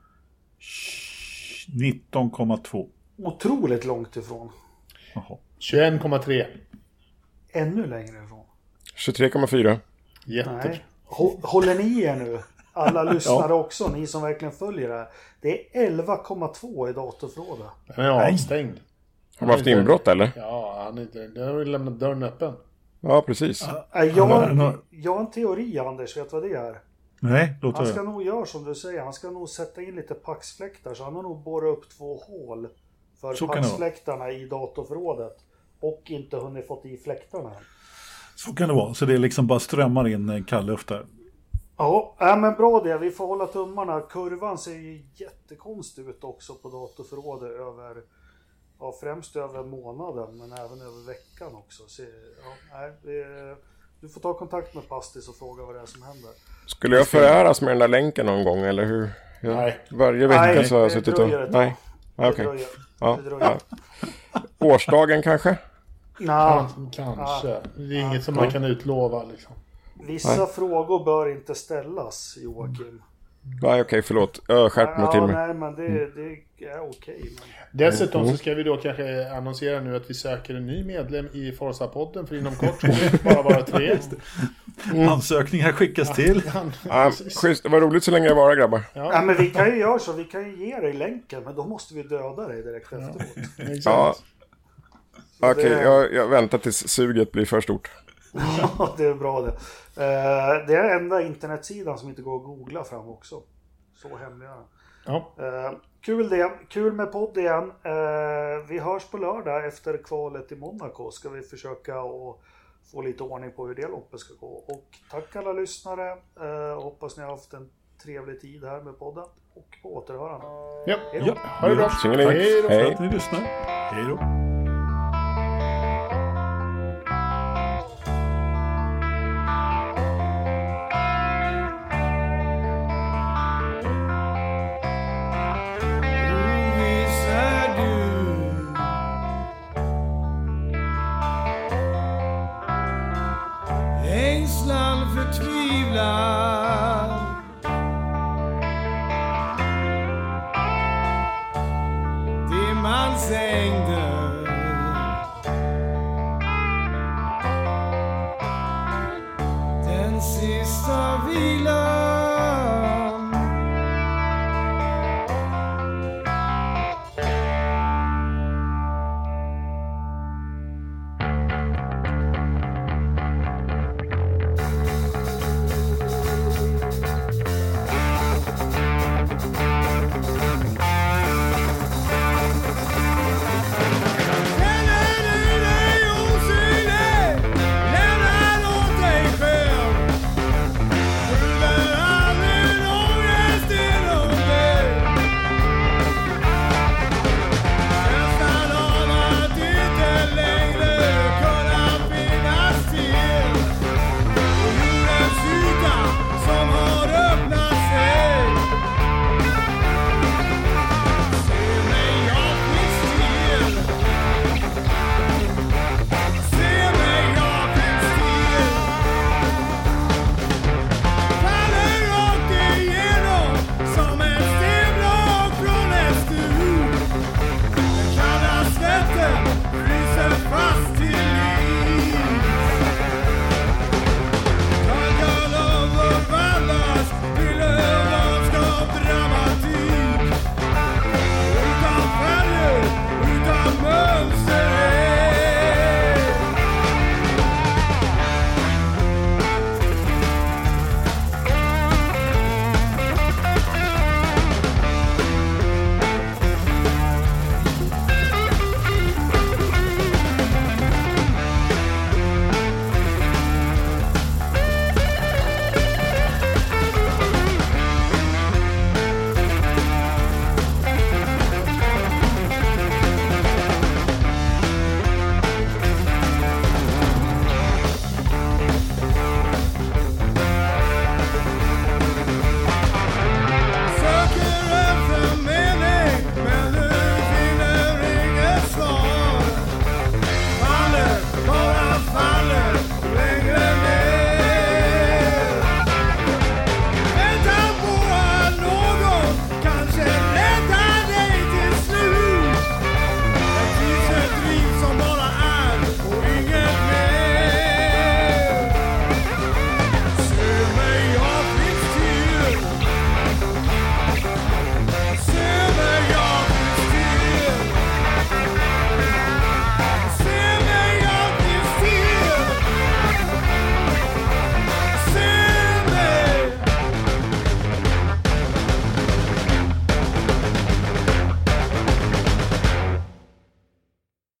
nitton komma två. Otroligt långt ifrån. Jaha. tjugoett komma tre. Ännu längre ifrån. tjugotre komma fyra. Jätte. Nej. Hå- Håller ni er nu? Alla lyssnare också, ni som verkligen följer det här. Det är elva komma två i datorförrådet. Den är avstängd. Har man haft inbrott eller? Ja, han är inte... Den har ju lämnat dörren öppen. Ja, precis. Äh, Han Jag, har- jag har en teori, Anders, vet vad det är? Nej, låt Han ska höra. nog göra som du säger, han ska nog sätta in lite paxfläktar, så han har nog borrat upp två hål för Så kan det vara. paxfläktarna i datorförrådet. Och inte hunnit fått i fläktarna än. Så kan det vara. Så det liksom bara strömmar in eh, kall luft där. Ja, äh, men bra det. Vi får hålla tummarna. Kurvan ser ju jättekonstig ut också på datorförrådet över, ja, främst över månaden, men även över veckan också. Så, ja, nej, det, du får ta kontakt med Pastis och fråga vad det är som händer. Skulle jag föräras med den där länken någon gång eller hur? Ja. Nej. Varje vecka Nej, så har jag det suttit och... dröjer ett tag. Nej, ja, Det okej. dröjer. Ja, Det dröjer. ja. Årsdagen kanske? Nah, Kanske. Det är inget som man kan utlova liksom. vissa Nej. frågor bör inte ställas, Joakim. Nej, okej, förlåt. Jag skärp mig till Ja, mig. nej, men det, det är okej. Men... Dessutom så ska vi då kanske annonsera nu att vi söker en ny medlem i Forza-podden, för inom kort kommer det bara vara tre. Mm. Ansökningar skickas ja, till. Ja, schysst, det var roligt så länge det var, grabbar. Ja. Ja, men vi kan ju göra så, vi kan ju ge dig länken, men då måste vi döda dig direkt ja. efteråt. Ja. Okej, okay, det... jag, jag väntar tills suget blir för stort. Ja, det är bra det. Uh, det är enda internetsidan som inte går att googla fram också. Så hemliga. Ja. Uh, kul det, kul med podd igen. Uh, vi hörs på lördag efter kvalet i Monaco. Ska vi försöka att få lite ordning på hur det loppet ska gå. Och tack alla lyssnare. Uh, hoppas ni har haft en trevlig tid här med podden. Och på återhörande. Ja, Hej då. Ja. Ha det bra. Hej då. Hej. Att ni lyssnar. Hej då. Det man sängde